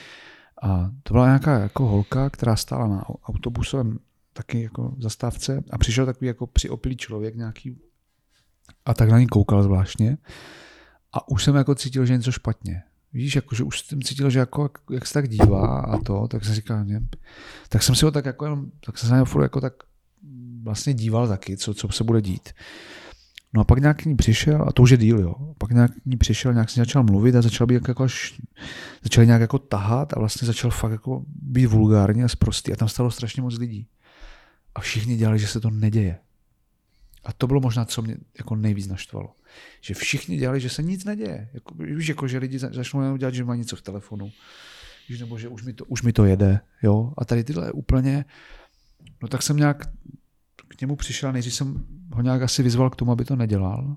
A to byla nějaká jako holka, která stála na autobusovém taky jako zastávce a přišel takový jako přiopilý člověk nějaký a tak na ní koukal zvláštně a už jsem jako cítil, že něco špatně. Víš, jako, že už jsem cítil, že jako, jak se tak dívá a to, tak jsem říkal, ne? Tak jsem si ho tak jako, tak jsem se na něj furt jako tak vlastně díval taky, co, co se bude dít. No a pak nějak k ní přišel, a to už je díl, jo. Pak nějak k ní přišel, nějak si začal mluvit a začal být jako až, začal nějak jako tahat a vlastně začal fakt jako být vulgární a sprostý. A tam stalo strašně moc lidí. A všichni dělali, že se to neděje. A to bylo možná, co mě jako nejvíc naštvalo. Že všichni dělali, že se nic neděje. Jako, víš, jako, že lidi začnou jenom dělat, že má něco v telefonu. Víš, nebo že už mi to, už mi to jede. Jo? A tady tyhle úplně, no tak jsem nějak k němu přišel, nejdřív jsem ho nějak asi vyzval k tomu, aby to nedělal.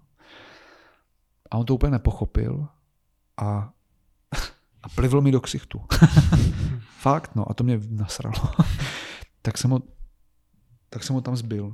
A on to úplně nepochopil a, a plivl mi do ksichtu. Fakt, no, a to mě nasralo. tak, jsem ho, tak jsem ho tam zbil.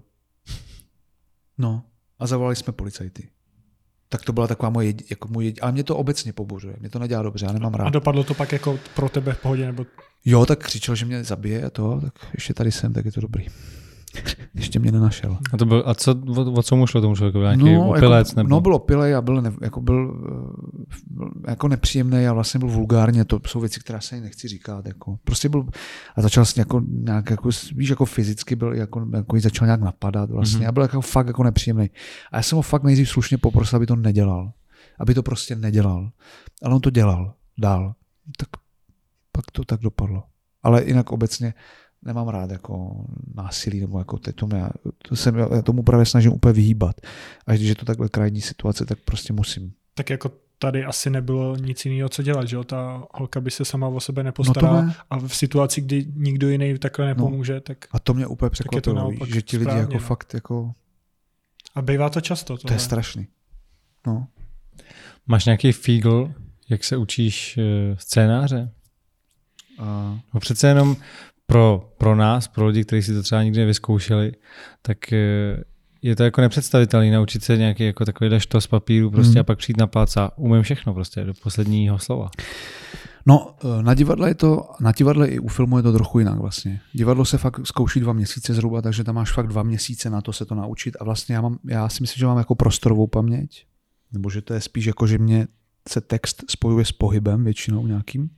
No, a zavolali jsme policajty. Tak to byla taková moje, jako můj, ale mě to obecně pobuřuje, mě to nedělá dobře, já nemám rád. A dopadlo to pak jako pro tebe v pohodě? Nebo... Jo, tak křičel, že mě zabije a to, tak ještě tady jsem, tak je to dobrý. Ještě mě nenašel. A to byl, a co, o, o co mu šlo tomu člověku? Nějaký no, opilec? Jako, nebo? No, byl opilej a byl, ne, jako byl, byl jako nepříjemný a vlastně byl vulgárně, to jsou věci, které se nechci říkat. Jako. Prostě byl, a začal se jako, nějak, jako, víš, jako fyzicky byl, jako, jako začal nějak napadat vlastně mm-hmm. a byl jako fakt jako nepříjemný. A já jsem ho fakt nejdřív slušně poprosil, aby to nedělal. Aby to prostě nedělal. Ale on to dělal dál. Tak pak to tak dopadlo. Ale jinak obecně nemám rád jako násilí, nebo jako to, mě, to se já tomu právě snažím úplně vyhýbat. A když je to takhle krajní situace, tak prostě musím. Tak jako tady asi nebylo nic jiného, co dělat, že jo? Ta holka by se sama o sebe nepostarala no ne. A v situaci, kdy nikdo jiný takhle nepomůže, no. tak a to mě úplně překvapilo, že ti lidi jako no. fakt jako... A bývá to často. Tohle. To je strašný. No. Máš nějaký fígl, jak se učíš scénáře? A... No přece jenom Pro, pro nás, pro lidi, kteří si to třeba nikdy nevyzkoušeli, tak je to jako nepředstavitelné naučit se nějaký jako takový štos z papíru prostě hmm. a pak přijít na plác a umím všechno prostě do posledního slova. No, na divadle je to, na divadle i u filmu je to trochu jinak vlastně. Divadlo se fakt zkouší dva měsíce zhruba, takže tam máš fakt dva měsíce na to se to naučit a vlastně já, mám, já si myslím, že mám jako prostorovou paměť, nebo že to je spíš jako, že mě se text spojuje s pohybem většinou nějakým.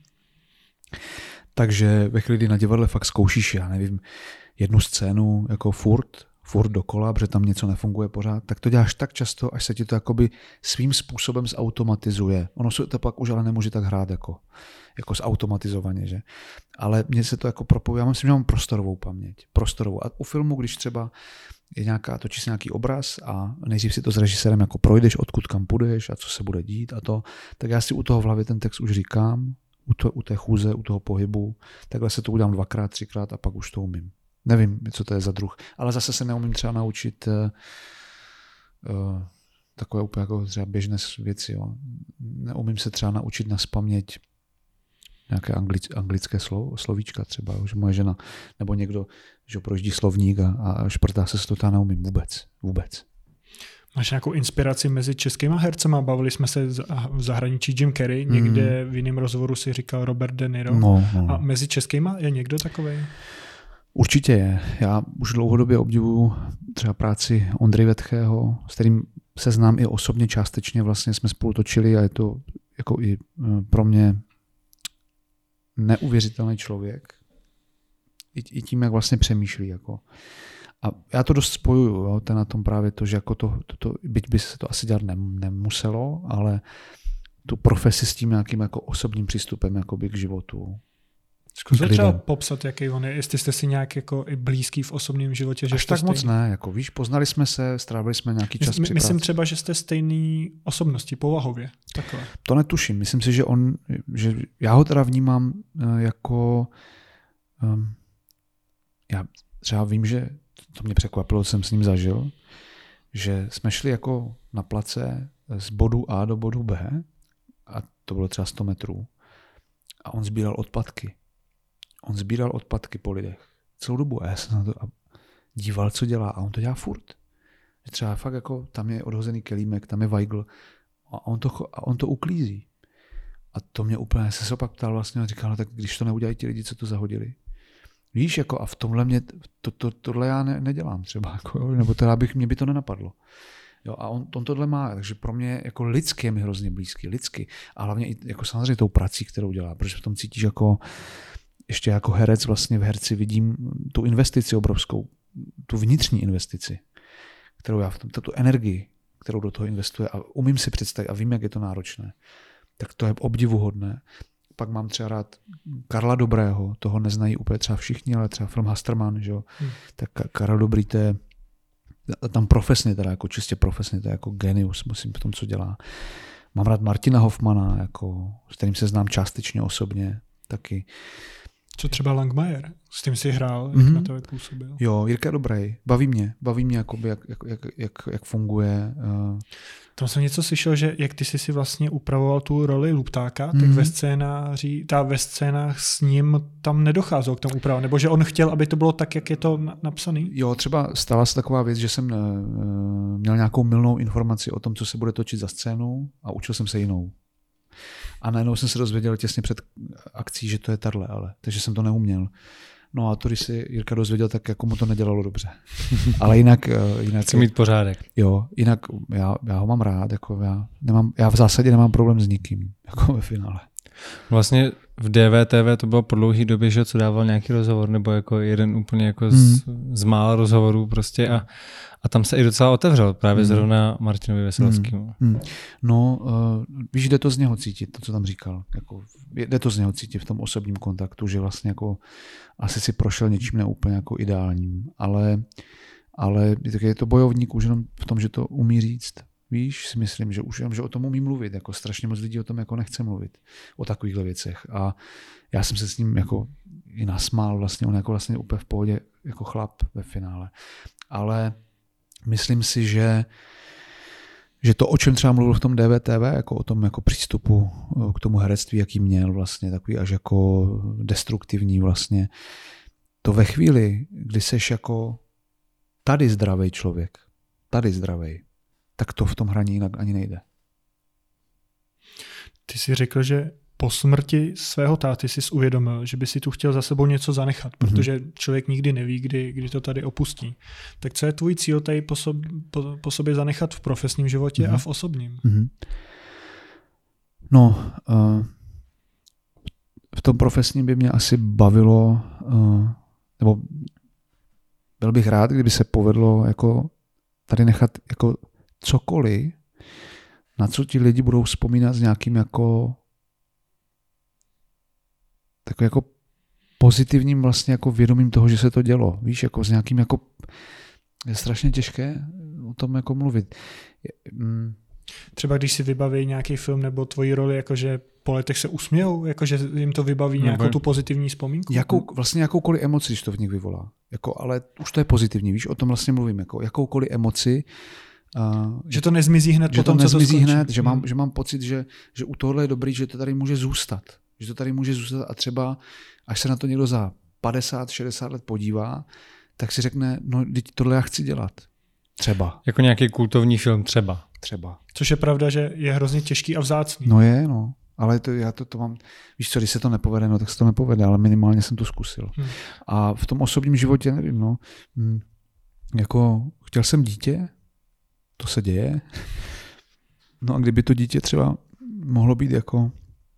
Takže ve chvíli, kdy na divadle fakt zkoušíš, já nevím, jednu scénu jako furt, furt dokola, protože tam něco nefunguje pořád, tak to děláš tak často, až se ti to jakoby svým způsobem zautomatizuje. Ono se to pak už ale nemůže tak hrát jako, jako zautomatizovaně, že? Ale mně se to jako propojuje, já myslím, že mám prostorovou paměť, prostorovou. A u filmu, když třeba je nějaká, točí se nějaký obraz a nejdřív si to s režisérem jako projdeš, odkud kam půjdeš a co se bude dít a to, tak já si u toho v hlavě ten text už říkám, U, to, u té chůze, u toho pohybu. Takhle se to udělám dvakrát, třikrát a pak už to umím. Nevím, co to je za druh. Ale zase se neumím třeba naučit uh, uh, takové úplně jako třeba běžné věci. Jo. Neumím se třeba naučit naspaměť nějaké anglic, anglické slovo, slovíčka třeba, že moje žena nebo někdo, že projíždí slovník a, a šprtá se, to já neumím vůbec, vůbec. Máš nějakou inspiraci mezi českýma hercema? Bavili jsme se v zahraničí Jim Carrey, někde v jiném rozhovoru si říkal Robert De Niro. No, no. A mezi českýma je někdo takovej? Určitě je. Já už dlouhodobě obdivuju třeba práci Ondřeje Vetchého, s kterým se znám i osobně částečně, vlastně jsme spolu točili a je to jako i pro mě neuvěřitelný člověk. I, i tím, jak vlastně přemýšlí. Jako. A já to dost spojuju, jo, ten na tom právě to, že jako to, to, to, byť by se to asi dělat nemuselo, ale tu profesi s tím nějakým jako osobním přístupem jakoby k životu. Zkusil třeba popsat, jaký on je, jestli jste si nějak jako i blízký v osobním životě. Že až tak stejný. Moc ne, jako víš, poznali jsme se, strávili jsme nějaký čas My, při Myslím práci. třeba, že jste stejný osobnosti, povahově. Takhle. To netuším, myslím si, že on, že já ho teda vnímám jako, um, já třeba vím, že to mě překvapilo, co jsem s ním zažil, že jsme šli jako na place z bodu A do bodu B a to bylo třeba sto metrů a on sbíral odpadky. On sbíral odpadky po lidech. Celou dobu. A já jsem na to díval, co dělá. A on to dělá furt. Že třeba fakt jako tam je odhozený kelímek, tam je vajgl a on to, a on to uklízí. A to mě úplně, se se opak ptal vlastně a říkal, no, tak když to neudělají ti lidi, co to zahodili. Víš, jako a v tomhle mě, to, to, tohle já ne, nedělám třeba, jako, nebo teda bych, mě by to nenapadlo. Jo, a on, on tohle má, takže pro mě jako lidský je mi hrozně blízký, lidsky. A hlavně i jako samozřejmě tou prací, kterou dělá, protože v tom cítíš jako ještě jako herec vlastně v herci vidím tu investici obrovskou, tu vnitřní investici, kterou já v tom, tu energii, kterou do toho investuje a umím si představit a vím, jak je to náročné. Tak to je obdivuhodné. Pak mám třeba rád Karla Dobrého, toho neznají úplně třeba všichni, ale třeba film Hasterman, že jo. Hmm. Tak Karel Dobrý, to je tam profesně, teda jako čistě profesně, to je jako genius, musím v tom, co dělá. Mám rád Martina Hoffmana, jako, s kterým se znám částečně osobně taky. Co třeba Langmajer? S tím si hrál, jak mm-hmm. na to působil? Jo, Jirka Dobrý. Baví mě. Baví mě, jakoby, jak, jak, jak, jak, jak funguje. Uh... Tam jsem něco slyšel, že jak ty jsi si vlastně upravoval tu roli Luptáka, mm-hmm. tak ve scénáři, ta ve scénách s ním tam nedocházelo k tomu úpravu, nebo že on chtěl, aby to bylo tak, jak je to napsané? Jo, třeba stala se taková věc, že jsem uh, měl nějakou mylnou informaci o tom, co se bude točit za scénu a učil jsem se jinou. A najednou jsem se dozvěděl těsně před akcí, že to je tahle, ale takže jsem to neuměl. No a to, když si Jirka dozvěděl, tak jako mu to nedělalo dobře. Ale jinak... jinak chci mít pořádek. Jo, jinak já, já ho mám rád, jako já, nemám, já v zásadě nemám problém s nikým, jako ve finále. Vlastně v D V T V to bylo po dlouhý době, že co dával nějaký rozhovor, nebo jako jeden úplně jako z, mm. z mála rozhovorů prostě a, a tam se i docela otevřel právě mm. zrovna Martinovi Veselovskému. Mm. Mm. No, uh, víš, jde to z něho cítit, to, co tam říkal. Jako, jde to z něho cítit v tom osobním kontaktu, že vlastně jako asi si prošel něčím neúplně jako ideálním, ale, ale je to bojovník už jenom v tom, že to umí říct. Víš, si myslím, že už jenom, že o tom umí mluvit, jako strašně moc lidí o tom jako nechce mluvit, o takovýchhle věcech. A já jsem se s ním jako i nasmál, vlastně on jako vlastně úplně v pohodě jako chlap ve finále. Ale myslím si, že, že to, o čem třeba mluvil v tom D V T V, jako o tom jako přístupu k tomu herectví, jaký měl vlastně, takový až jako destruktivní vlastně, to ve chvíli, kdy seš jako tady zdravý člověk, tady zdravý, tak to v tom hraní jinak ani nejde. Ty jsi řekl, že po smrti svého táty jsi uvědomil, že by si tu chtěl za sebou něco zanechat, protože mm-hmm. člověk nikdy neví, kdy, kdy to tady opustí. Tak co je tvůj cíl tady po, sob, po, po sobě zanechat v profesním životě mm-hmm. a v osobním? Mm-hmm. No, uh, v tom profesním by mě asi bavilo, uh, nebo byl bych rád, kdyby se povedlo jako tady nechat jako cokoliv, na co ti lidi budou vzpomínat s nějakým jako takovým jako pozitivním vlastně jako vědomím toho, že se to dělo. Víš, jako s nějakým jako je strašně těžké o tom jako mluvit. Mm. Třeba když si vybaví nějaký film nebo tvoji roli, jakože po letech se usmějou, jakože jim to vybaví nějakou tu pozitivní vzpomínku? Jakou, vlastně jakoukoliv emoci, když to v nich vyvolá. Jako, ale už to je pozitivní, víš, o tom vlastně mluvím. Jako, jakoukoliv emoci. Uh, že to nezmizí hned že potom, to nezmizí co to hned, že mám, že mám pocit, že, že u tohle je dobrý, že to tady může zůstat. Že to tady může zůstat a třeba, až se na to někdo za padesát šedesát let podívá, tak si řekne, no teď tohle já chci dělat. Třeba. Jako nějaký kultovní film třeba. Třeba. Což je pravda, že je hrozně těžký a vzácný. No je, no. Ale to, já to, to mám, víš co, když se to nepovede, no tak se to nepovede, ale minimálně jsem to zkusil. Hmm. A v tom osobním životě, nevím, no, hm, jako chtěl jsem dítě, to se děje. No a kdyby to dítě třeba mohlo být jako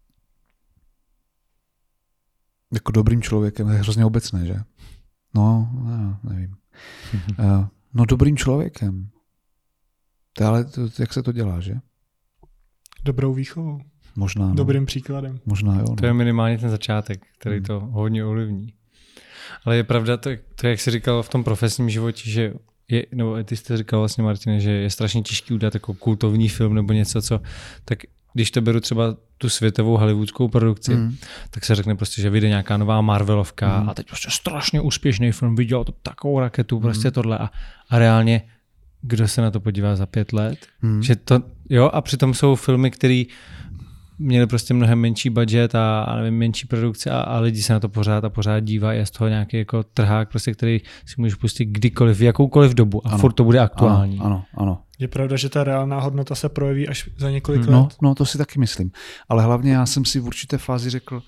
jako dobrým člověkem, to je hrozně obecné, že? No, no nevím. uh, no dobrým člověkem. To, ale to, jak se to dělá, že? Dobrou výchovou. Možná, no. Dobrým příkladem. Možná, jo. No. To je minimálně ten začátek, který hmm. to hodně ovlivní. Ale je pravda to, to, jak jsi říkal v tom profesním životě, že je, nebo ty jste říkal vlastně, Martine, že je strašně těžký udělat jako kultovní film nebo něco, co, tak když to beru třeba tu světovou hollywoodskou produkci, mm. tak se řekne prostě, že vyjde nějaká nová Marvelovka mm. a teď prostě strašně úspěšný film, viděl to takovou raketu, mm. prostě tohle a, a reálně kdo se na to podívá za pět let? Mm. Že to, jo, a přitom jsou filmy, které měli prostě mnohem menší budget a, a nevím, menší produkce a, a lidi se na to pořád a pořád dívají a z toho nějaký jako trhák, prostě, který si můžeš pustit kdykoliv, v jakoukoliv dobu a ano, furt to bude aktuální. Ano, ano, ano. Je pravda, že ta reálná hodnota se projeví až za několik no, let? No, to si taky myslím. Ale hlavně já jsem si v určité fázi řekl,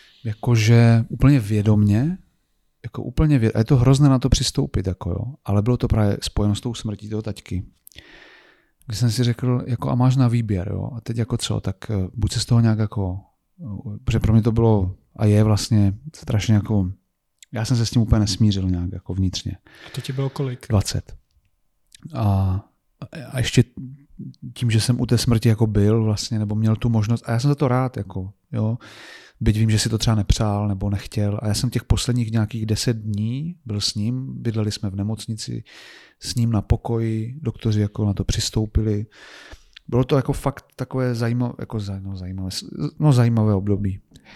jakože úplně vědomně, jako úplně vědomně, a je to hrozné na to přistoupit, jako jo, ale bylo to právě spojeno s tou smrtí toho taťky. Když jsem si řekl, jako a máš na výběr, jo, a teď jako co, tak buď se z toho nějak jako, protože pro mě to bylo a je vlastně strašně jako, já jsem se s tím úplně nesmířil nějak jako vnitřně. A to ti bylo kolik? dvacet. A, a ještě tím, že jsem u té smrti jako byl vlastně, nebo měl tu možnost, a já jsem za to rád, jako, jo, byť vím, že si to třeba nepřál nebo nechtěl. A já jsem těch posledních nějakých deset dní byl s ním, bydleli jsme v nemocnici, s ním na pokoji, doktoři jako na to přistoupili. Bylo to jako fakt takové zajímavé, jako no, zajímavé, no, zajímavé období.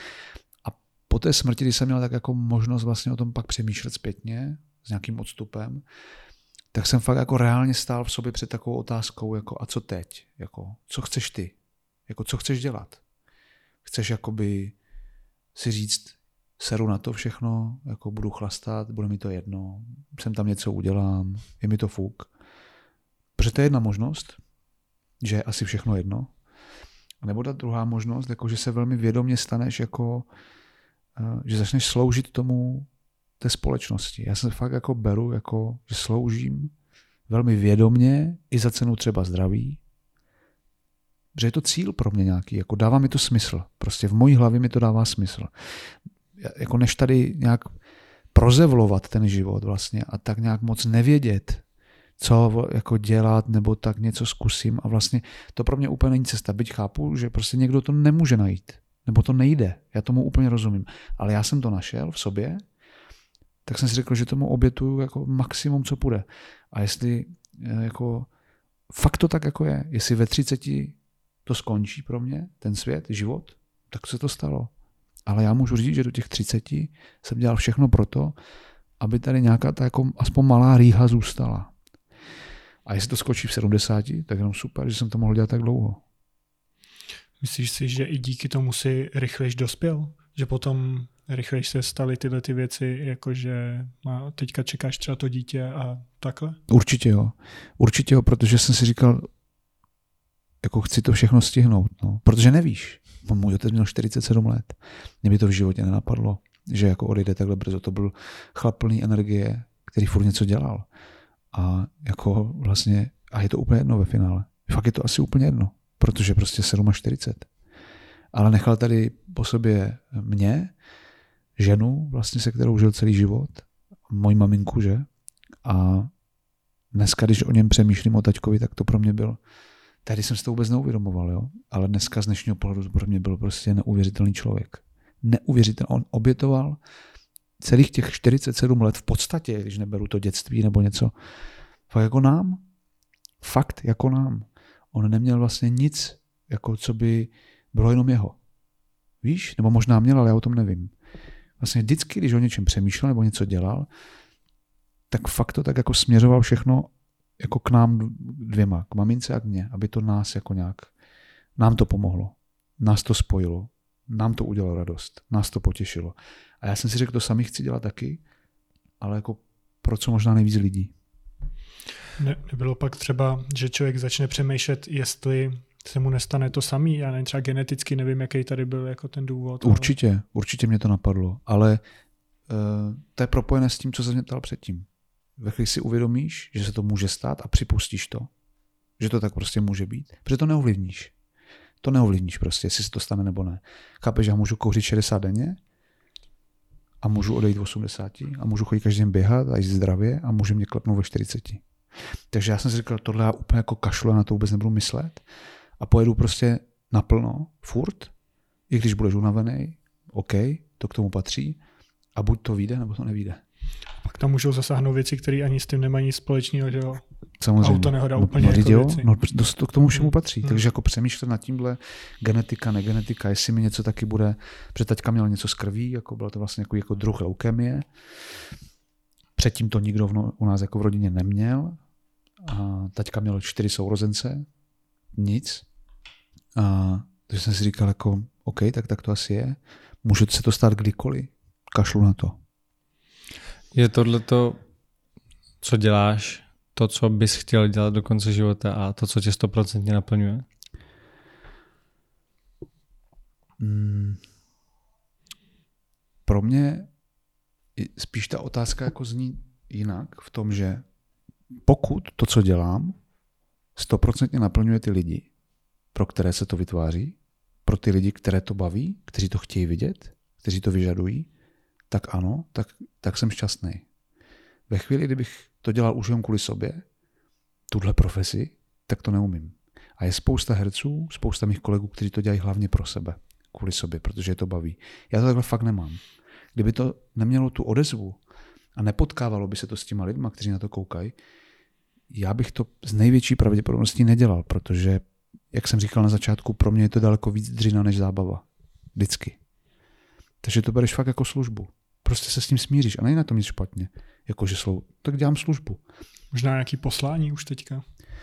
A po té smrti, když jsem měl tak jako možnost vlastně o tom pak přemýšlet zpětně, s nějakým odstupem, tak jsem fakt jako reálně stál v sobě před takovou otázkou, jako a co teď? Jako, co chceš ty? Jako, co chceš dělat? Chceš jakoby si říct, seru na to všechno, jako budu chlastat, bude mi to jedno, jsem tam něco udělám, je mi to fuk. Protože to je jedna možnost, že je asi všechno jedno. A nebo ta druhá možnost, jako že se velmi vědomě staneš, jako, že začneš sloužit tomu té společnosti. Já se fakt jako beru, jako, že sloužím velmi vědomě i za cenu třeba zdraví, že je to cíl pro mě nějaký, jako dává mi to smysl. Prostě v mojí hlavě mi to dává smysl. Jako než tady nějak prozevlovat ten život vlastně a tak nějak moc nevědět, co jako dělat, nebo tak něco zkusím a vlastně to pro mě úplně není cesta. Byť chápu, že prostě někdo to nemůže najít, nebo to nejde. Já tomu úplně rozumím. Ale já jsem to našel v sobě, tak jsem si řekl, že tomu obětuju jako maximum, co půjde. A jestli jako fakt to tak jako je, jestli ve třiceti to skončí pro mě, ten svět, život, tak se to stalo. Ale já můžu říct, že do těch třiceti jsem dělal všechno pro to, aby tady nějaká ta jako aspoň malá rýha zůstala. A jestli to skočí v sedmdesáti, tak jenom super, že jsem to mohl dělat tak dlouho. Myslíš si, že i díky tomu si rychlejš dospěl? Že potom rychlejš se staly tyhle ty věci, jakože teďka čekáš třeba to dítě a takhle? Určitě jo. Určitě jo, protože jsem si říkal, jako chci to všechno stihnout. No. Protože nevíš. Můj otec měl čtyřicet sedm let. Mě by to v životě nenapadlo, že jako odejde takhle brzo. To byl chlap plný energie, který furt něco dělal. A jako vlastně, a je to úplně jedno ve finále. Fakt je to asi úplně jedno, protože prostě čtyřicet sedm. Ale nechal tady po sobě mě, ženu, vlastně se kterou žil celý život, moji maminku, že? A dneska, když o něm přemýšlím o taťkovi, tak to pro mě byl, tehdy jsem si to vůbec neuvědomoval, jo? Ale dneska z dnešního pohledu pro mě byl prostě neuvěřitelný člověk. Neuvěřitelný. On obětoval celých těch čtyřicet sedm let v podstatě, když neberu to dětství nebo něco, fakt jako nám. Fakt jako nám. On neměl vlastně nic, jako co by bylo jenom jeho. Víš? Nebo možná měl, ale já o tom nevím. Vlastně vždycky, když o něčem přemýšlel nebo něco dělal, tak fakt to tak jako směřoval všechno jako k nám dvěma, k mamince a k mně, aby to nás jako nějak, nám to pomohlo. Nás to spojilo. Nám to udělalo radost, nás to potěšilo. A já jsem si řekl, to sami chci dělat taky, ale jako pro co možná nejvíc lidí. Ne, nebylo pak třeba, že člověk začne přemýšlet, jestli se mu nestane to samý, já nevím, třeba geneticky nevím, jaký tady byl jako ten důvod. Určitě, ale... určitě mě to napadlo, ale uh, to je propojené s tím, co jsem mě ptal předtím. Ve chvíli si uvědomíš, že se to může stát a připustíš to, že to tak prostě může být, protože to neovlivníš. To neovlivníš prostě, jestli se to stane nebo ne. Chápeš, já můžu kouřit šedesát denně a můžu odejít v osmdesáti a můžu chodit každý den běhat a jíst zdravě a může mě klepnout ve čtyřiceti. Takže já jsem si říkal, tohle já úplně jako kašlu, na to vůbec nebudu myslet a pojedu prostě naplno, furt, i když budeš unavený, OK, to k tomu patří a buď to vyjde, nebo to nevyjde. Pak tam můžou zasáhnout věci, které ani s tím nemají nic společného, že jo? Samozřejmě. Auto nehoda no, úplně no, jako jo, věci. no, to k tomu všemu patří. Hmm. Takže jako přemýšlet nad tímhle genetika, negenetika, jestli mi něco taky bude, protože taťka měl něco z krví, jako bylo to vlastně jako, jako druh leukemie. Předtím to nikdo v, u nás jako v rodině neměl. A taťka měl čtyři sourozence, nic. A takže jsem si říkal jako, OK, tak, tak to asi je. Může se to stát kdykoliv. Kašlu na to. Je tohleto, co děláš, to, co bys chtěl dělat do konce života a to, co tě stoprocentně naplňuje? Hmm. Pro mě spíš ta otázka jako zní jinak v tom, že pokud to, co dělám, stoprocentně naplňuje ty lidi, pro které se to vytváří, pro ty lidi, které to baví, kteří to chtějí vidět, kteří to vyžadují, tak ano, tak, tak jsem šťastný. Ve chvíli, kdybych to dělal už jen kvůli sobě, tuhle profesi, tak to neumím. A je spousta herců, spousta mých kolegů, kteří to dělají hlavně pro sebe, kvůli sobě, protože je to baví. Já to takhle fakt nemám. Kdyby to nemělo tu odezvu a nepotkávalo by se to s těma lidma, kteří na to koukají, já bych to z největší pravděpodobností nedělal, protože, jak jsem říkal na začátku, pro mě je to daleko víc dřina než zábava. Vždycky. Takže to bereš fakt jako službu. Prostě se s tím smíříš a není na tom nic špatně. Jakože slou, tak dělám službu. Možná nějaký poslání už teďka?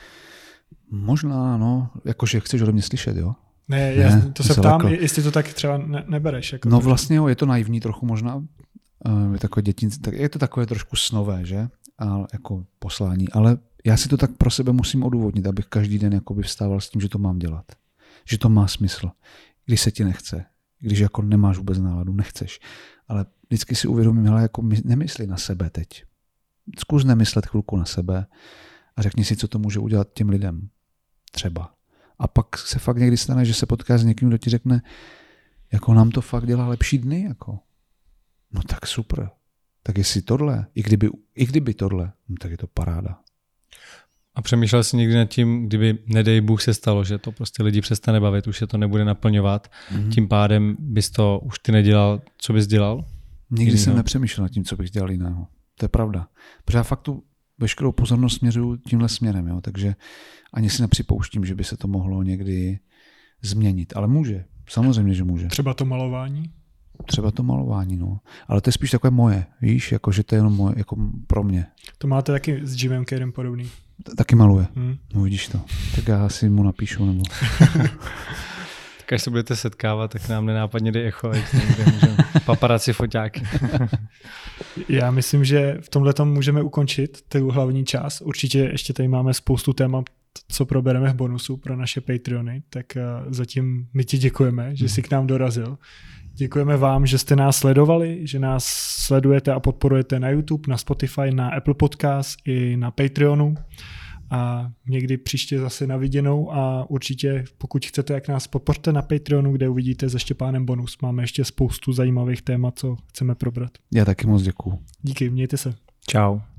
Možná, no. Jakože chceš ode mě slyšet, jo? Ne, ne já to se ptám, jako... jestli to tak třeba ne, nebereš. Jako no to, vlastně jo, je to naivní trochu možná. Je, takové dětin, tak je to takové trošku snové, že? A jako poslání. Ale já si to tak pro sebe musím odůvodnit, abych každý den jakoby vstával s tím, že to mám dělat. Že to má smysl. Když se ti nechce. Když jako nemáš vůbec náladu, nechceš. Ale vždycky si uvědomím, hele, jako nemysli na sebe teď. Zkus nemyslet chvilku na sebe a řekni si, co to může udělat těm lidem. Třeba. A pak se fakt někdy stane, že se potká s někým, kdo ti řekne, jako nám to fakt dělá lepší dny, jako. No tak super. Tak jestli tohle, i kdyby, i kdyby tohle, no tak je to paráda. A přemýšlel jsi někdy nad tím, kdyby, nedej Bůh, se stalo, že to prostě lidi přestane bavit, už se to nebude naplňovat, mm-hmm. tím pádem bys to už ty nedělal, co bys dělal? Nikdy Jinýho. jsem nepřemýšlel nad tím, co bych dělal jiného. To je pravda. Protože já fakt tu veškerou pozornost směřuju tímhle směrem, jo? Takže ani si nepřipouštím, že by se to mohlo někdy změnit. Ale může. Samozřejmě, že může. Třeba to malování? Třeba to malování, no. Ale to je spíš takové moje, víš, jako, že to je jenom moje, jako pro mě. To máte taky s Jimem Carreym podobný. Taky maluje. Hmm. No vidíš to. Tak já si mu napíšu. Nebo... tak až se budete setkávat, tak nám nenápadně dej echo. Paparazzi foťáky. Já myslím, že v tomhletom můžeme ukončit tu hlavní část. Určitě ještě tady máme spoustu témat, co probereme v bonusu pro naše Patreony. Tak zatím my ti děkujeme, že jsi k nám dorazil. Děkujeme vám, že jste nás sledovali, že nás sledujete a podporujete na YouTube, na Spotify, na Apple Podcast i na Patreonu. A někdy příště zase na viděnou a určitě pokud chcete, jak nás podpořte na Patreonu, kde uvidíte se Štěpánem bonus. Máme ještě spoustu zajímavých témat, co chceme probrat. Já taky moc děkuju. Díky, mějte se. Čau.